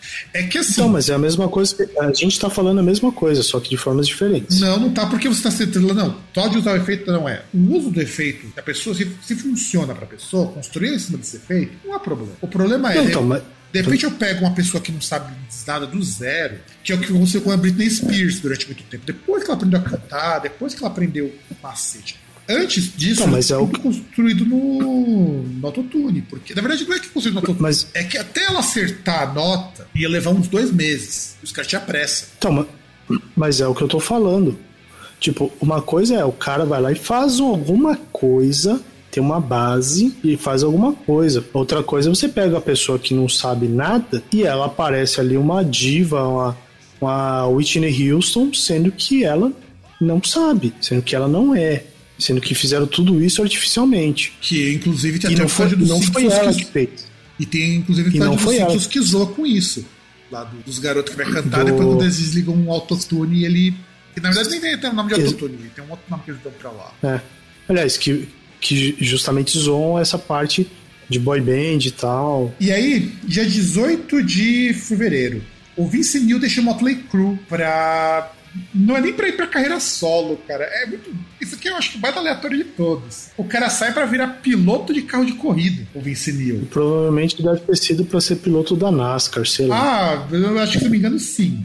É que assim. Não, mas é a mesma coisa. A gente tá falando a mesma coisa, só que de formas diferentes. Não, não tá porque você tá sentando. Não, pode usar o efeito, não é. O uso do efeito da pessoa, se, se funciona pra pessoa, construir em cima desse efeito, não há problema. O problema é. Não, então, mas... De repente eu pego uma pessoa que não sabe nada do zero, que é o que aconteceu com a Britney Spears durante muito tempo. Depois que ela aprendeu a cantar, depois que ela aprendeu o macete. Antes disso, não, mas é o... construído no, no autotune. Porque, na verdade, não é que construído no autotune. Mas... É que até ela acertar a nota ia levar uns dois meses. Os caras tinham pressa. Então, mas é o que eu tô falando. Tipo, uma coisa é o cara vai lá e faz alguma coisa, tem uma base e faz alguma coisa. Outra coisa é você pega a pessoa que não sabe nada e ela aparece ali uma diva, uma, uma Whitney Houston, sendo que ela não sabe, sendo que ela não é. Sendo que fizeram tudo isso artificialmente. Que, inclusive, tem e até não foi, não foi ela que fez. E tem, inclusive, e não dos foi ela que zoa com isso. Lá do, dos garotos que vai cantar, do... depois quando eles desligam um autotune e ele... Que, na verdade, nem tem, tem o nome de autotune. Ex... Tem um outro nome que eles dão pra lá. É. Aliás, que, que justamente zoam essa parte de boy band e tal. E aí, dia dezoito de fevereiro, o Vince Neil deixa o Motley Crue pra... Não é nem pra ir pra carreira solo, cara. É muito. Isso aqui eu acho que o mais aleatório de todos. O cara sai pra virar piloto de carro de corrida, o Vince Neil. E provavelmente deve ter sido pra ser piloto da NASCAR, sei lá. Ah, eu acho que, se não me engano, sim.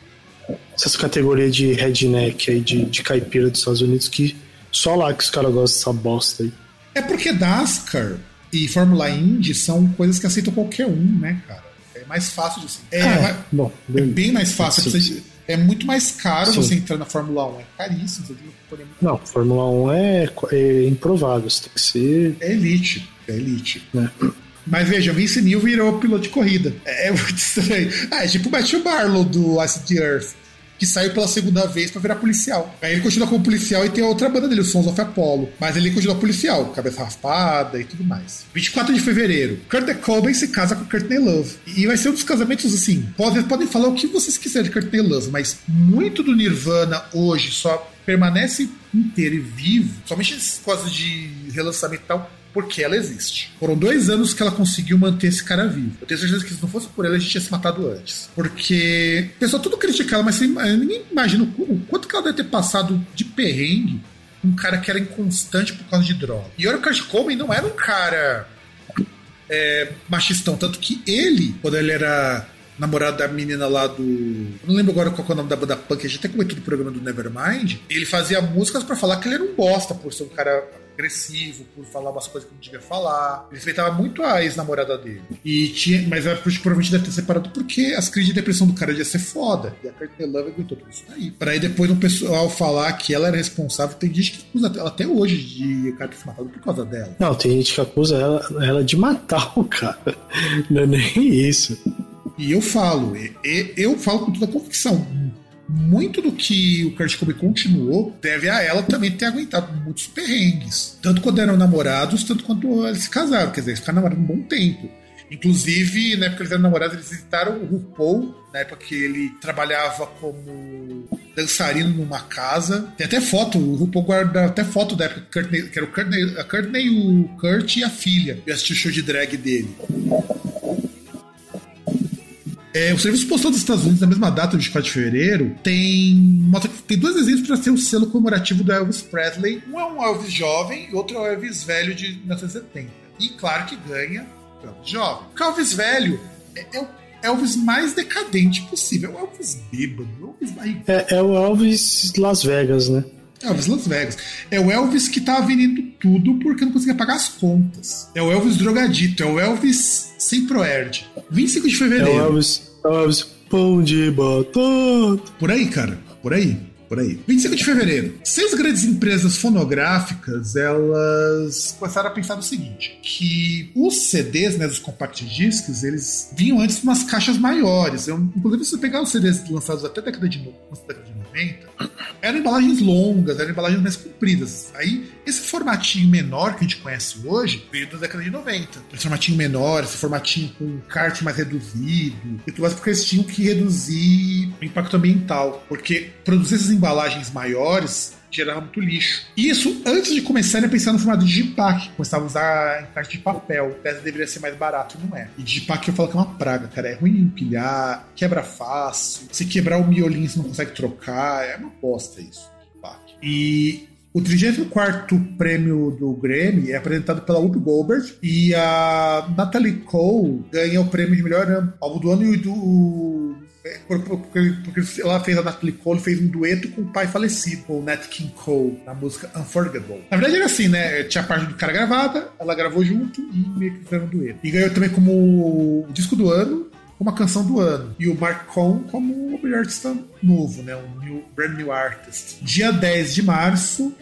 Essas categorias de redneck aí, de, de caipira dos Estados Unidos, que só lá que os caras gostam dessa bosta aí. É porque NASCAR e Fórmula Indy são coisas que aceitam qualquer um, né, cara? É mais fácil de assim. É, ah, mais, bom, é bem mais fácil. Você, é muito mais caro sim. Você entrar na Fórmula um. É caríssimo. Você tem que Não, Fórmula um é, é improvável. Você tem que ser... É elite. É elite. É. Mas veja, o Vince Neil virou piloto de corrida. É, é muito estranho. Ah, é tipo o Matthew Barlow do Ice the Earth, que saiu pela segunda vez pra virar policial. Aí ele continua como policial e tem a outra banda dele, o Sons of Apollo. Mas ele continua policial, cabeça raspada e tudo mais. vinte e quatro de fevereiro, Kurt Cobain se casa com Courtney Love. E vai ser um dos casamentos, assim, podem, podem falar o que vocês quiserem de Courtney Love, mas muito do Nirvana hoje só permanece inteiro e vivo, somente essas coisas de relançamento e tal, porque ela existe. Foram dois anos que ela conseguiu manter esse cara vivo. Eu tenho certeza que se não fosse por ela, a gente tinha se matado antes. Porque o pessoal tudo critica ela, mas ninguém imagina o quanto que ela deve ter passado de perrengue um cara que era inconstante por causa de droga. E o Kurt Cobain não era um cara é, machistão, tanto que ele, quando ele era namorado da menina lá do... Eu não lembro agora qual é o nome da banda punk, a gente até comentou do programa do Nevermind, ele fazia músicas pra falar que ele era um bosta, por ser um cara agressivo, por falar umas coisas que não devia falar. Ele respeitava muito a ex-namorada dele. E tinha, mas provavelmente deve ter separado porque as crises de depressão do cara ia ser foda. E a Courtney Love aguentou tudo isso daí. Pra aí depois um pessoal falar que ela era responsável, tem gente que acusa ela até hoje de o cara ter se matado por causa dela. Não, tem gente que acusa ela, ela de matar o cara. Não é nem isso. E eu falo, eu falo com toda a convicção, muito do que o Kurt Cobain continuou deve a ela também ter aguentado muitos perrengues. Tanto quando eram namorados, tanto quando eles se casaram. Quer dizer, eles ficaram namorando um bom tempo. Inclusive, na época que eles eram namorados, eles visitaram o RuPaul, na época que ele trabalhava como dançarino numa casa. Tem até foto, o RuPaul guarda até foto da época que, Courtney, que era o Courtney, a Courtney, o Kurt e a filha. Eu assisti o show de drag dele. É, o Serviço Postal dos Estados Unidos, na mesma data, vinte e quatro de fevereiro, tem, tem dois exemplos para ser o selo comemorativo do Elvis Presley. Um é um Elvis jovem e outro é o Elvis velho de mil novecentos e setenta. E claro que ganha o Elvis jovem. O Elvis velho é, é o Elvis mais decadente possível. É o Elvis bêbado. É o Elvis, mais... é, é o Elvis Las Vegas, né? Elvis Las Vegas. É o Elvis que tava vendendo tudo porque não conseguia pagar as contas. É o Elvis drogadito. É o Elvis sem proerd. vinte e cinco de fevereiro. É o Elvis, é o Elvis pão de batata. Por aí, cara. Por aí. Por aí. vinte e cinco de fevereiro. Seis grandes empresas fonográficas, elas começaram a pensar no seguinte, que os C Ds, né, os compact discs, eles vinham antes de umas caixas maiores. Eu, inclusive, se você pegar os C Ds lançados até a década de, década de noventa, eram embalagens longas, eram embalagens mais compridas. Aí, esse formatinho menor que a gente conhece hoje veio da década de noventa. Esse formatinho menor, esse formatinho com kart mais reduzido, e tudo mais porque eles tinham que reduzir o impacto ambiental. Porque produzir essas embalagens maiores gerava muito lixo. Isso antes de começarem a pensar no formato de Digipack. Começava a usar encarte de papel. O teste deveria ser mais barato e não é. E Digipack eu falo que é uma praga, cara. É ruim de empilhar, quebra fácil. Se quebrar o miolinho você não consegue trocar. É uma bosta isso. Digipack. E o trigésimo quarto prêmio do Grammy é apresentado pela Whoopi Goldberg e a Natalie Cole ganha o prêmio de melhor álbum do ano e do... Porque, porque ela fez a Natalie Cole, fez um dueto com o pai falecido, com o Nat King Cole, na música Unforgettable. Na verdade era assim, né? Tinha a parte do cara gravada, ela gravou junto e meio que fizeram um dueto. E ganhou também como o disco do ano, como a canção do ano. E o Mark Cohn como o melhor artista novo, né? Um new, brand new artist. Dia dez de março,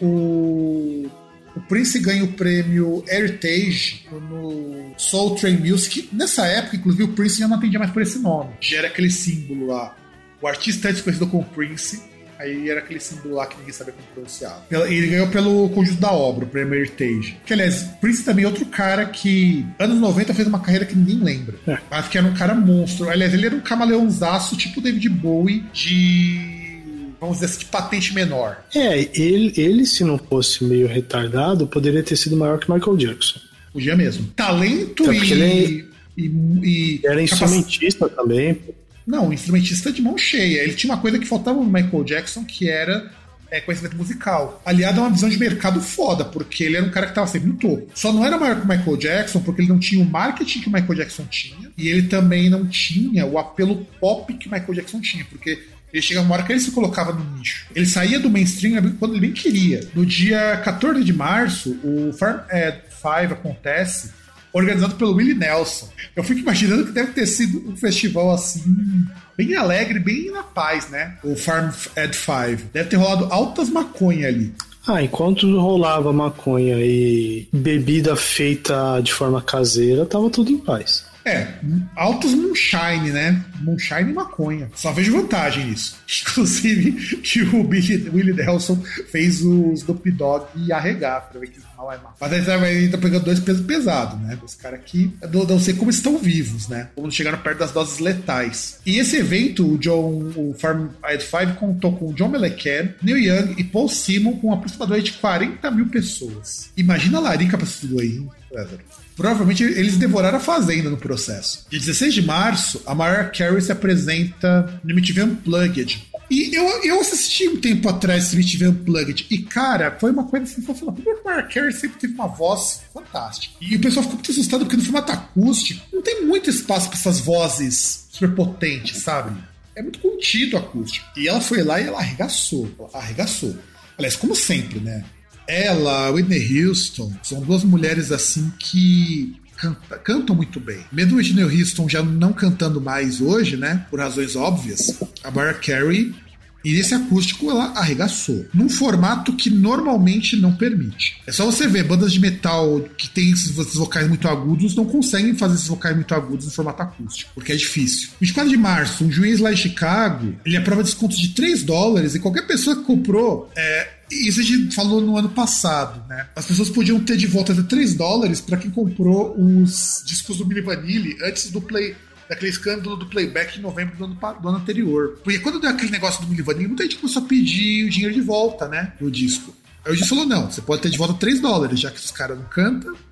o... O Prince ganha o prêmio Heritage no Soul Train Music. Nessa época, inclusive, o Prince já não atendia mais por esse nome. Já era aquele símbolo lá. O artista é desconhecido como Prince. Aí era aquele símbolo lá que ninguém sabia como pronunciar. Ele ganhou pelo conjunto da obra, o prêmio Heritage. Que, aliás, Prince também é outro cara que, anos noventa, fez uma carreira que ninguém lembra. É. Mas que era um cara monstro. Aliás, ele era um camaleãozaço, tipo David Bowie, de... vamos dizer assim, de patente menor. É, ele, ele, se não fosse meio retardado, poderia ter sido maior que Michael Jackson. Podia mesmo. Talento é e, ele e, e... Era instrumentista capac... também. Não, instrumentista de mão cheia. Ele tinha uma coisa que faltava no Michael Jackson, que era é, conhecimento musical. Aliado a uma visão de mercado foda, porque ele era um cara que estava sempre no topo. Só não era maior que o Michael Jackson, porque ele não tinha o marketing que o Michael Jackson tinha, e ele também não tinha o apelo pop que o Michael Jackson tinha, porque... Ele chega uma hora que ele se colocava no nicho. Ele saía do mainstream quando ele bem queria. No dia quatorze de março, o Farm Ed cinco acontece, organizado pelo Willie Nelson. Eu fico imaginando que deve ter sido um festival assim, bem alegre, bem na paz, né? O Farm Ed cinco. Deve ter rolado altas maconha ali. Ah, enquanto rolava maconha e bebida feita de forma caseira, tava tudo em paz. É, altos moonshine, né? Moonshine e maconha. Só vejo vantagem nisso. Inclusive, que o Billy, Willie Nelson fez o Snoop Dogg arregar pra ver que mal é mal. Mas aí tá pegando dois pesos pesados, né? Os caras aqui, não, não sei como estão vivos, né? Como chegaram perto das doses letais. E esse evento, o John, o Farm Ed cinco contou com John Mellencamp, Neil Young e Paul Simon com aproximadamente quarenta mil pessoas. Imagina a larica pra isso tudo aí, hein, Lázaro? Provavelmente eles devoraram a Fazenda no processo. Dia dezesseis de março, a Mariah Carey se apresenta no M T V Unplugged. E eu, eu assisti um tempo atrás esse M T V Unplugged. E, cara, foi uma coisa sensacional. Porque a Mariah Carey sempre teve uma voz fantástica. E o pessoal ficou muito assustado porque no formato acústico não tem muito espaço para essas vozes super potentes, sabe? É muito contido acústico. E ela foi lá e ela arregaçou. Ela arregaçou. Aliás, como sempre, né? Ela, Whitney Houston, são duas mulheres assim que canta, cantam muito bem. Mesmo Whitney Houston já não cantando mais hoje, né? Por razões óbvias, a Mariah Carey, e nesse acústico ela arregaçou. Num formato que normalmente não permite. É só você ver, bandas de metal que tem esses vocais muito agudos não conseguem fazer esses vocais muito agudos no formato acústico, porque é difícil. vinte e quatro de março, um juiz lá em Chicago, ele aprova descontos de três dólares e qualquer pessoa que comprou... É, isso a gente falou no ano passado, né? As pessoas podiam ter de volta até três dólares para quem comprou os discos do Milli Vanilli antes do play, daquele escândalo do playback em novembro do ano, do ano anterior. Porque quando deu aquele negócio do Milli Vanilli, muita gente começou a pedir o dinheiro de volta, né? Do disco. Aí o disco falou, não, você pode ter de volta três dólares, já que os caras não cantam, então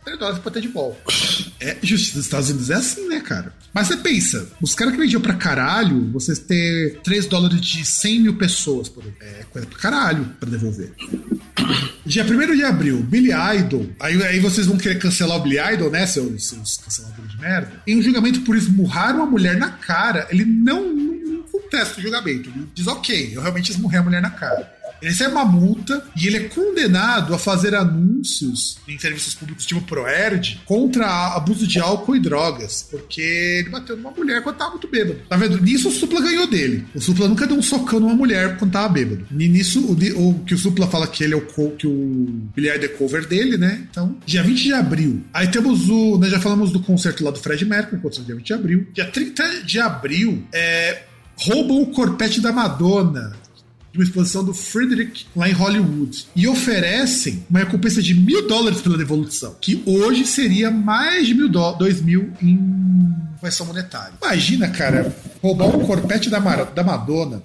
três dólares pra ter de bol. É, justiça dos Estados Unidos é assim, né, cara? Mas você pensa, os caras que vendiam pra caralho, vocês ter três dólares de cem mil pessoas, por exemplo, é coisa pra caralho pra devolver. Dia primeiro de abril, Billy Idol. Aí, aí vocês vão querer cancelar o Billy Idol, né, seus, seus canceladores de merda? Em um julgamento por esmurrar uma mulher na cara, ele não, não, não contesta o julgamento. Ele diz, ok, eu realmente esmurrei a mulher na cara. Ele recebe uma multa e ele é condenado a fazer anúncios em serviços públicos tipo Proerd contra abuso de álcool e drogas, porque ele bateu numa mulher quando tava muito bêbado. Tá vendo? Nisso o Supla ganhou dele. O Supla nunca deu um socão numa mulher quando tava bêbado. E nisso o, o que o Supla fala que ele é o co, que o Billy Idol é cover dele, né? Então, dia vinte de abril. Aí temos o... Nós já falamos do concerto lá do Fred Mercury, concerto dia vinte de abril. Dia trinta de abril, é, roubam o corpete da Madonna de uma exposição do Frederick lá em Hollywood e oferecem uma recompensa de mil dólares pela devolução, que hoje seria mais de mil dólares, dois mil em conversão monetária. Imagina, cara, roubar um corpete da, Mar- da Madonna.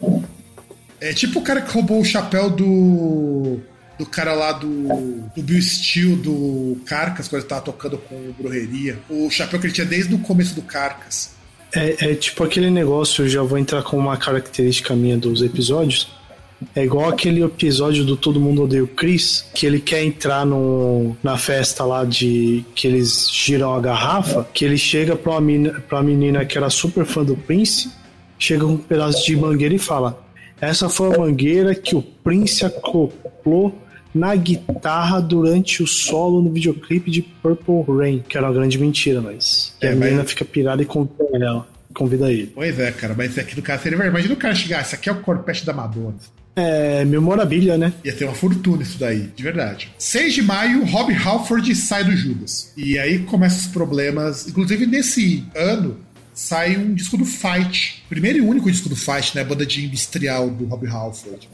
É tipo o cara que roubou o chapéu do do cara lá do, do Bill Steele, do Carcass, quando ele tava tocando com o Brujeria. O chapéu que ele tinha desde o começo do Carcass. É, é tipo aquele negócio, eu já vou entrar com uma característica minha dos episódios. É igual aquele episódio do Todo Mundo Odeia o Chris, que ele quer entrar no, na festa lá de que eles giram a garrafa, que ele chega pra uma, menina, pra uma menina que era super fã do Prince, chega com um pedaço de mangueira e fala: essa foi a mangueira que o Prince acoplou na guitarra durante o solo no videoclipe de Purple Rain, que era uma grande mentira, mas é, a menina mas... fica pirada e convida ela, convida ele. Pois é, cara, mas aqui do cara seria verdade. Imagina o cara chegar, isso aqui é o corpete da Madonna. É, memorabilia, né? Ia ter uma fortuna isso daí, de verdade. seis de maio, Rob Halford sai do Judas. E aí começam os problemas. Inclusive, nesse ano, sai um disco do Fight. Primeiro e único disco do Fight, né? A banda de industrial do Rob Halford.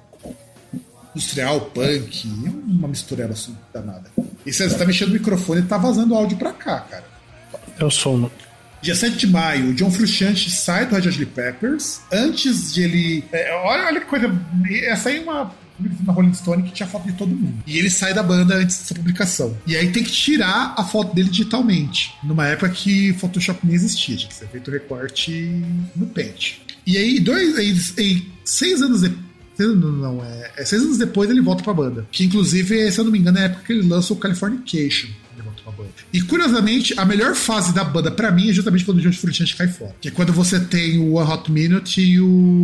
Industrial, punk, uma mistureba assim, danada. E você tá mexendo no microfone e tá vazando áudio pra cá, cara. É o sono. Dia sete de maio, o John Frusciante sai do Red Hot Chili Peppers. Antes de ele... É, olha, olha que coisa... Essa aí é uma... na Rolling Stone que tinha foto de todo mundo. E ele sai da banda antes dessa publicação. E aí tem que tirar a foto dele digitalmente. Numa época que Photoshop nem existia. Tinha que ser feito recorte no Paint. E aí, dois... Aí, aí, seis anos depois... Não, não, é, é seis anos depois ele volta pra banda. Que inclusive, se eu não me engano, é a época que ele lança o Californication. Ele volta pra banda. E curiosamente, a melhor fase da banda pra mim é justamente quando o John Frusciante cai fora. Que é quando você tem o One Hot Minute e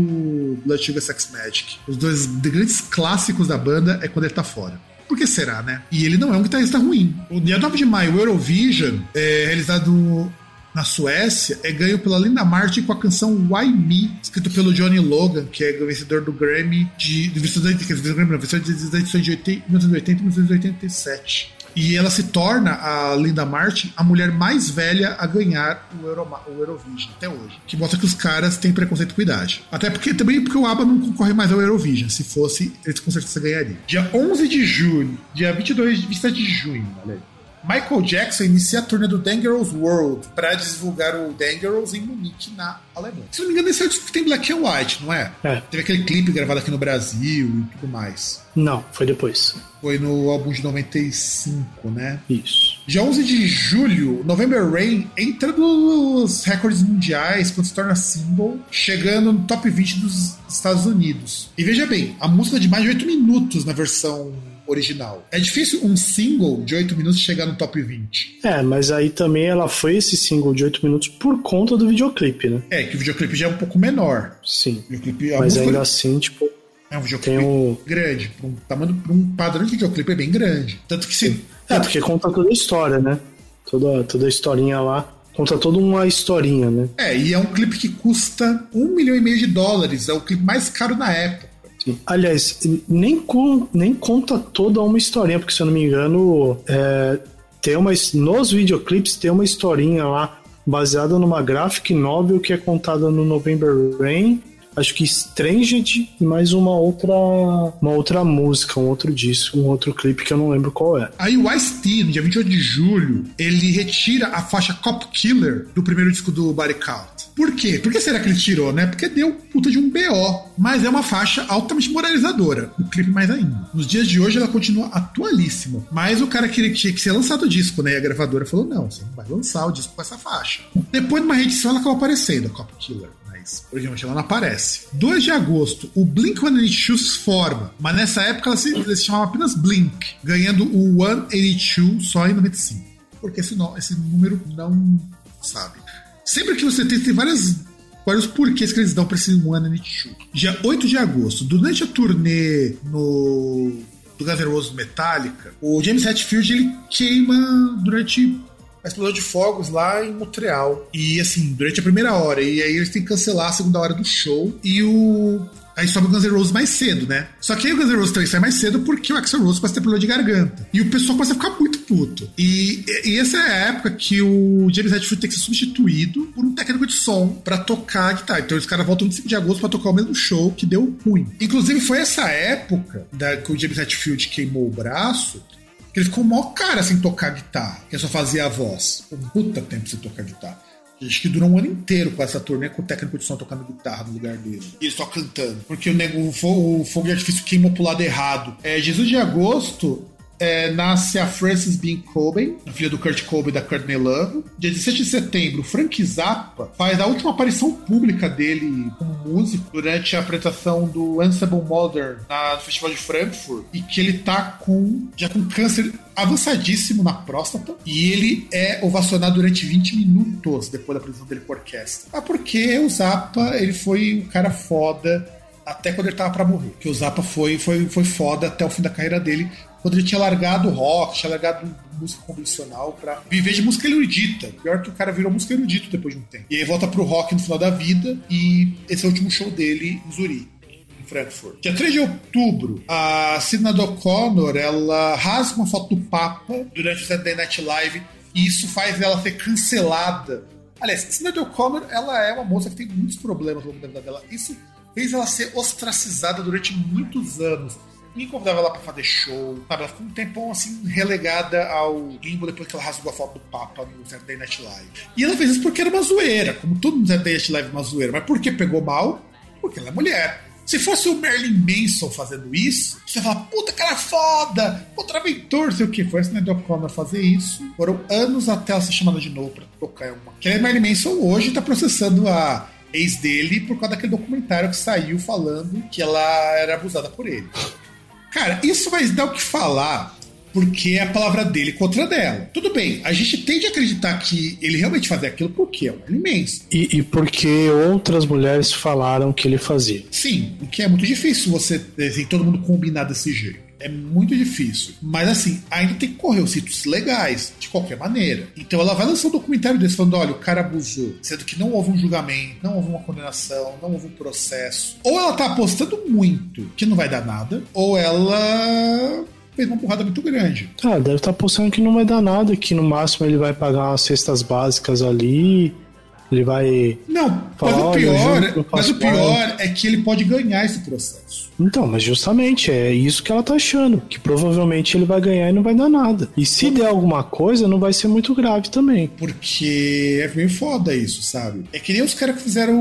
o Blood Sugar Sex Magic. Os dois grandes clássicos da banda é quando ele tá fora. Por que será, né? E ele não é um guitarrista ruim. O dia nove de maio, o Eurovision, é realizado na Suécia, é ganho pela Linda Martin com a canção Why Me, escrito pelo Johnny Logan, que é o vencedor do Grammy de, do vencedor de, do Grammy, não, vencedor da edição de mil novecentos e oitenta e mil novecentos e oitenta e sete. E ela se torna, a Linda Martin, a mulher mais velha a ganhar o, Euro, o Eurovision até hoje. Que mostra que os caras têm preconceito com idade. Até porque também porque o ABBA não concorre mais ao Eurovision. Se fosse, eles com certeza ganhariam. Dia onze de julho, dia vinte e dois, vinte e sete de junho, olha aí. Michael Jackson inicia a turnê do Dangerous World para divulgar o Dangerous em Munique, na Alemanha. Se não me engano, esse é o disco que tem Black and White, não é? É. Teve aquele clipe gravado aqui no Brasil e tudo mais. Não, foi depois. Foi no álbum de noventa e cinco, né? Isso. Dia onze de julho, November Rain entra nos recordes mundiais quando se torna single, chegando no top vinte dos Estados Unidos. E veja bem, a música é de mais de oito minutos na versão original. É difícil um single de oito minutos chegar no top vinte. É, mas aí também ela foi esse single de oito minutos por conta do videoclipe, né? É, que o videoclipe já é um pouco menor. Sim. O videoclipe, mas ainda foi... assim, tipo... É um videoclipe o... grande. Um, tamanho, um padrão de videoclipe é bem grande. Tanto que se... Sim. É, porque conta toda a história, né? Toda, toda a historinha lá. Conta toda uma historinha, né? É, e é um clipe que custa um milhão e meio de dólares. É o clipe mais caro na época. Aliás, nem, com, nem conta toda uma historinha, porque se eu não me engano, é, tem uma, nos videoclipes tem uma historinha lá baseada numa graphic novel que é contada no November Rain, acho que Stranged e mais uma outra, uma outra música, um outro disco, um outro clipe que eu não lembro qual é. Aí o Ice-T, no dia vinte e oito de julho, ele retira a faixa Cop Killer do primeiro disco do Body Count. Por quê? Por que será que ele tirou, né? Porque deu puta de um B O. Mas é uma faixa altamente moralizadora. O clipe mais ainda. Nos dias de hoje ela continua atualíssima. Mas o cara queria que tinha que ser lançado o disco, né? E a gravadora falou, não, você não vai lançar o disco com essa faixa. Depois de uma reedição ela acabou aparecendo, a Cop Killer. Mas originalmente ela não aparece. dois de agosto, o Blink one eighty-two se forma. Mas nessa época ela se, ela se chamava apenas Blink. Ganhando o cento e oitenta e dois só em noventa e cinco. Porque esse, no, esse número não sabe. Sempre que você tem, tem várias, vários porquês que eles dão pra esse cento e oitenta e dois. Dia oito de agosto, durante a turnê no, do Guns N' Roses Metallica, o James Hetfield ele queima durante a explosão de fogos lá em Montreal. E assim, durante a primeira hora. E aí eles têm que cancelar a segunda hora do show. E o... Aí sobe o Guns N' Roses mais cedo, né? Só que aí o Guns N' Roses também sai mais cedo porque o Axl Rose começa a ter problema de garganta. E o pessoal começa a ficar muito puto. E, e essa é a época que o James Hetfield tem que ser substituído por um técnico de som pra tocar a guitarra. Então os caras voltam no vinte e cinco de agosto pra tocar o mesmo show que deu ruim. Inclusive foi essa época da, que o James Hetfield queimou o braço que ele ficou mó cara sem tocar guitarra. Que só fazia a voz. Um puta tempo sem tocar guitarra. Acho que durou um ano inteiro com essa turnê, com o técnico de som tocando guitarra no lugar dele. E ele só cantando. Porque o, nego, o, fogo, o fogo de artifício queimou pro lado errado. É, Jesus de Agosto é, nasce a Frances Bean Cobain, a filha do Kurt Cobain e da Courtney Love. Dia dezessete de setembro, Frank Zappa faz a última aparição pública dele como músico durante a apresentação do Ensemble Modern na, no Festival de Frankfurt. E que ele tá com, já com câncer avançadíssimo na próstata, e ele é ovacionado durante vinte minutos depois da apresentação dele com a orquestra. Ah, porque o Zappa, ele foi um cara foda até quando ele tava pra morrer. Porque o Zappa foi, foi, foi foda até o fim da carreira dele, quando ele tinha largado o rock, tinha largado música convencional pra viver de música erudita. Pior que o cara virou música erudito depois de um tempo. E aí volta pro rock no final da vida, e esse é o último show dele em Zurique. Frankfurt. Dia três de outubro, a Sinéad O'Connor, ela rasga uma foto do Papa durante o Saturday Night Live e isso faz ela ser cancelada. Aliás, a Sinéad O'Connor, ela é uma moça que tem muitos problemas no longo da vida dela. Isso fez ela ser ostracizada durante muitos anos. Ninguém convidava ela pra fazer show, sabe? Ela ficou um tempão assim relegada ao limbo depois que ela rasgou a foto do Papa no Saturday Night Live. E ela fez isso porque era uma zoeira, como todo no Saturday Night Live é uma zoeira. Mas por que pegou mal? Porque ela é mulher. Se fosse o Marilyn Manson fazendo isso, você fala, puta, cara foda, contraventor, sei o que. Foi a Sinéad O'Connor fazer isso. Foram anos até ela ser chamada de novo pra tocar uma. Que a Marilyn Manson hoje tá processando a ex dele por causa daquele documentário que saiu falando que ela era abusada por ele. Cara, isso vai dar o que falar, porque é a palavra dele contra a dela. Tudo bem, a gente tende a acreditar que ele realmente fazia aquilo porque é um imenso. E, e porque outras mulheres falaram que ele fazia. Sim, o que é muito difícil você, assim, todo mundo combinar desse jeito. É muito difícil. Mas assim, ainda tem que correr os ritos legais, de qualquer maneira. Então ela vai lançar um documentário desse falando, olha, o cara abusou, sendo que não houve um julgamento, não houve uma condenação, não houve um processo. Ou ela tá apostando muito que não vai dar nada, ou ela fez uma burrada muito grande. Ah, deve estar apostando que não vai dar nada, que no máximo ele vai pagar as cestas básicas ali, ele vai... Não, mas o pior, mas o pior é que ele pode ganhar esse processo. Então, mas justamente é isso que ela tá achando, que provavelmente ele vai ganhar e não vai dar nada. E se der alguma coisa, não vai ser muito grave também. Porque é meio foda isso, sabe? É que nem os caras que fizeram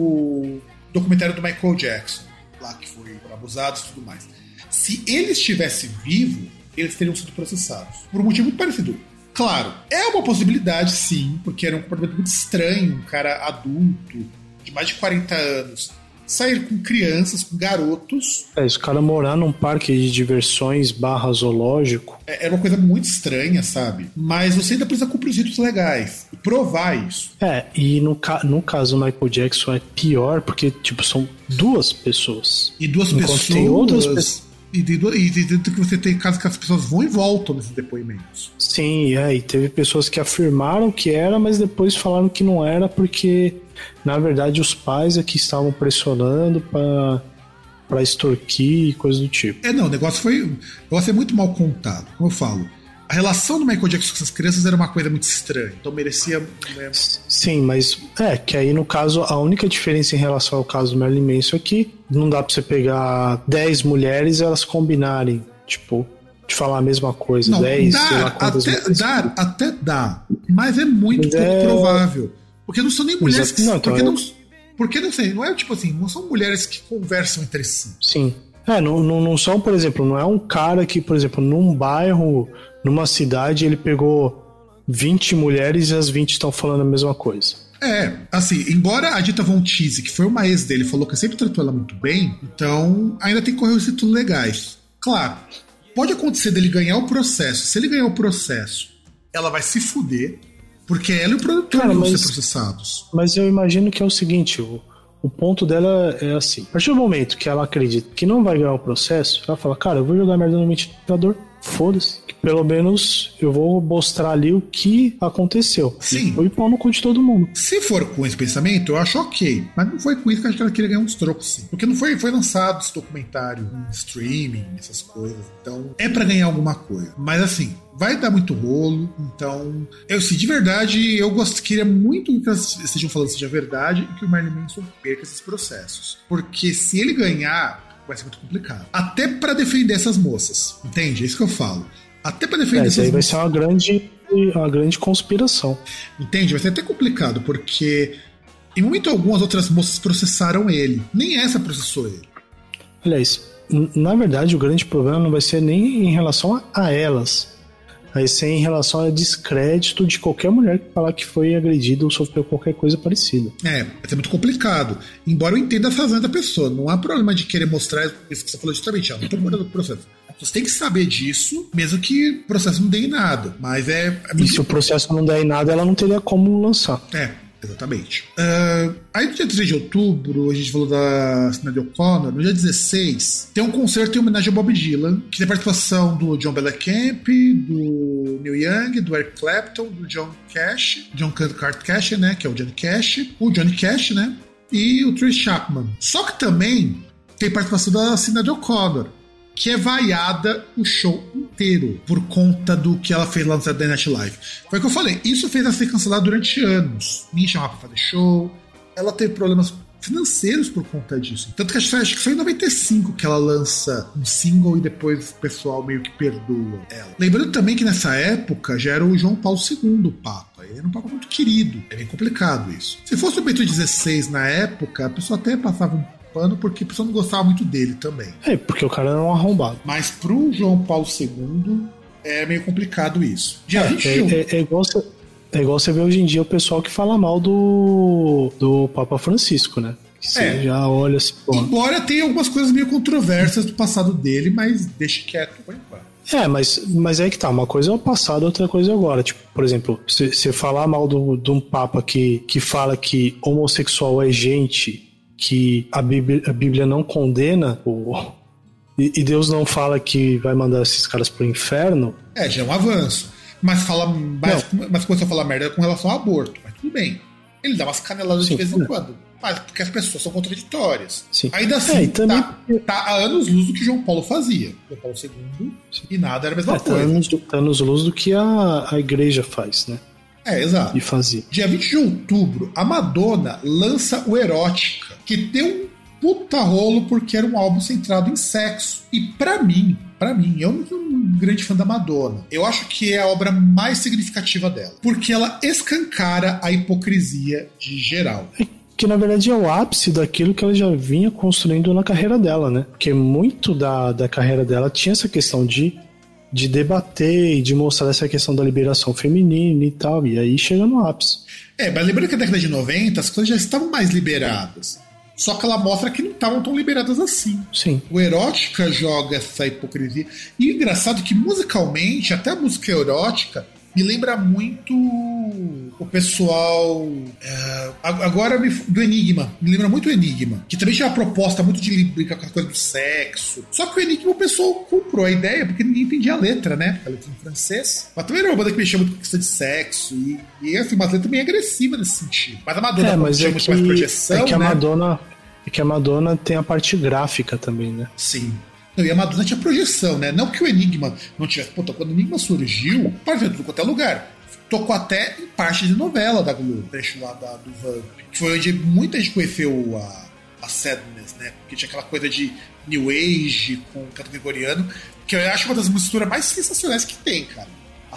o documentário do Michael Jackson, lá que foi abusado e tudo mais. Se ele estivesse vivo, eles teriam sido processados. Por um motivo muito parecido. Claro, é uma possibilidade, sim, porque era um comportamento muito estranho, um cara adulto, de mais de quarenta anos, sair com crianças, com garotos. É, esse cara morar num parque de diversões barra zoológico. É, era uma coisa muito estranha, sabe? Mas você ainda precisa cumprir os ritos legais e provar isso. É, e no, ca- no caso do Michael Jackson é pior, porque, tipo, são duas pessoas. E duas Enquanto pessoas... tem outras pessoas... E dentro que você tem casos que as pessoas vão e voltam nesses depoimentos. Sim, é, e teve pessoas que afirmaram que era, mas depois falaram que não era porque, na verdade, os pais é que estavam pressionando pra, pra extorquir e coisa do tipo. É, não, o negócio foi, o negócio é muito mal contado, como eu falo. A relação do Michael Jackson com essas crianças era uma coisa muito estranha, então merecia... Né? Sim, mas é que aí no caso a única diferença em relação ao caso do Marilyn Manson é que não dá pra você pegar dez mulheres e elas combinarem, tipo, de falar a mesma coisa, não, dez, dá, sei lá quantas até, mulheres. dá, até dá, mas é muito mas pouco é... provável. Porque não são nem mulheres que... Não, então porque, eu... não, porque não sei, não é tipo assim, não são mulheres que conversam entre si. Sim. É, não, não, não são, por exemplo, não é um cara que, por exemplo, num bairro, numa cidade, ele pegou vinte mulheres e as vinte estão falando a mesma coisa. É, assim, embora a Dita Von Teese, que foi uma ex dele, falou que sempre tratou ela muito bem, então ainda tem que correr os títulos legais. Claro, pode acontecer dele ganhar o processo. Se ele ganhar o processo, ela vai se fuder, porque ela e o produtor Cara, vão mas, ser processados. Mas eu imagino que é o seguinte, o, o ponto dela é assim, a partir do momento que ela acredita que não vai ganhar o processo, ela fala, cara, eu vou jogar merda no ventilador, foda-se, que pelo menos eu vou mostrar ali o que aconteceu. Sim. E foi pau no cu de todo mundo. Se for com esse pensamento, eu acho ok. Mas não foi com isso que ela queria ganhar uns trocos, sim. Porque não foi, foi lançado esse documentário em streaming, essas coisas. Então, é pra ganhar alguma coisa. Mas assim, vai dar muito rolo. Então, eu se de verdade, eu gost, queria muito que elas estejam falando seja verdade e que o Marilyn Manson perca esses processos. Porque se ele ganhar, vai ser muito complicado. Até pra defender essas moças. Entende? É isso que eu falo. Até pra defender é, essas aí vai moças. ser uma grande, uma grande conspiração. Entende? Vai ser até complicado, porque em momento algum as outras moças processaram ele. Nem essa processou ele. Aliás, n- na verdade o grande problema não vai ser nem em relação a, a elas. Vai ser em relação ao descrédito de qualquer mulher que falar que foi agredida ou sofreu qualquer coisa parecida. É, vai ser muito complicado. Embora eu entenda as razões da pessoa. Não há problema de querer mostrar isso que você falou justamente. Ela não tô concordando com o processo. Você tem que saber disso, mesmo que o processo não dê em nada. Mas é... é E se o processo não der em nada, ela não teria como lançar. É, exatamente. Uh, aí no dia três de outubro, a gente falou da Sinéad O'Connor. No dia dezesseis, tem um concerto em homenagem ao Bob Dylan, que tem a participação do John Mellencamp, do Neil Young, do Eric Clapton, do John Cash, John Cart Cash, né, que é o Johnny Cash, o Johnny Cash, né, e o Tracy Chapman. Só que também tem participação da Sinéad O'Connor, que é vaiada o show inteiro por conta do que ela fez lá no Saturday Night Live. Foi o que eu falei, isso fez ela ser cancelada durante anos. Ninguém chamava pra fazer show, ela teve problemas financeiros por conta disso. Tanto que acho que foi em noventa e cinco que ela lança um single e depois o pessoal meio que perdoa ela. Lembrando também que nessa época já era o João Paulo segundo o Papa. Ele era um Papa muito querido. É bem complicado isso. Se fosse o Bento dezesseis na época, a pessoa até passava um porque a pessoa não gostava muito dele também. É, porque o cara era um arrombado. Mas pro João Paulo segundo é meio complicado isso. Dia é, vinte e um. É, é, é, igual você, é igual você vê hoje em dia o pessoal que fala mal do, do Papa Francisco, né? Que você é. já olha assim, pô. Embora tenha algumas coisas meio controversas do passado dele, mas deixa quieto por enquanto. É, mas, mas é que tá, uma coisa é o passado, outra coisa é agora. Tipo, por exemplo, você falar mal do, de um Papa que, que fala que homossexual é gente que a Bíblia, a Bíblia não condena o, e, e Deus não fala que vai mandar esses caras pro inferno. É, já é um avanço. Mas, fala, mas, mas começou a falar merda com relação ao aborto. Mas tudo bem. Ele dá umas caneladas Sim, de vez em é. quando. Mas porque as pessoas são contraditórias. Sim. Ainda assim, é, também... tá, tá a anos-luz do que João Paulo fazia. João Paulo segundo e nada era a mesma é, coisa. Tá anos, tá anos-luz do que a, a igreja faz, né? É, exato. E fazia. Dia vinte de outubro, a Madonna lança o Erótica, que deu um puta rolo porque era um álbum centrado em sexo. E pra mim, pra mim, eu não sou um grande fã da Madonna. Eu acho que é a obra mais significativa dela. Porque ela escancara a hipocrisia de geral. É que na verdade é o ápice daquilo que ela já vinha construindo na carreira dela, né? Porque muito da, da carreira dela tinha essa questão de de debater e de mostrar essa questão da liberação feminina e tal, e aí chega no ápice. É, mas lembrando que na década de noventa as coisas já estavam mais liberadas, só que ela mostra que não estavam tão liberadas assim. Sim. O Erótica joga essa hipocrisia, e o engraçado é que musicalmente, até a música erótica me lembra muito o pessoal é, agora me, do Enigma, me lembra muito o Enigma, que também tinha uma proposta muito de brincar com a coisa do sexo, só que o Enigma o pessoal comprou a ideia porque ninguém entendia a letra, né, porque a letra em francês, mas também era uma banda que mexia muito com questão de sexo e, e assim, uma letra bem agressiva nesse sentido, mas a Madonna é, mas tinha é muito que, mais projeção, é que a né? Madonna, é que a Madonna tem a parte gráfica também, né? Sim. E a Madonna tinha projeção, né? Não que o Enigma não tivesse. Puta, quando o Enigma surgiu, para ver tudo quanto é lugar. Tocou até em parte de novela da Globo, trecho lá da, do Vamp. Que foi onde muita gente conheceu a, a Sadness, né? Porque tinha aquela coisa de New Age com canto gregoriano, que eu acho uma das misturas mais sensacionais que tem, cara.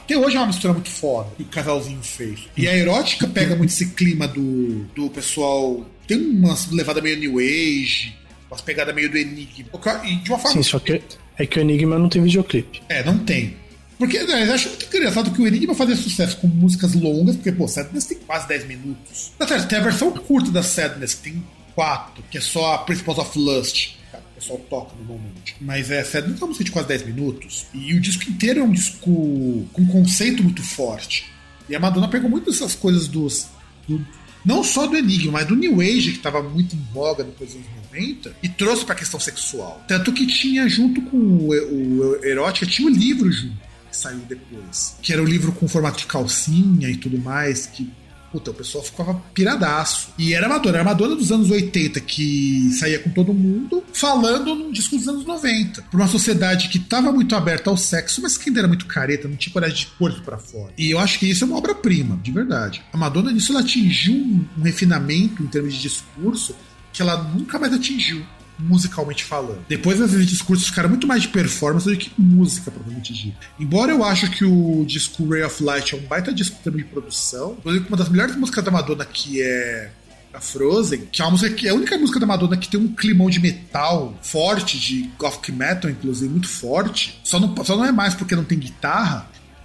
até hoje é uma mistura muito foda que o casalzinho fez. E a Erótica pega muito esse clima do, do pessoal. Tem uma levada meio New Age, umas pegadas meio do Enigma. E de uma forma. Sim, só que é que o Enigma não tem videoclipe. É, não tem. Porque né, eu acho muito engraçado que o Enigma fazia sucesso com músicas longas, porque, pô, Sadness tem quase dez minutos. Tem a versão curta da Sadness, que tem quatro, que é só a Principles of Lust. O pessoal toca normalmente. Mas é, Sadness é uma música de quase dez minutos. E o disco inteiro é um disco com um conceito muito forte. E a Madonna pegou muito dessas coisas dos. Do, não só do Enigma, mas do New Age, que estava muito em voga depois dos anos noventa, e trouxe pra questão sexual. Tanto que tinha, junto com o, o, o Erótica, tinha um livro junto. Que saiu depois. Que era um livro com formato de calcinha e tudo mais, que, puta, o pessoal ficava piradaço. E era a Madonna, era a Madonna dos anos oitenta, que saía com todo mundo, falando num disco dos anos noventa. Pra uma sociedade que tava muito aberta ao sexo, mas que ainda era muito careta, não tinha coragem de pôr isso pra fora. E eu acho que isso é uma obra-prima, de verdade. A Madonna, nisso, ela atingiu um, um refinamento em termos de discurso que ela nunca mais atingiu, musicalmente falando. Depois esses discursos ficaram muito mais de performance do que música, propriamente dito. Embora eu acho que o disco Ray of Light é um baita disco em termos de produção, inclusive uma das melhores músicas da Madonna, que é a Frozen, que é uma música que é a única música da Madonna que tem um climão de metal forte, de gothic metal, inclusive, muito forte. Só não, só não é mais porque não tem guitarra.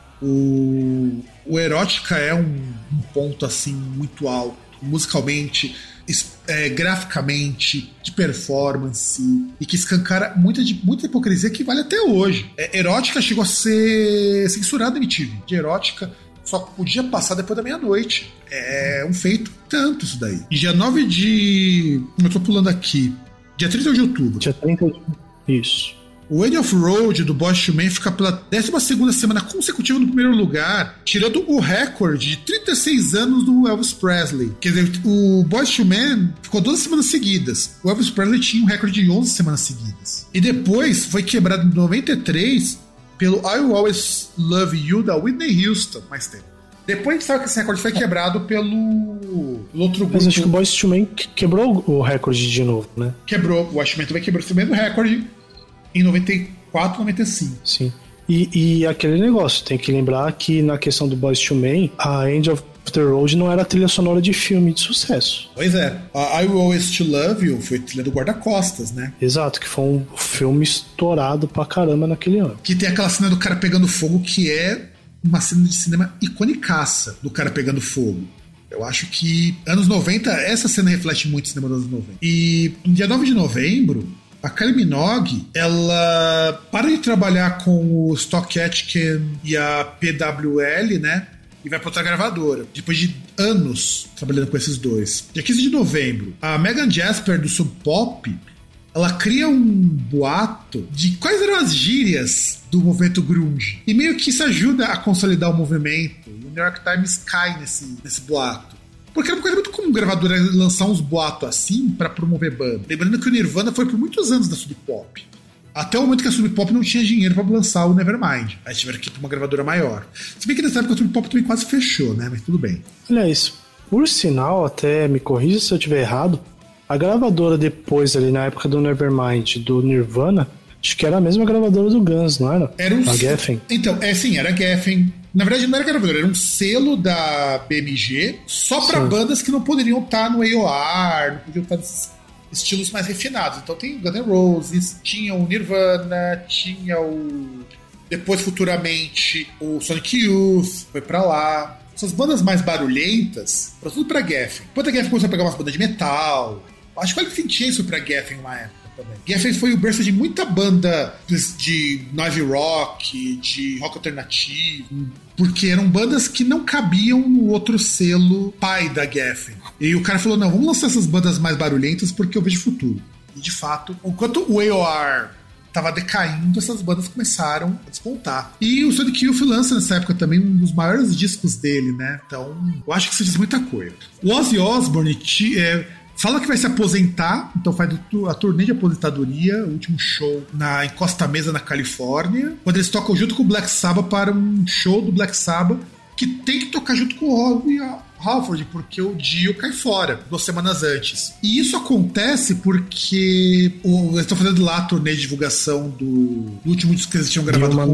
O, o Erótica é um, um ponto assim muito alto, musicalmente, É, graficamente, de performance, e que escancara muita, de, muita hipocrisia que vale até hoje. É, Erótica chegou a ser censurada na M T V. De Erótica só podia passar depois da meia-noite. É um feito tanto isso daí. E dia nove de... Eu tô pulando aqui. Dia trinta de outubro. Dia trinta de outubro. Isso. O End of Road do Boyz two Men fica pela décima segunda semana consecutiva no primeiro lugar, tirando o recorde de trinta e seis anos do Elvis Presley. Quer dizer, o Boyz two Men ficou doze semanas seguidas. O Elvis Presley tinha um recorde de onze semanas seguidas. E depois foi quebrado em noventa e três pelo I Will Always Love You da Whitney Houston. Mais tempo. Depois a gente sabe que esse recorde foi quebrado pelo, pelo outro grupo. Mas acho que o Boyz two Men quebrou o recorde de novo, né? Quebrou. O Boyz two Men também quebrou o mesmo recorde em noventa e quatro, noventa e cinco. Sim. E, e aquele negócio, tem que lembrar que na questão do Boyz two Men, a End of the Road não era a trilha sonora de filme de sucesso. Pois é. A I Will Always to Love You foi a trilha do Guarda-Costas, né? Exato, que foi um filme estourado pra caramba naquele ano. Que tem aquela cena do cara pegando fogo, que é uma cena de cinema iconicaça do cara pegando fogo. Eu acho que anos noventa, essa cena reflete muito o cinema dos anos noventa. E no dia nove de novembro, a Kylie Minogue, ela para de trabalhar com o Stock Aitken e a P W L, né? E vai pra outra gravadora. Depois de anos trabalhando com esses dois. Dia quinze de novembro, a Megan Jasper, do Sub Pop, ela cria um boato de quais eram as gírias do movimento grunge. E meio que isso ajuda a consolidar o movimento. E o New York Times cai nesse, nesse boato. Porque era uma coisa muito comum gravadora lançar uns boatos assim pra promover banda. Lembrando que o Nirvana foi por muitos anos da Sub Pop. Até o momento que a Sub Pop não tinha dinheiro pra lançar o Nevermind. Aí tiveram que ir pra uma gravadora maior. Se bem que nessa época a Sub Pop também quase fechou, né? Mas tudo bem. Aliás, por sinal, até me corrija se eu estiver errado, a gravadora depois, ali na época do Nevermind, do Nirvana, acho que era a mesma gravadora do Guns, não era? Era um... A Geffen. Então, é sim, era a Geffen. Na verdade, não era gravadora, era um selo da B M G só pra sim. bandas que não poderiam estar no A O R, não podiam estar nesses estilos mais refinados. Então tem Guns N' Roses, tinha o Nirvana, tinha o... Depois, futuramente, o Sonic Youth foi pra lá. Essas bandas mais barulhentas, foi tudo pra Geffen. Depois a Geffen começou a pegar umas bandas de metal. Acho que ele tinha isso pra Geffen uma época também. Geffen foi o berço de muita banda de noise rock, de rock alternativo, porque eram bandas que não cabiam no outro selo pai da Geffen. E o cara falou, não, vamos lançar essas bandas mais barulhentas porque eu vejo futuro. E de fato, enquanto o A O R tava decaindo, essas bandas começaram a despontar. E o Sonic Youth lança nessa época também um dos maiores discos dele, né? Então, eu acho que isso diz muita coisa. O Ozzy Osbourne é, fala que vai se aposentar, então faz a turnê de aposentadoria, o último show na, em Costa Mesa, na Califórnia, quando eles tocam junto com o Black Sabbath para um show do Black Sabbath que tem que tocar junto com o Robbie Halford, porque o Dio cai fora duas semanas antes. E isso acontece porque o, eles estão fazendo lá a turnê de divulgação do, do último disco que eles tinham gravado Human, com o Dio.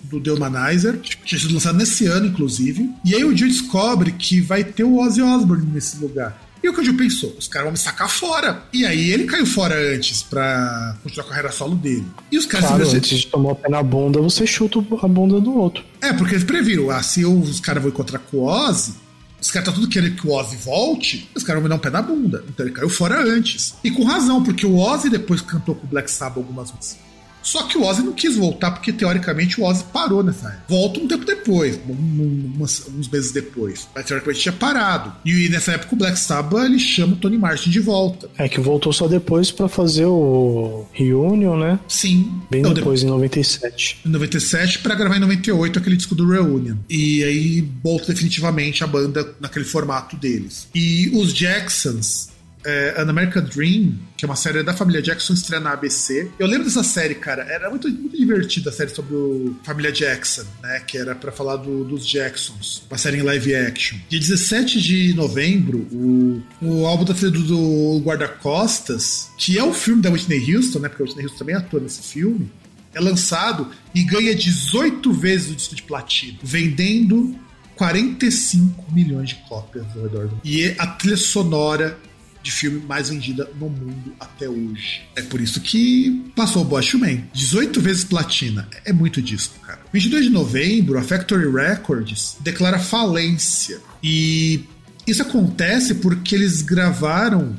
do The Humanizer, que tinha sido lançado nesse ano, inclusive. E aí o Joe descobre que vai ter o Ozzy Osbourne nesse lugar. E o que o Joe pensou? Os caras vão me sacar fora. E aí ele caiu fora antes pra continuar a carreira solo dele. E os caras... Claro, você... antes de tomar o pé na bunda, você chuta a bunda do outro. É, porque eles previram, ah, se os caras vão encontrar com o Ozzy, os caras tá tudo querendo que o Ozzy volte, os caras vão me dar um pé na bunda. Então ele caiu fora antes. E com razão, porque o Ozzy depois cantou com o Black Sabbath algumas vezes. Só que o Ozzy não quis voltar, porque teoricamente o Ozzy parou nessa época. Volta um tempo depois, um, um, umas, uns meses depois. Mas teoricamente tinha parado. E nessa época o Black Sabbath ele chama o Tony Martin de volta. É que voltou só depois pra fazer o Reunion, né? Sim. Bem então, depois, de... em noventa e sete. Em noventa e sete, pra gravar em noventa e oito aquele disco do Reunion. E aí volta definitivamente a banda naquele formato deles. E os Jacksons... É, An American Dream, que é uma série da família Jackson, estreia na A B C. Eu lembro dessa série, cara, era muito, muito divertida a série sobre a família Jackson, né, que era pra falar do, dos Jacksons, uma série em live action. Dia dezessete de novembro, o, o álbum da trilha do, do Guarda-Costas, que é o filme da Whitney Houston, né, porque a Whitney Houston também atua nesse filme, é lançado e ganha dezoito vezes o disco de platino, vendendo quarenta e cinco milhões de cópias ao redor do mundo. E a trilha sonora de filme mais vendida no mundo até hoje. É por isso que passou o Boyz two Men. dezoito vezes platina. É muito disco, cara. vinte e dois de novembro, a Factory Records declara falência. E isso acontece porque eles gravaram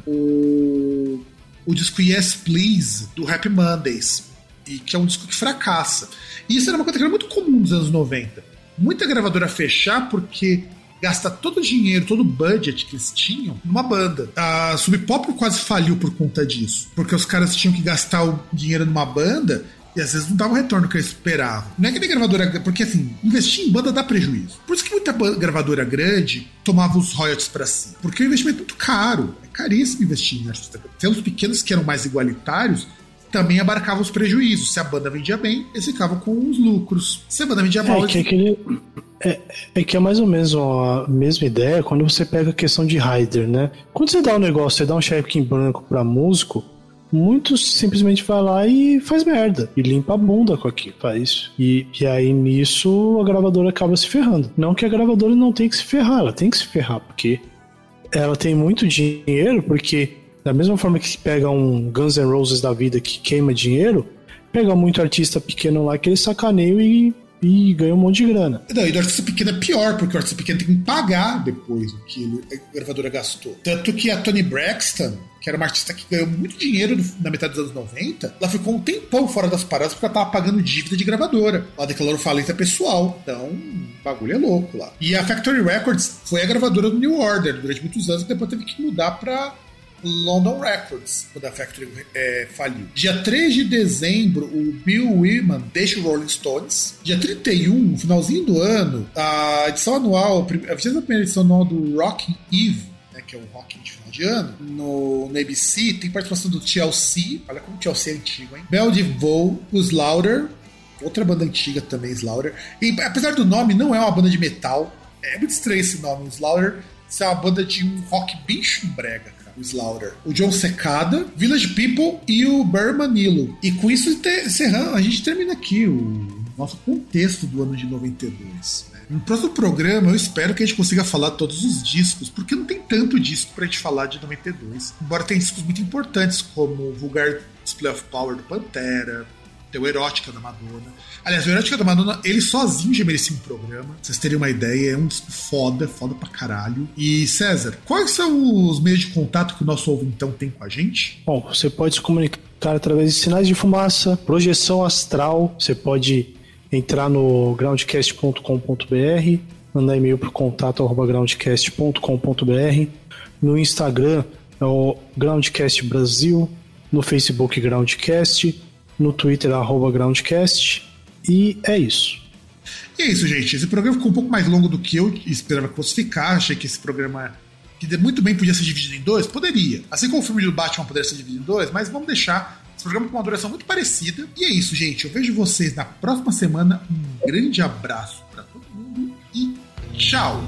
o, o disco Yes Please, do Happy Mondays, e que é um disco que fracassa. E isso era uma coisa que era muito comum nos anos noventa. Muita gravadora fechar porque gasta todo o dinheiro, todo o budget que eles tinham numa banda. A Sub Pop quase faliu por conta disso, porque os caras tinham que gastar o dinheiro numa banda e às vezes não dava o retorno que eles esperavam. Não é que nem gravadora... Porque assim, investir em banda dá prejuízo. Por isso que muita gravadora grande tomava os royalties pra si. Porque o investimento é muito caro. É caríssimo investir em artistas. Tem uns pequenos que eram mais igualitários, também abarcavam os prejuízos. Se a banda vendia bem, eles ficavam com os lucros. Se a banda vendia mal... É que, aquele, é, é que é mais ou menos a mesma ideia quando você pega a questão de rider, né? Quando você dá um negócio, você dá um cheque em branco pra músico, muitos simplesmente vai lá e faz merda. E limpa a bunda com aquilo, faz. E, e aí nisso a gravadora acaba se ferrando. Não que a gravadora não tenha que se ferrar, ela tem que se ferrar, porque ela tem muito dinheiro, porque... Da mesma forma que pega um Guns N' Roses da vida que queima dinheiro, pega muito artista pequeno lá que ele sacaneia e, e ganha um monte de grana. Não, e do artista pequeno é pior, porque o artista pequeno tem que pagar depois o que ele, a gravadora gastou. Tanto que a Toni Braxton, que era uma artista que ganhou muito dinheiro na metade dos anos noventa, ela ficou um tempão fora das paradas porque ela tava pagando dívida de gravadora. Ela declarou falência pessoal. Então, o bagulho é louco lá. E a Factory Records foi a gravadora do New Order durante muitos anos, e depois teve que mudar pra London Records, quando a Factory é, faliu. Dia três de dezembro, o Bill Wyman deixa o Rolling Stones. Dia trinta e um, no finalzinho do ano, a edição anual, a vigésima primeira edição anual do Rockin' Eve, né, que é o Rock de final de ano, no, no A B C, tem participação do T L C, olha como o T L C é antigo, hein? Bell DeVoe, o Slaughter, outra banda antiga também, Slaughter. E apesar do nome, não é uma banda de metal, é muito estranho esse nome, o Slaughter. Isso é uma banda de um rock bem chumbrega, cara. O Slaughter. O John Secada, Village People e o Barry Manilow. E com isso encerrando, a gente termina aqui o nosso contexto do ano de noventa e dois. Né? No próximo programa eu espero que a gente consiga falar todos os discos, porque não tem tanto disco pra gente falar de noventa e dois. Embora tenha discos muito importantes, como o Vulgar Display of Power do Pantera, tem o Erótica da Madonna. Aliás, o Erótica da Madonna, ele sozinho já merecia um programa. Pra vocês terem uma ideia, é um disco foda, foda pra caralho. E, César, quais são os meios de contato que o nosso ouvintão tem com a gente? Bom, você pode se comunicar através de sinais de fumaça, projeção astral. Você pode entrar no groundcast ponto com ponto b r, mandar e-mail pro contato arroba groundcast ponto com ponto b r. No Instagram é o Groundcast Brasil, no Facebook Groundcast, no Twitter, arroba Groundcast, e é isso. E é isso, gente. Esse programa ficou um pouco mais longo do que eu esperava que fosse ficar. Achei que esse programa, que muito bem podia ser dividido em dois, poderia. Assim como o filme do Batman poderia ser dividido em dois, mas vamos deixar esse programa com uma duração muito parecida. E é isso, gente. Eu vejo vocês na próxima semana. Um grande abraço para todo mundo e tchau!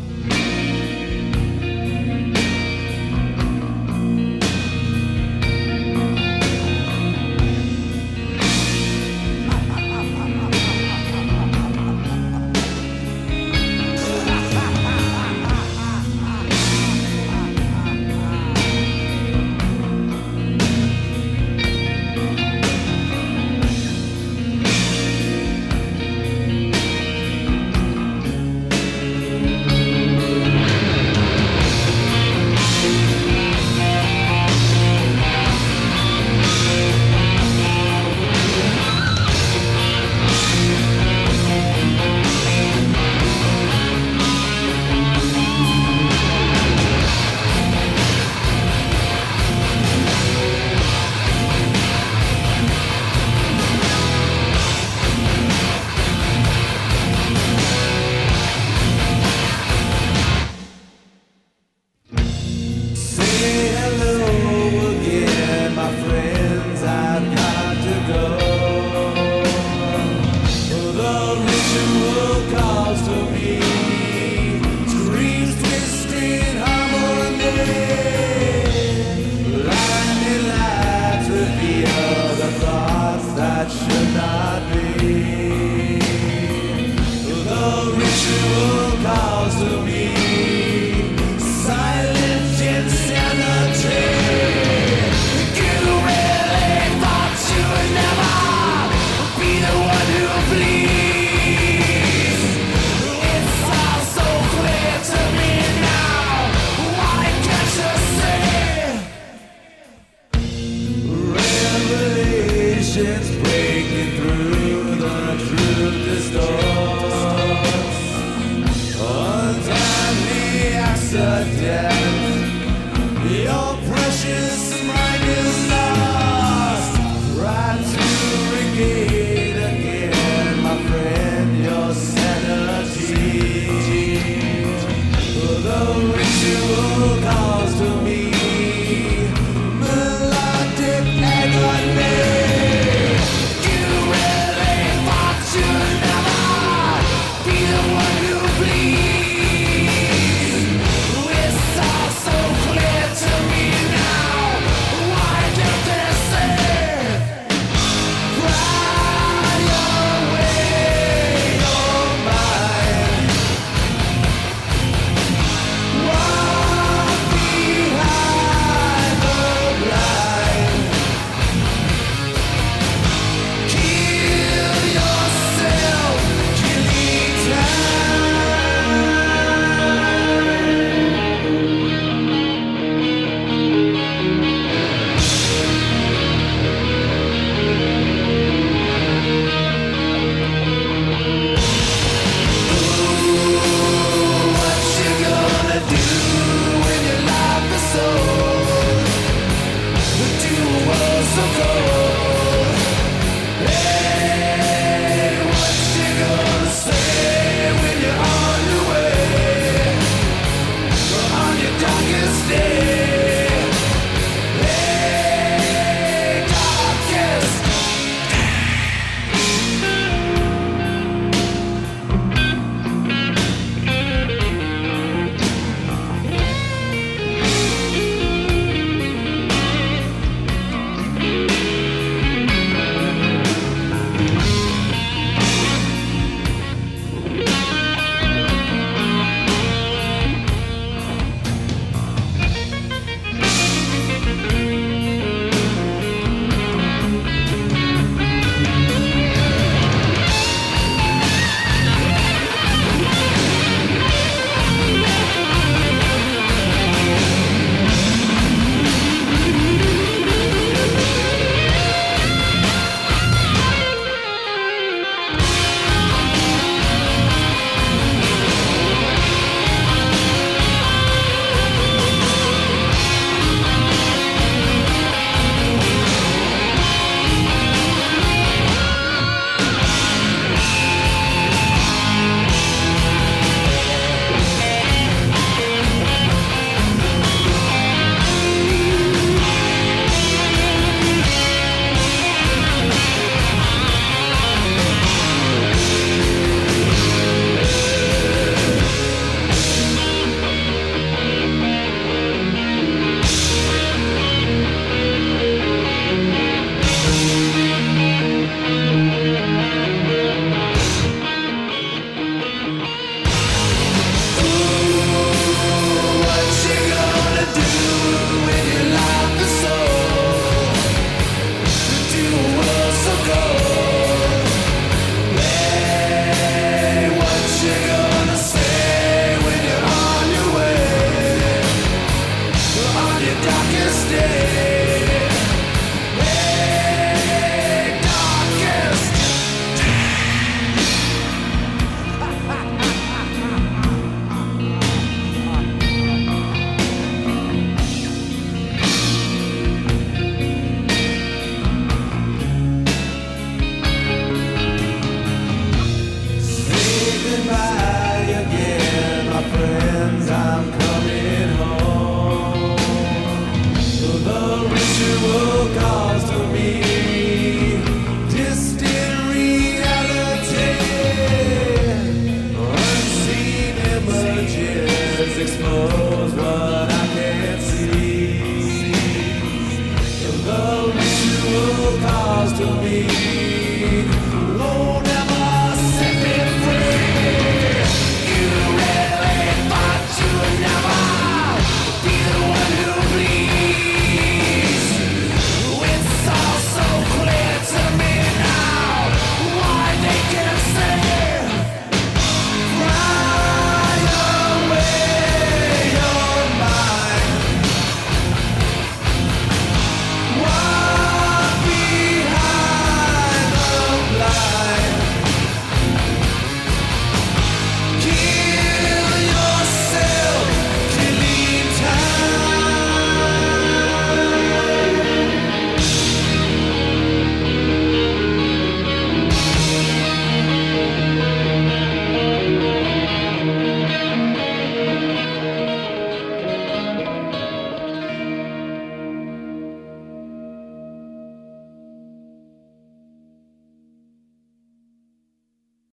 darkest day.